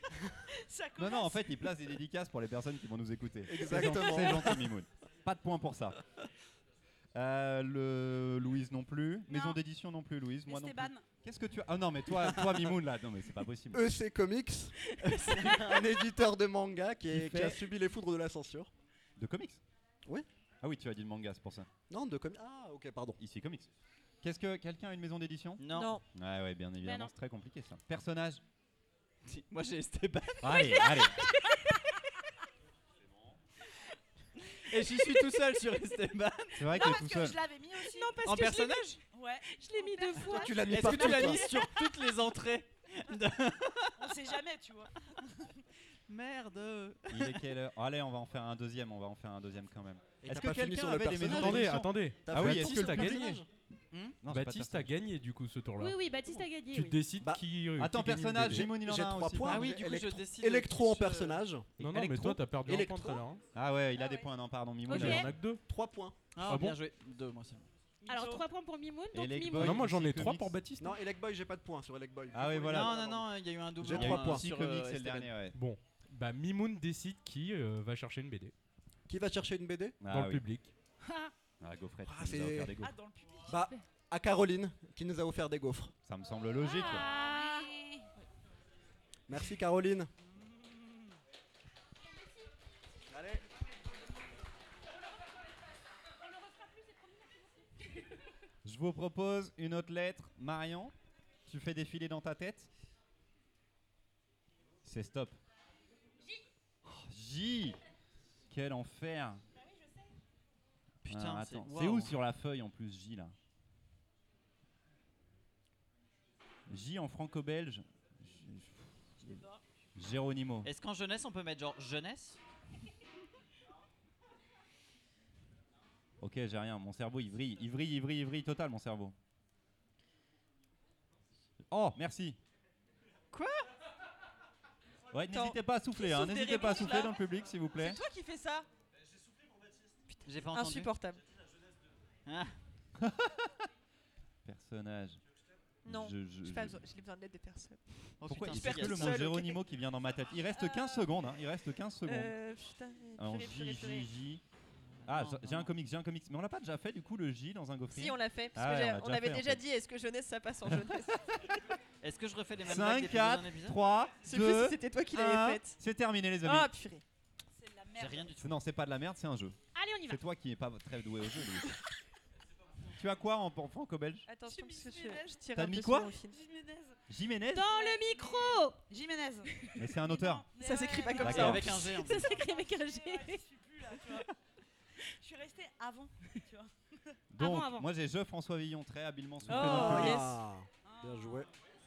Ça Non, commence. non, en fait, il place des dédicaces pour les personnes qui vont nous écouter. Exactement. C'est gentil, Mimoun. Pas de point pour ça. Euh, le Louise non plus. Maison Non. d'édition non plus, Louise. Moi non Esteban. plus. Qu'est-ce que tu as? Ah non, mais toi, toi Mimoun là. Non, mais c'est pas possible. E C Comics, c'est un éditeur de manga qui, est- Qui qui a fait- subi les foudres de la censure. De comics? Oui. Ah oui, tu as dit le manga, c'est pour ça. Non, de comics. Ah, ok, pardon. Ici, comics. Qu'est-ce que quelqu'un a une maison d'édition? Non. Non. Ouais, ouais, bien évidemment, non. c'est très compliqué ça. Personnage? Si, moi j'ai Esteban. Allez, allez. Et j'y suis tout seul sur Esteban. C'est vrai Non, que parce tout que seul. je l'avais mis aussi. Non, parce En que je l'ai- personnage? Ouais. je l'ai mis deux fois. Tu l'as mis Est-ce partout. que tu l'as toi. mis sur toutes les entrées? On sait jamais, tu vois. Merde. Il est quelle heure? Allez, on va en faire un deuxième, on va en faire un deuxième quand même. Et Est-ce t'as que pas fini quelqu'un sur le avait des maisons personnage Attendez, d'édition? attendez. T'as Ah fait oui, tout est-ce sur que le t'as gagné? personnage. Hmm Non, c'est pas Baptiste ta a faute. gagné du coup ce tour-là. Oui, oui, Baptiste a gagné. Tu oui. décides Bah, qui. euh, Attends, qui gagne le personnage, B D. Jimon il en J'ai a un trois aussi. points. Ah oui, j'ai du coup, je Electro- décide Electro en plus, euh, personnage. Non, non, mais Electro- toi t'as perdu un point Electro. tout à l'heure. hein. Ah ouais, il a Ah des ouais. points, non, pardon, Mimoun. Ok. Il alors. en a que deux. trois points. Ah, Ah bien bon joué. Deux, moi c'est bon. Alors Iso. trois points pour Mimoun, Et donc les Mimoun. boys. Non, moi j'en ai Comics. trois pour Baptiste. Non, Elec Boy, j'ai pas de points sur Elec Boy. Ah oui, voilà. Non, non, non, il y a eu un double. J'ai trois points. Six sur comics, euh, c'est le Esteban. dernier, ouais. Bon, bah Mimoun décide qui euh, va chercher une B D Qui va chercher une B D? Ah dans le oui. public. Ah, Ah, Gaufrette, Ah, qui nous a c'est- offert des gaufres. Ah, dans le public. Bah, à Caroline, qui nous a offert des gaufres. Ça me semble logique. quoi. ah. Oui. Merci Caroline. Allez. Je vous propose une autre lettre. Marion, tu fais défiler dans ta tête. C'est stop. J. Quel enfer. Putain, Ah, c'est- attends, waouh. c'est où sur la feuille en plus J là? J en franco-belge. J- Géronimo. Est-ce qu'en jeunesse on peut mettre genre jeunesse? Ok, j'ai rien. Mon cerveau il vrille, il vrille, il vrille, il vrille total mon cerveau. Oh, merci. Quoi? Ouais, Attends, n'hésitez pas à souffler, qui hein. souffle des N'hésitez pas à réponses, souffler là dans le public s'il vous plaît. C'est toi qui fais ça? J'ai pas entendu. Insupportable. Ah. Personnage. Non, Je- je- j'ai pas je- besoin, j'ai besoin d'aide des personnes. Oh, Pourquoi putain, il c'est fait que le seul, mot ok. Géronimo qui vient dans ma tête? Il reste quinze secondes, hein. Il reste quinze secondes. Euh, putain, Alors, purée, purée, J, purée. J, J. Ah, Non, j'ai- non, j'ai un non. comics, j'ai un comics. Mais on l'a pas déjà fait du coup le J dans un gaufrier? Si, on l'a fait, parce Ah que ouais, j'ai- on l'a on, déjà avait fait, en déjà fait. dit est-ce que jeunesse ça passe en jeunesse? Est-ce que je refais les mêmes cinq, blagues d'épisode quatre, en épisode? trois, Je sais plus si deux, c'était toi qui un. l'avais faite. C'est terminé les amis. Ah purée. C'est de la J'ai merde. rien du tout. Non, c'est pas de la merde, c'est un jeu. Allez, on y va. C'est toi qui n'es pas très doué au jeu. Louis. Tu as quoi en, en franco-belge? Attention, J'ai parce mis que je, Jiménez. je tire T'as un mis peu quoi sur mon fil. Jiménez. Jiménez? Dans le micro. Jiménez. Mais c'est un auteur. Mais Ça s'écrit pas comme D'accord. C'est ça. avec un G en Ça plus. s'écrit avec un G. Ouais, je suis plus là, tu vois. Je suis restée avant, tu vois. Donc, Avant, avant. moi j'ai jeu François Villon, très habilement soufflé Oh, dans le public. yes. Ah, bien joué.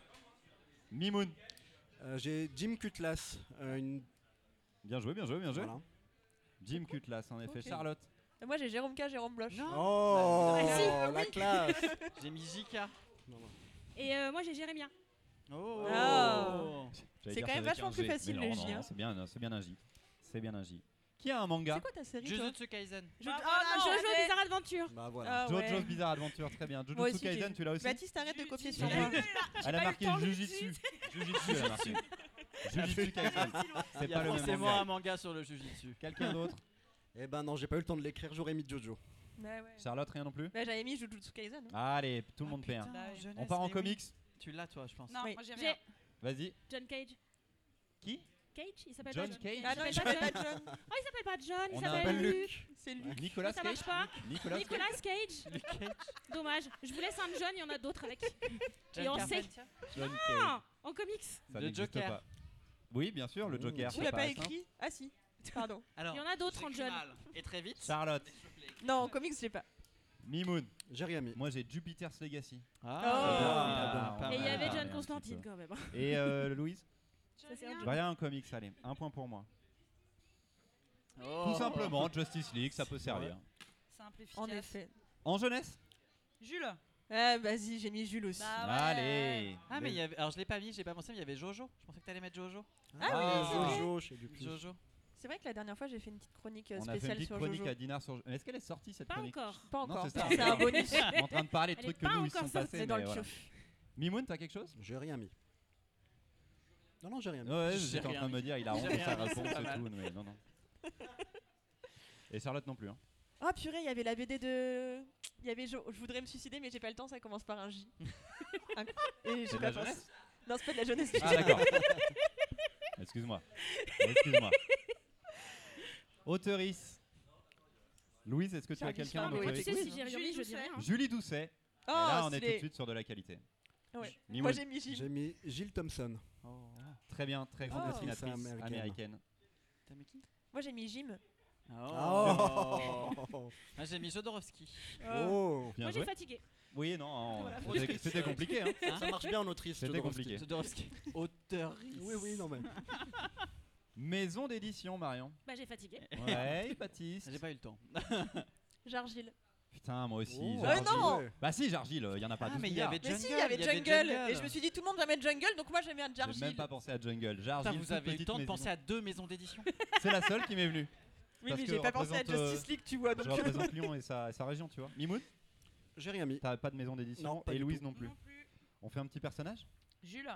Mimoun. Euh, J'ai Jim Cutlass. euh, une... Bien joué, bien joué, bien joué. Voilà. Jim Cutlass, en effet. Ok. Charlotte. Euh, Moi j'ai Jérôme K, Jérôme Bloch. Oh, Ah, si, la classe. J'ai mis J K. Non, non. Et euh, moi j'ai Jérémia. Oh. Ah. J'allais C'est dire quand même avec vachement un plus G, facile, mais le non, J, non, hein. C'est bien, c'est bien un J. C'est bien un J. Qui a un manga? C'est quoi ta série toi? Jujutsu Kaisen. Je- Bah, Ah voilà, non, Jojo arrête. Bizarre Adventure. Bah voilà. Ah Jojo's ouais. Bizarre Adventure, très bien. Moi Jujutsu aussi, j'ai Kaisen, vu. tu l'as aussi? Baptiste, arrête de copier J'ai sur pas moi. eu là, j'ai Elle pas a eu marqué le temps, Jujutsu. Jujutsu, elle a marqué. Jujutsu Kaisen. C'est Il y a pas le même forcément un manga. manga sur le Jujutsu. Quelqu'un d'autre? Eh ben non, j'ai pas eu le temps de l'écrire, j'aurais mis Jojo. Bah ouais. Charlotte, rien non plus? Bah j'avais mis Jujutsu Kaisen. hein. Allez, tout le monde perd. Putain, Bah, jeunesse, On part en mais oui. comics? Tu l'as toi, je pense. Non, Oui. moi j'ai J'ai rien. Vas-y. John Cage. Qui? Cage Il s'appelle John pas John. Cage? Ah non, Il il s'appelle s'appelle pas pas John. John. Oh, il s'appelle pas John, il On s'appelle appelle Luke. C'est Luc. Nicolas Ça Cage? marche pas. Nicolas Cage? Nicolas Cage. Dommage. Je vous laisse un John, il y en a d'autres avec. John Et on Carpenter. sait. John Cage. Ah, en comics. Ça Le n'existe Joker. pas. Oui, bien sûr, le Mmh. Joker. Tu ça l'as pas paraît écrit? Ah si. Pardon. Alors, Il y en a d'autres en j'écris John. mal. Et très vite. simple. Charlotte. Non, en comics j'ai pas. Mimoun. J'ai rien mis. Moi j'ai Jupiter's Legacy. Ah, Ah, pas Et il y mal. avait Ah, John un petit Constantine peu. quand même. Et euh, Louise? J'ai Ça, c'est rien. un Rien en comics, allez. Un point pour moi. Oh. Tout simplement, Justice League, ça peut servir. Simple, efficace. En effet. En jeunesse? Jules. Ah vas-y, j'ai mis Jules aussi. Bah ouais. Allez. Ah mais il y avait, alors je l'ai pas mis, j'ai pas pensé mais il y avait Jojo. Je pensais que t'allais mettre Jojo. Ah oui, c'est vrai. Jojo, chez Dupuis. Jojo. C'est vrai que la dernière fois j'ai fait une petite chronique euh, On a fait une spéciale petite sur chronique Jojo. à Dinard sur. Est-ce qu'elle est sortie cette Pas chronique? encore. Pas Non, encore. c'est ça. C'est un bonus. On est en train de parler de Elle trucs est que pas nous ils encore sont sortie, passés. C'est dans mais le voilà. piouf. Mimoun, t'as quelque chose? J'ai rien mis. Non, non, j'ai rien mis. Ouais, J'ai j'étais en rien train de me mis. dire, il a J'ai honte de rien sa mis, c'est réponse pas et mal. tout. Mais non, non. Et Charlotte non plus. Hein. Ah purée, il y avait la B D de. Il y avait Jo- Je voudrais me suicider, mais j'ai pas le temps, ça commence par un J. Un- Et C'est j'ai de la pas pensé. jeunesse? Non, c'est pas de la jeunesse. Ah d'accord. Excuse-moi. Excuse-moi. Auteurice. Louise, est-ce que tu as Charlie quelqu'un en Charles, oui, Tu auteurice? sais, oui. si j'ai rien Julie mis, je Doucet. dirais. hein. Julie Doucet. Oh, Et là, on est tout stylé. de suite sur de la qualité. Ouais. Mimoun. Moi j'ai mis J. J'ai mis Gilles Thompson. Oh. Très bien, très grande Oh. dessinatrice C'est américaine. américaine. T'as mis qui? Moi j'ai mis Jim. Oh. Oh, Moi j'ai mis Jodorowsky. oh. Bien Moi j'ai joué. fatigué. Oui, non, Voilà. c'était- c'était compliqué. Hein. Hein Ça marche bien en autrice. C'était Jodorowsky. compliqué. Jodorowsky. Auteur. Oui, oui, non mais. Maison d'édition, Marion. Bah j'ai fatigué. Ouais, Baptiste. J'ai pas eu le temps. Jargil. Putain, moi aussi. Oh, Jargil. Euh, non. ouais. Bah si, Jargil, il y en a pas Ah, douze mais il y milliards. avait Mais si, il Jungle, y avait il y avait Jungle. Jungle. Et je me suis dit, tout le monde va mettre Jungle, donc moi je vais mettre J'ai Jargil. même pas pensé à Jungle. Jargil, Putain, vous toute avez eu le petite temps de maison. penser à deux maisons d'édition. C'est la seule qui m'est venue. Oui, parce mais que j'ai pas pensé à représente, euh, Justice League, tu vois. Je Donc... représente Lyon et sa, sa région, tu vois. Mimoun, J'ai rien mis. t'as pas de maison d'édition. Non, pas Et du Louise tout. non plus. Non plus. On fait un petit personnage? Jules.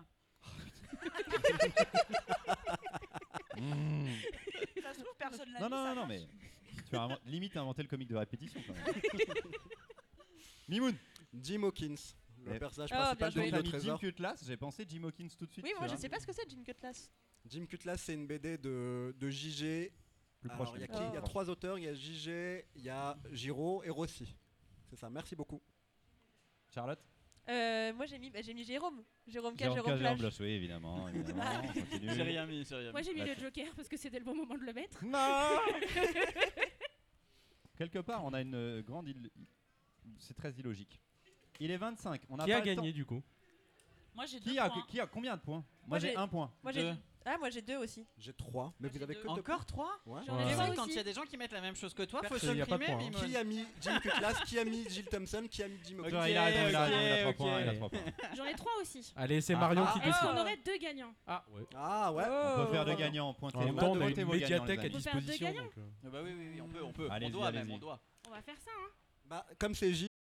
Mmh. Ça se trouve, personne l'a Non, mis, non, ça non, non, marche. mais tu as inven- limite inventé le comique de répétition quand même. Mimoun, Jim Hawkins, le Eh. personnage Ah, principal de bien l'île t'as au mis Jim trésor. Cutlass, j'ai pensé Jim Hawkins tout de suite. Oui, tu moi je vois. sais pas ce que c'est, Jim Cutlass. Jim Cutlass, c'est une B D de, de J G. Plus Alors, proche. il y a, de qui moi. Il y a trois auteurs, il y a J G, il y a Giro et Rossi. C'est ça, merci beaucoup. Charlotte, Euh, moi j'ai mis, bah, j'ai mis Jérôme. Jérôme K, Jérôme Jérôme K, Jérôme Plage. Blache, oui, évidemment. évidemment, on continue. J'ai rien mis, j'ai rien mis. Moi j'ai mis Là, le tu- Joker parce que c'était le bon moment de le mettre. Non Quelque part, on a une euh, grande... il- C'est très illogique. Il est vingt-cinq. On n'a Qui pas a le temps. gagné du coup? Moi j'ai deux Qui a, points. qui a combien de points? Moi, Moi, j'ai j'ai- un point. Moi j'ai Deux. ah moi j'ai deux aussi. J'ai trois, mais Moi, vous j'ai avez deux. que deux Encore trois points. Ouais. J'en Ouais. ai Tu trois sais, quand il y a aussi. des gens qui mettent la même chose que toi, faut se Personne, y a pas de primer, point, hein. Mimone. Qui a mis Jim Cutlass? Qui a mis Jill Thompson? Qui a mis Jim Ok. O'Connor? il a, il a, il a, il a, il a ok, trois points, il a ok. trois points. J'en ai trois aussi. Allez, c'est Ah, Marion ah, qui ah. Est-ce décide. qu'on aurait deux gagnants? Ah ouais. Ah ouais. On peut faire deux Oh. gagnants. Pointez, En même temps, on a pointez une vos gagnants, médiathèque les à amis. On peut faire deux disposition. gagnants. donc, euh. Ah bah oui, oui, oui, on peut, on peut. On Allez-y, doit même, allez-y. on doit. On va faire ça, hein. Bah, comme c'est J,